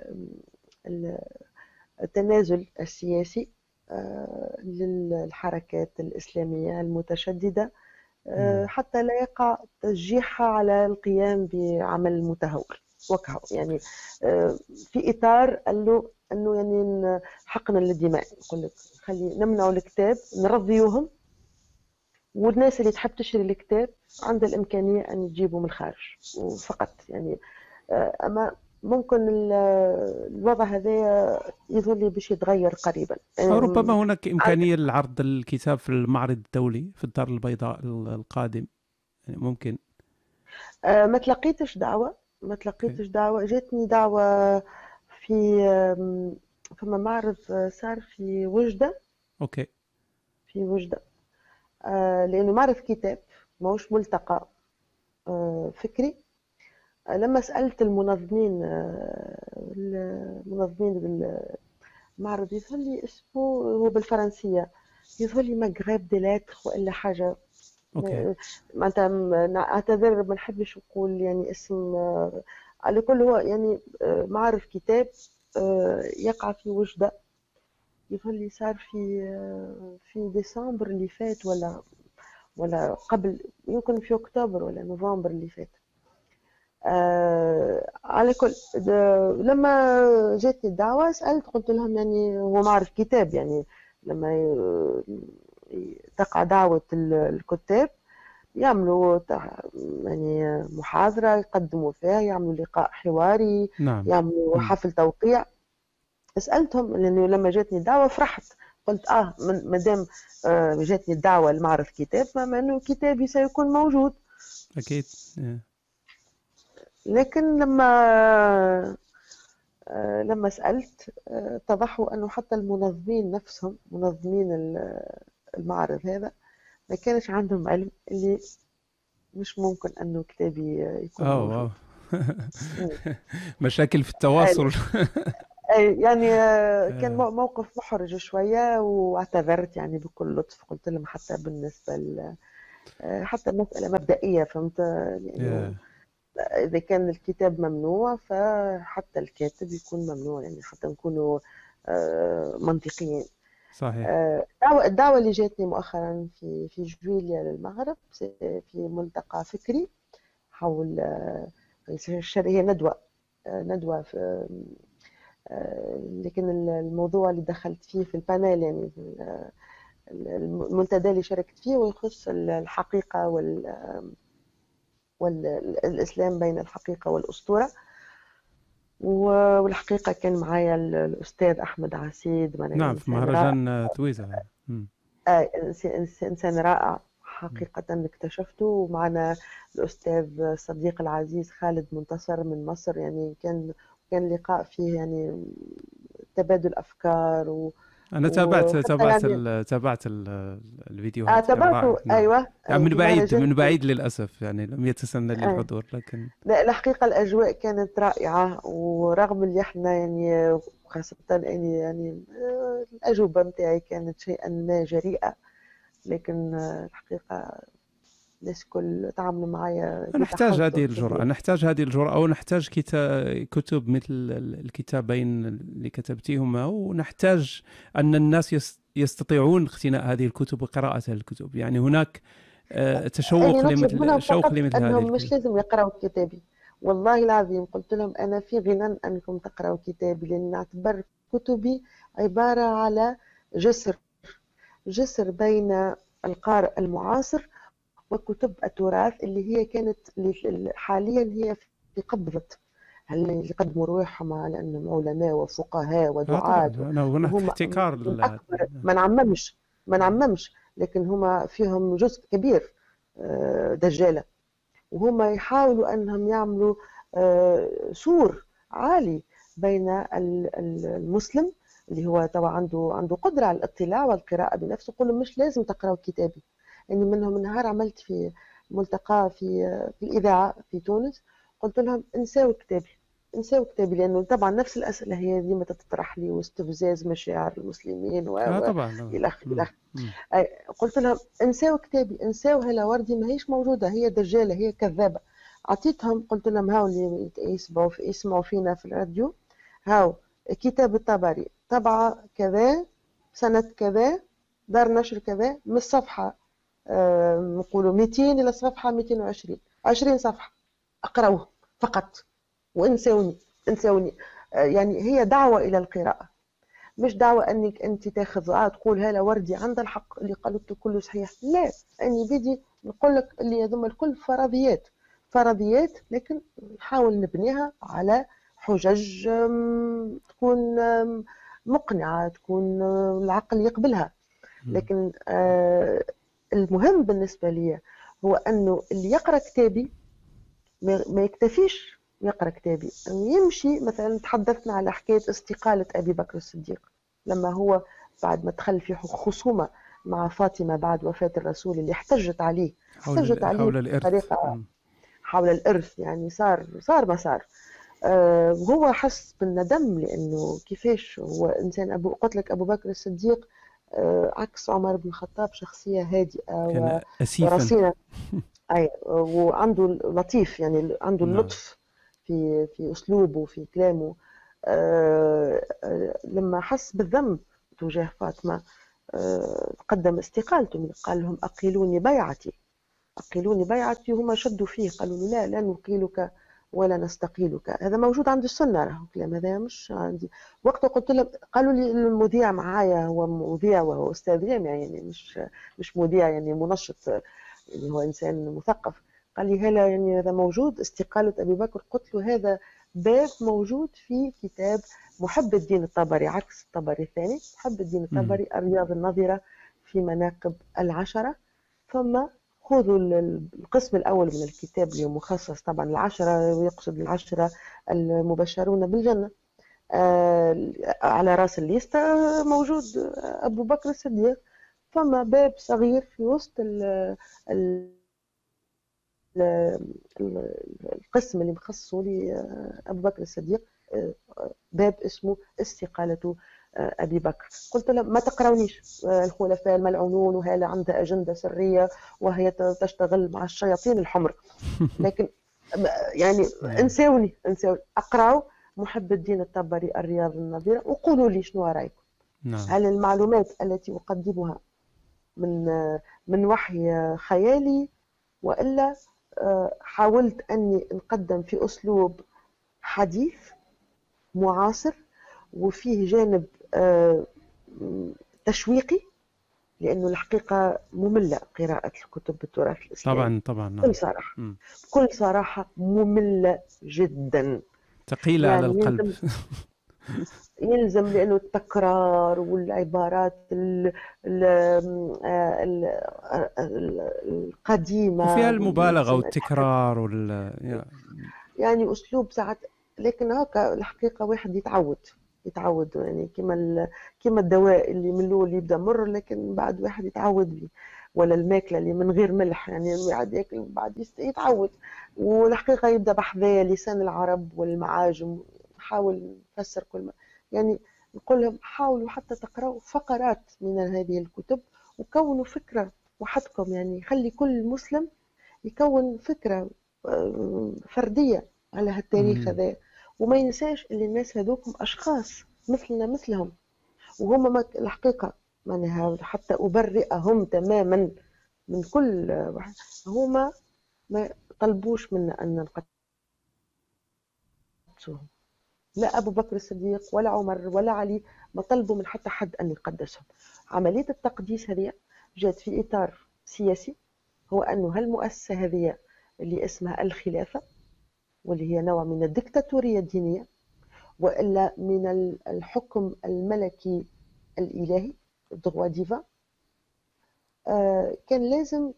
F: ال- التنازل السياسي آه، للحركات الإسلامية المتشددة، آه،
D: مم.
F: حتى لا يقع تشجيعها على القيام بعمل متهور وكهو يعني، آه، في إطار قال له أنه يعني ن- حقنا للدماء، يقول لك خلي نمنعوا الكتاب نرضيوهم، والناس اللي تحب تشتري الكتاب عندها الإمكانية أن يجيبوا من الخارج فقط يعني. آه، أما ممكن ال- الوضع هذا يظل باش يتغير قريبا
D: أو
F: يعني.
D: ربما هناك
F: عن-
D: إمكانية لعرض الكتاب في المعرض الدولي في الدار البيضاء ال- القادم، يعني ممكن.
F: آه، ما تلقيتش دعوة، ما
D: أوكي.
F: تلقيتش دعوة. جاتني دعوة في آم، فما معرض آه، صار في وجدة،
D: أوكي.
F: في وجدة آه، لأنه معرض كتاب ماهوش ملتقى آه، فكري. آه، لما سألت المنظمين آه، المنظمين بالمعرض يظهر لي اسمه هو بالفرنسية، يظهر لي مغرب ديلاتر ولا حاجة.
D: أوكي.
F: معناتها م- اعتذر ما نحبش نقول يعني اسم آه، على كل هو يعني آه، معرف كتاب آه، يقع في وجدة يظهر لي صار في آه، في ديسمبر اللي فات ولا ولا قبل، يمكن في أكتوبر ولا نوفمبر اللي فات. آه على كل د- لما جاتني الدعوة سألت قلت لهم يعني هو معرف كتاب يعني لما ي- ي- تقع دعوة ال- الكتاب يعملوا تع- يعني محاضرة يقدموا فيها، يعملوا لقاء حواري،
D: نعم.
F: يعملوا
D: مم.
F: حفل توقيع. سألتهم لأنه لما جاتني الدعوة فرحت، قلت آه من- مادام آه جاتني الدعوة لمعرض كتاب ما أنه كتابي سيكون موجود.
D: أكيد. إيه.
F: لكن لما آه لما سألت آه اتضحوا أنه حتى المنظمين نفسهم منظمين ال- المعرض هذا ما كانش عندهم علم اللي مش ممكن أنه كتابي يكون
D: أوه
F: موجود.
D: واو.
F: مم.
D: مشاكل في التواصل.
F: أي يعني آه، كان
D: آه،
F: مو- موقف محرج شوية، واعتذرت يعني بكل لطف، قلت لهم حتى بالنسبة ل- آه، حتى المسألة مبدئية فهمت يعني
D: يا
F: إذا كان الكتاب ممنوع فحتى الكاتب يكون ممنوع، يعني حتى نكونوا آه، منطقيين.
D: صحيح.
F: آه، الدعوة الدعوة اللي جاتني مؤخرا في في جويليا للمغرب في ملتقى فكري حول آه، الشر- هي ندوة آه، ندوة في آه، لكن الموضوع اللي دخلت فيه في البانيل يعني المنتدى اللي شاركت فيه ويخص الحقيقة وال والإسلام بين الحقيقة والأسطورة. والحقيقة كان معايا الأستاذ أحمد عسيد، وأنا
D: نعم، في
F: إنسان رائع،
D: مهرجان تويزا. مم.
F: آه، إنس- إنسان رائع
D: مم.
F: حقيقة اكتشفته. ومعنا الأستاذ صديق العزيز خالد منتصر من مصر، يعني كان كان لقاء فيه يعني تبادل أفكار و...
D: أنا تابعت
F: وحتى
D: تابعت
F: يعني
D: ال تابعت ال
F: آه
D: الفيديوهات، كان
F: تبعته
D: رائع. نعم.
F: أيوة
D: يعني
F: أي
D: من
F: في
D: بعيد
F: مهرجان
D: من
F: تونس.
D: بعيد للأسف، يعني لم يتسنى لي
F: أي.
D: الحضور، لكن
F: لا الحقيقة الأجواء كانت رائعة، ورغم اللي احنا يعني خاصة يعني يعني آه، الأجوبة متاعي كانت شيئا ما جريئة، لكن آه، الحقيقة الناس الكل تعاملوا معايا
D: نحتاج هذه
F: بتحضر
D: الجرأة،
F: كبير.
D: نحتاج هذه الجرأة، ونحتاج كتا- كتب مثل الكتابين اللي كتبتيهما، ونحتاج أن الناس يس- يستطيعون اقتناء هذه الكتب وقراءة هذه الكتب. يعني هناك آه،
F: أنا
D: تشوق
F: نطلب
D: لمثل
F: منهم
D: شوق
F: فقط
D: لمثل هذه
F: أنهم
D: الكتب.
F: مش لازم يقرأوا كتابي، والله العظيم قلت لهم أنا في غنى أنكم تقرأوا كتابي، لأن نعتبر كتبي عبارة على جسر جسر بين القارئ المعاصر وكتب التراث اللي هي كانت اللي حاليا هي في قبضة اللي يقدموا روحهم على أنهم علماء وفقهاء
D: اه طبعا،
F: ودعاة،
D: أنا هناك
F: وهم
D: احتكار
F: من
D: لل-
F: أكبر، ما نعممش ما نعممش لكن هم فيهم جزء كبير آه، دجالة، وهم يحاولوا أنهم يعملوا آه، سور عالي بين ال- ال- المسلم اللي هو طبعا عنده عنده قدرة على الاطلاع والقراءة بنفسه، يقول له مش لازم تقرأوا كتابي. يعني منهم النهار عملت في ملتقى في في الإذاعة في تونس، قلت لهم انساوا كتابي انساوا كتابي، لأنه طبعا نفس الأسئلة هي ديما تطرح لي، واستفزاز مشاعر المسلمين و
D: اه
F: و
D: طبعا طبعا.
F: إلخ
D: مم.
F: إلخ.
D: مم.
F: أي- قلت لهم انساوا كتابي، انساوا هلا وردي ما هيش موجودة، هي دجالة هي كذابة. عطيتهم قلت لهم هاو اللي يسمعوا في يسمعوا فينا في الراديو، هاو كتاب الطبري طبعة كذا سنة كذا دار نشر كذا من الصفحة آه، نقولوا مئتين إلى الصفحة مئتين وعشرين عشرين صفحة، أقرأوه فقط وانسوني انسوني. آه، يعني هي دعوة إلى القراءة، مش دعوة أنك أنت تاخذ آه تقول هلا وردي عندها الحق اللي قالته كله صحيح، لا أني بدي نقول لك اللي هذوما الكل فرضيات فرضيات، لكن نحاول نبنيها على حجج آم، تكون آم، مقنعة، تكون آم، العقل يقبلها.
D: مم.
F: لكن آه، المهم بالنسبة لي هو أنه اللي يقرأ كتابي ما ما يكتفيش يقرأ كتابي، أنه يمشي. مثلا تحدثنا على حكاية استقالة أبي بكر الصديق لما هو بعد ما دخل في خصومة مع فاطمة بعد وفاة الرسول اللي احتجت عليه
D: حول
F: احتجت
D: ال-
F: عليه
D: حول الإرث.
F: بطريقة
D: مم.
F: حول الإرث، يعني صار صار ما صار. آه، وهو حس بالندم لأنه كيفاش هو إنسان أبو قلت لك أبو بكر الصديق آه، عكس عمر بن الخطاب شخصية هادئة و-
D: كان أسيفا.
F: ورصينة، أي وعنده لطيف يعني عنده
D: نعم.
F: اللطف في في أسلوبه في كلامه. آه، آه، لما حس بالذنب تجاه فاطمة آه، قدم استقالته، قال لهم أقيلوني بيعتي، أقيلوني بيعتي. هما شدوا فيه قالوا له لا لا نقيلك ولا نستقيلك. هذا موجود عند السنة، راهو الكلام هذا مش عندي. وقت قلت لهم قالوا لي المذيع معايا هو مذيع وهو أستاذ جامعي، يعني مش مش مذيع يعني منشط، يعني هو إنسان مثقف. قال لي هلا يعني هذا موجود استقالة أبي بكر. قلت له هذا باب موجود في كتاب محب الدين الطبري، عكس الطبري الثاني. محب الدين
D: مم.
F: الطبري الرياض النظيرة في مناقب العشرة. ثم خذوا القسم الأول من الكتاب اللي هو مخصص طبعا العشرة، ويقصد العشرة المبشرون بالجنة. آه على رأس الليستة موجود أبو بكر الصديق. ثم باب صغير في وسط ال ال القسم اللي مخصصه لأبو بكر الصديق، باب اسمه استقالة أبي بكر. قلت له ما تقرونيش الخلفاء الملعونون وهذا عندها أجندة سرية وهي تشتغل مع الشياطين الحمر، لكن يعني انساوني انساوني اقرأوا محب الدين الطبري الرياض النظيرة وقولوا لي شنو رأيكم.
D: نعم.
F: هل المعلومات التي أقدمها من من وحي خيالي، وإلا حاولت أني نقدم في أسلوب حديث معاصر وفيه جانب تشويقي، لأنه الحقيقة مملة قراءة الكتب بالتراث الإسلامي.
D: طبعا طبعا نعم.
F: بكل صراحة م. بكل صراحة مملة جدا،
D: ثقيلة يعني على القلب.
F: يلزم, يلزم لأنه التكرار والعبارات ال ال ال القديمة
D: وفيها المبالغة والتكرار وال
F: يعني أسلوب ساعات. لكن هكا الحقيقة واحد يتعود يتعود يعني كما كما الدواء اللي من الاول يبدا مر لكن بعد واحد يتعود به، ولا الماكله اللي من غير ملح يعني الواحد ياكل بعد يتعود. والحقيقه يبدا بحذايا لسان العرب والمعاجم، نحاول نفسر كل ما يعني نقول لهم حاولوا حتى تقراوا فقرات من هذه الكتب وكونوا فكره وحدكم، يعني خلي كل مسلم يكون فكره فرديه على هالتاريخ هذا، وما ينساش اللي الناس هذوكم أشخاص مثلنا مثلهم، وهم الحقيقة معناها حتى أبرئهم تماما من كل واحد. هما ما طلبوش منا أن نقدسهم، لا أبو بكر الصديق ولا عمر ولا علي ما طلبوا من حتى حد أن يقدسهم. عملية التقديس هذه جاءت في إطار سياسي، هو أنه هالمؤسسة هذه اللي اسمها الخلافة واللي هي نوع من الدكتاتورية الدينية وإلا من الحكم الملكي الإلهي الدغوا ديفا، كان لازم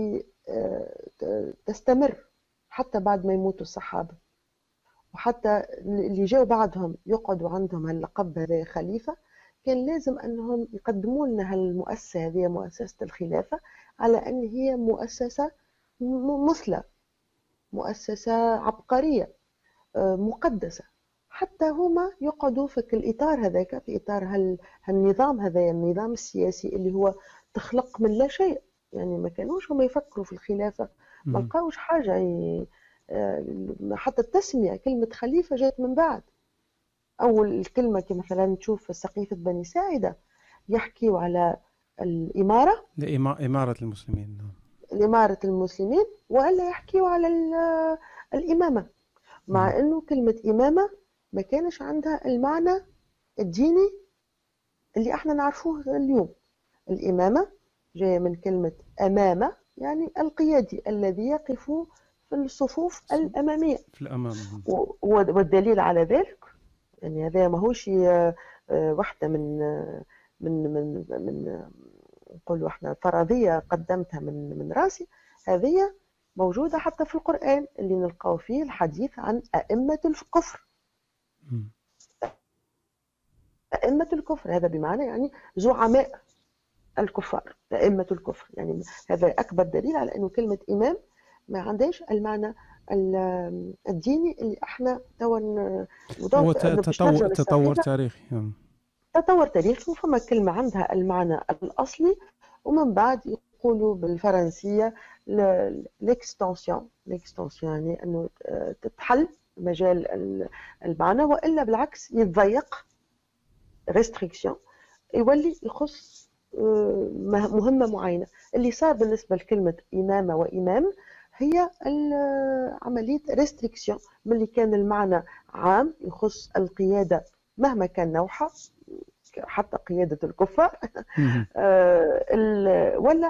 F: تستمر حتى بعد ما يموتوا الصحابة، وحتى اللي جاوا بعدهم يقعدوا عندهم اللقب هذا خليفة. كان لازم أنهم يقدموا لنا هالمؤسسة هذه مؤسسة الخلافة على أن هي مؤسسة مثلى، مؤسسة عبقرية مقدسة، حتى هما يقعدوا في الإطار هذاك، في إطار هال هالنظام هذا النظام السياسي اللي هو تخلق من لا شيء. يعني ما كانوش هما يفكروا في الخلافة، ما لقاوش حاجة يعني حتى التسمية كلمة خليفة جات من بعد. أول الكلمة مثلا تشوف في سقيفة بني ساعدة يحكيوا على الإمارة،
D: إمارة المسلمين،
F: الإمارة المسلمين، وإلا يحكيوا على الإمامة، مع أنه كلمة إمامة ما كانش عندها المعنى الديني اللي احنا نعرفوه اليوم. الإمامة جاية من كلمة أمامة، يعني القيادي الذي يقف في الصفوف الأمامية
D: في الأمام.
F: والدليل على ذلك يعني هذا ماهوش واحدة من من من من نقولوا احنا فرضية قدمتها من من راسي، هذه موجودة حتى في القرآن اللي نلقاو فيه الحديث عن أئمة الكفر. أئمة الكفر هذا بمعنى يعني زعماء الكفار، أئمة الكفر، يعني هذا أكبر دليل على أنه كلمة إمام ما عندهاش المعنى الديني اللي احنا توا
D: هو تطور تطور تاريخي
F: تطور تاريخي وفما كلمة عندها المعنى الأصلي، ومن بعد يقولوا بالفرنسية ليكستنسيون، ليكستنسيون يعني أنه تتحل مجال المعنى، والا بالعكس يتضيق ريستريكسيون، يولي يخص مهمه معينه. اللي صار بالنسبه لكلمه امامه وامام هي عمليه ريستريكسيون، ملي كان المعنى عام يخص القياده مهما كان نوعها، حتى قيادة الكفار ولا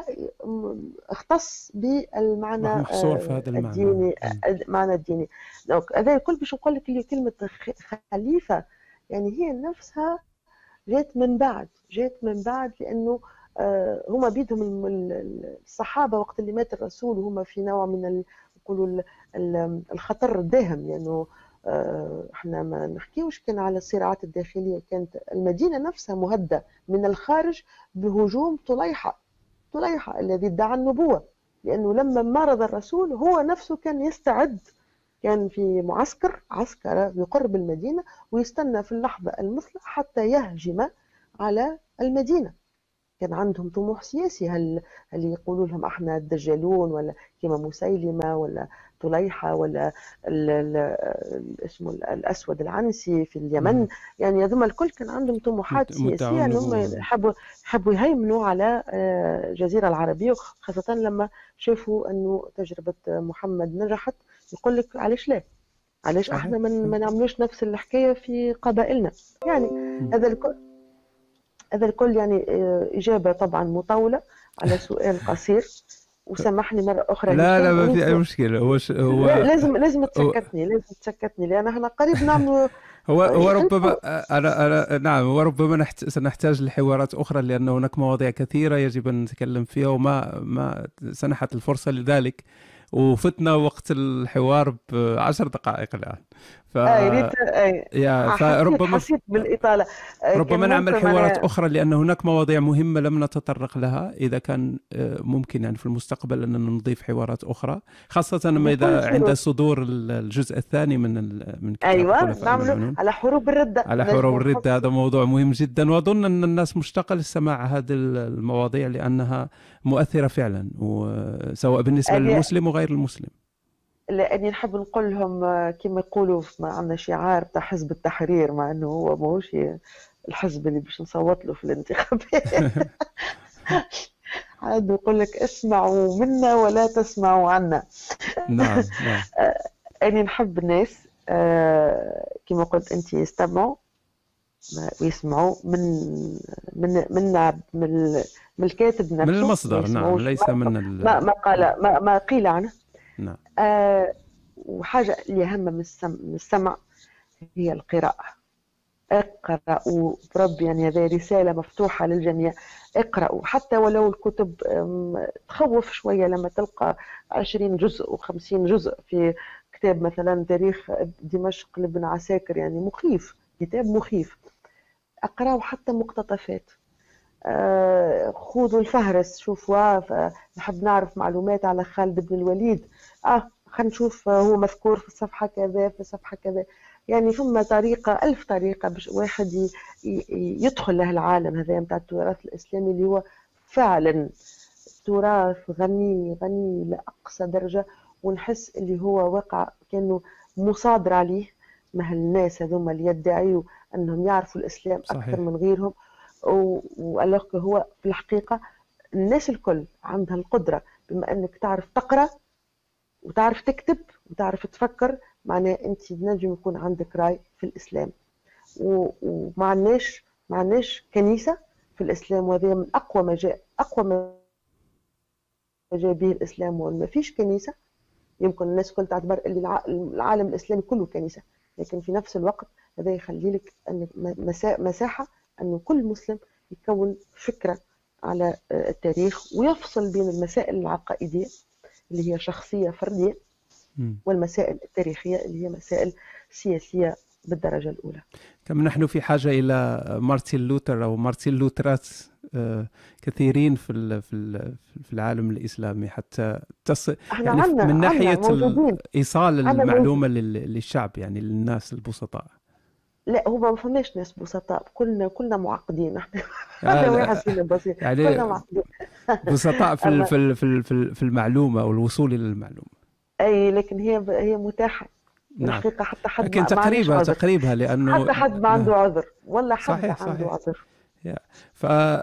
F: اختص بالمعنى
D: محصور في هذا المعنى
F: الديني، المعنى الديني. هذا الكل باش نقول لك اللي كلمة خليفة يعني هي نفسها جات من بعد، جات من بعد لأنه هما بيدهم الصحابة وقت اللي مات الرسول وهما في نوع من يقولوا الخطر الداهم، لأنه يعني احنا ما نحكيوش كان على الصراعات الداخليه، كانت المدينه نفسها مهدده من الخارج بهجوم طليحه، طليحه الذي ادعى النبوه، لانه لما مرض الرسول هو نفسه كان يستعد، كان في معسكر عسكر بقرب المدينه ويستنى في اللحظه المثلى حتى يهجم على المدينه. كان عندهم طموح سياسي، هل هل يقولوا لهم احنا الدجالون ولا كما مسيلمه ولا طليحه ولا اسمه الاسود العنسي في اليمن، يعني هذوما الكل كان عندهم طموحات سياسيه انهم يحبوا يحبوا يهيمنوا على الجزيره العربيه، خاصه لما شافوا انه تجربه محمد نجحت. يقول لك علاش لا؟ علاش احنا ما نعملوش نفس الحكايه في قبائلنا؟ يعني هذا الكل هذا الكل يعني إجابة طبعا مطولة على سؤال قصير، وسامحني مرة أخرى.
D: لا لا ما في أي مشكلة. هو ش... هو
F: لازم لازم تسكتني لازم تسكتني لأن احنا قريب نعمل
D: هو هو ربما أنا أنا نعم وربما نحت... سنحتاج لحوارات أخرى، لأن هناك مواضيع كثيرة يجب أن نتكلم فيها وما ما سنحت الفرصة لذلك، وفتنا وقت الحوار بعشر دقائق الآن. ف...
F: آه
D: يا فربما
F: حسيت بالإطالة.
D: ربما نعمل حوارات أنا... أخرى، لأن هناك مواضيع مهمة لم نتطرق لها. إذا كان ممكن يعني في المستقبل أن نضيف حوارات أخرى، خاصة ما إذا عند صدور الجزء الثاني من من كتاب
F: أيوة نعمل على حروب الردة.
D: على حروب الردة، هذا موضوع مهم جدا، وأظن أن الناس مشتاقة للسماع هذه المواضيع لأنها مؤثرة فعلا، وسواء بالنسبة للمسلم وغير المسلم.
F: لاني نحب نقول لهم كما يقولوا عندنا شعار تاع حزب التحرير، مع انه هو ماهوش الحزب اللي باش نصوت له في الانتخابات. عاد نقول لك اسمعوا منا ولا تسمعوا عنا.
D: نعم نعم.
F: اني نحب الناس كما قلت انت يستمعوا ويسمعوا من من من من الكاتب نفسه،
D: من المصدر. نعم ليس من ال...
F: ما ما قال ما, ما قيل عنه.
D: نعم.
F: آه وحاجة اللي أهم من السمع, من السمع هي القراءة. اقرأوا برب، يعني هذه رسالة مفتوحة للجميع. اقرأوا حتى ولو الكتب تخوف شوية لما تلقى عشرين جزء وخمسين جزء في كتاب مثلا تاريخ دمشق لابن عساكر، يعني مخيف، كتاب مخيف. اقرأوا حتى مقتطفات، آه خذوا الفهرس شوفوا، نحب نعرف معلومات على خالد بن الوليد، اه خلينا نشوف هو مذكور في الصفحة كذا في الصفحة كذا. يعني ثم طريقة ألف طريقة باش واحد يدخل له العالم هذا متاع التراث الإسلامي اللي هو فعلا تراث غني غني لأقصى درجة، ونحس اللي هو واقع كأنه مصادر عليه مع الناس هذوما اللي يدعيوا أنهم يعرفوا الإسلام أكثر صحيح. من غيرهم. وألوك هو في الحقيقة الناس الكل عندها القدرة، بما أنك تعرف تقرأ وتعرف تكتب وتعرف تفكر، معناه أنت نجم يكون عندك رأي في الإسلام. ومعناش معناش كنيسة في الإسلام، وهذا من أقوى ما جاء أقوى ما جاء به الإسلام، وما فيش كنيسة. يمكن الناس كل تعتبر اللي العالم الإسلامي كله كنيسة، لكن في نفس الوقت هذا يخلي لك أن مساحة أنه كل مسلم يكون فكرة على التاريخ ويفصل بين المسائل العقائدية اللي هي شخصية فردية والمسائل التاريخية اللي هي مسائل سياسية بالدرجة الأولى.
D: كم نحن في حاجة إلى مارتن لوثر أو مارتن لوثرات كثيرين في في العالم الإسلامي، حتى تص... يعني
F: عنا
D: من ناحية إيصال المعلومة
F: موجود.
D: للشعب، يعني للناس البسطاء.
F: لا هو ما فماش ناس بسطاء، كلنا كلنا معقدين. احنا هذا واحد فينا بسيط،
D: يعني
F: كلنا معقدين.
D: بسطاء في في في في المعلومة والوصول إلى المعلومة.
F: أي لكن هي هي متاحة
D: نعم.
F: الحقيقة حتى حد
D: لكن
F: ما ما عندوش
D: تقريبا
F: عذر،
D: تقريبا لأنه
F: حتى حد ما عنده عذر ولا حد
D: صحيح
F: عنده
D: صحيح
F: عذر.
D: ف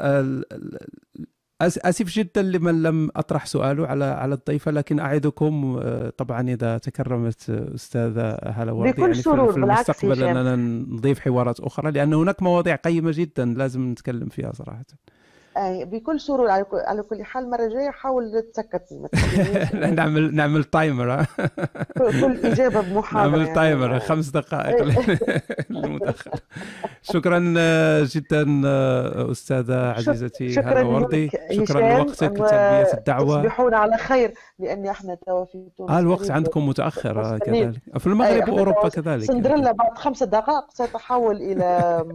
D: آسف جدا لمن لم أطرح سؤاله على على الضيفة، لكن أعدكم طبعا إذا تكرمت أستاذة هالة وردي
F: بكل
D: يعني
F: سرور،
D: في
F: بالعكس
D: المستقبل
F: هشام.
D: أننا نضيف حوارات أخرى، لأن هناك مواضيع قيمة جدا لازم نتكلم فيها صراحة.
F: آه، بكل سرور. على كل على كل حال المرة الجاية حاول تسكت ما تخلينيش
D: نعمل نعمل تايمر ها؟
F: كل إجابة بمحاضرة
D: نعمل
F: يعني.
D: تايمر خمس دقائق للمداخلة. شكرا جدا أستاذة عزيزتي
F: شكرا
D: هالة وردي،
F: لك
D: شكرا
F: هشام،
D: لوقتك وتلبية الدعوة.
F: تصبحون على خير لأن احنا توا في تونس.
D: آه الوقت
F: قريب
D: عندكم متأخر
F: مستنيين.
D: كذلك، في المغرب
F: أي، إحنا
D: وأوروبا
F: توا
D: كذلك.
F: سندريلا بعد خمس دقائق ستتحول إلى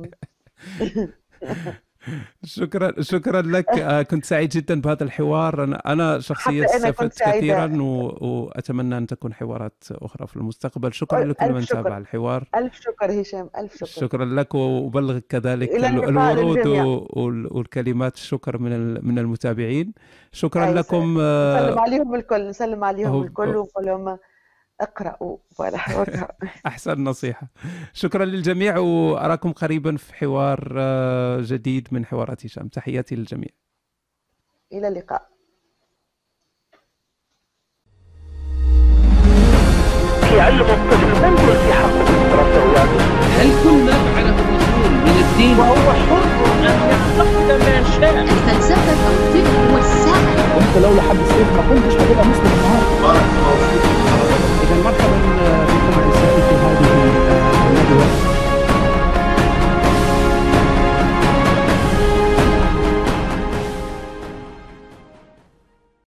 D: شكرا شكرا لك. آه، كنت سعيد جدا بهذا الحوار. انا انا شخصيا
F: حتى أنا كنت
D: استفدت
F: سعيدة.
D: كثيرا و... واتمنى ان تكون حوارات اخرى في المستقبل. شكرا لكل
F: ألف
D: من
F: شكر.
D: تابع الحوار.
F: ألف شكر هشام، ألف شكر.
D: شكرا لك، وابلغ كذلك
F: إلى اللقاء
D: الورود
F: للجميع.
D: وال- والكلمات الشكر من ال- من المتابعين. شكرا
F: أي،
D: لكم.
F: نسلم
D: آه،
F: عليهم الكل، نسلم عليهم
D: هو-
F: الكل ونقول لهم اقرأوا ولا اقرأوا.
D: احسن نصيحة. شكرا للجميع، واراكم قريبا في حوار آه، جديد من حوارات هشام. تحياتي للجميع.
F: إلى اللقاء.
A: يعلم الطفل من كل في حقه عرفته يعني،
B: هل كل ما فعله الرسول من الدين
A: وهو حر أن يعتقد ما شاء.
C: الفلسفة تعطيك وسعها.
A: وانت لولا حب السيف ما كنتش هتبقى مسلم النهارده.
D: إذا مرحبا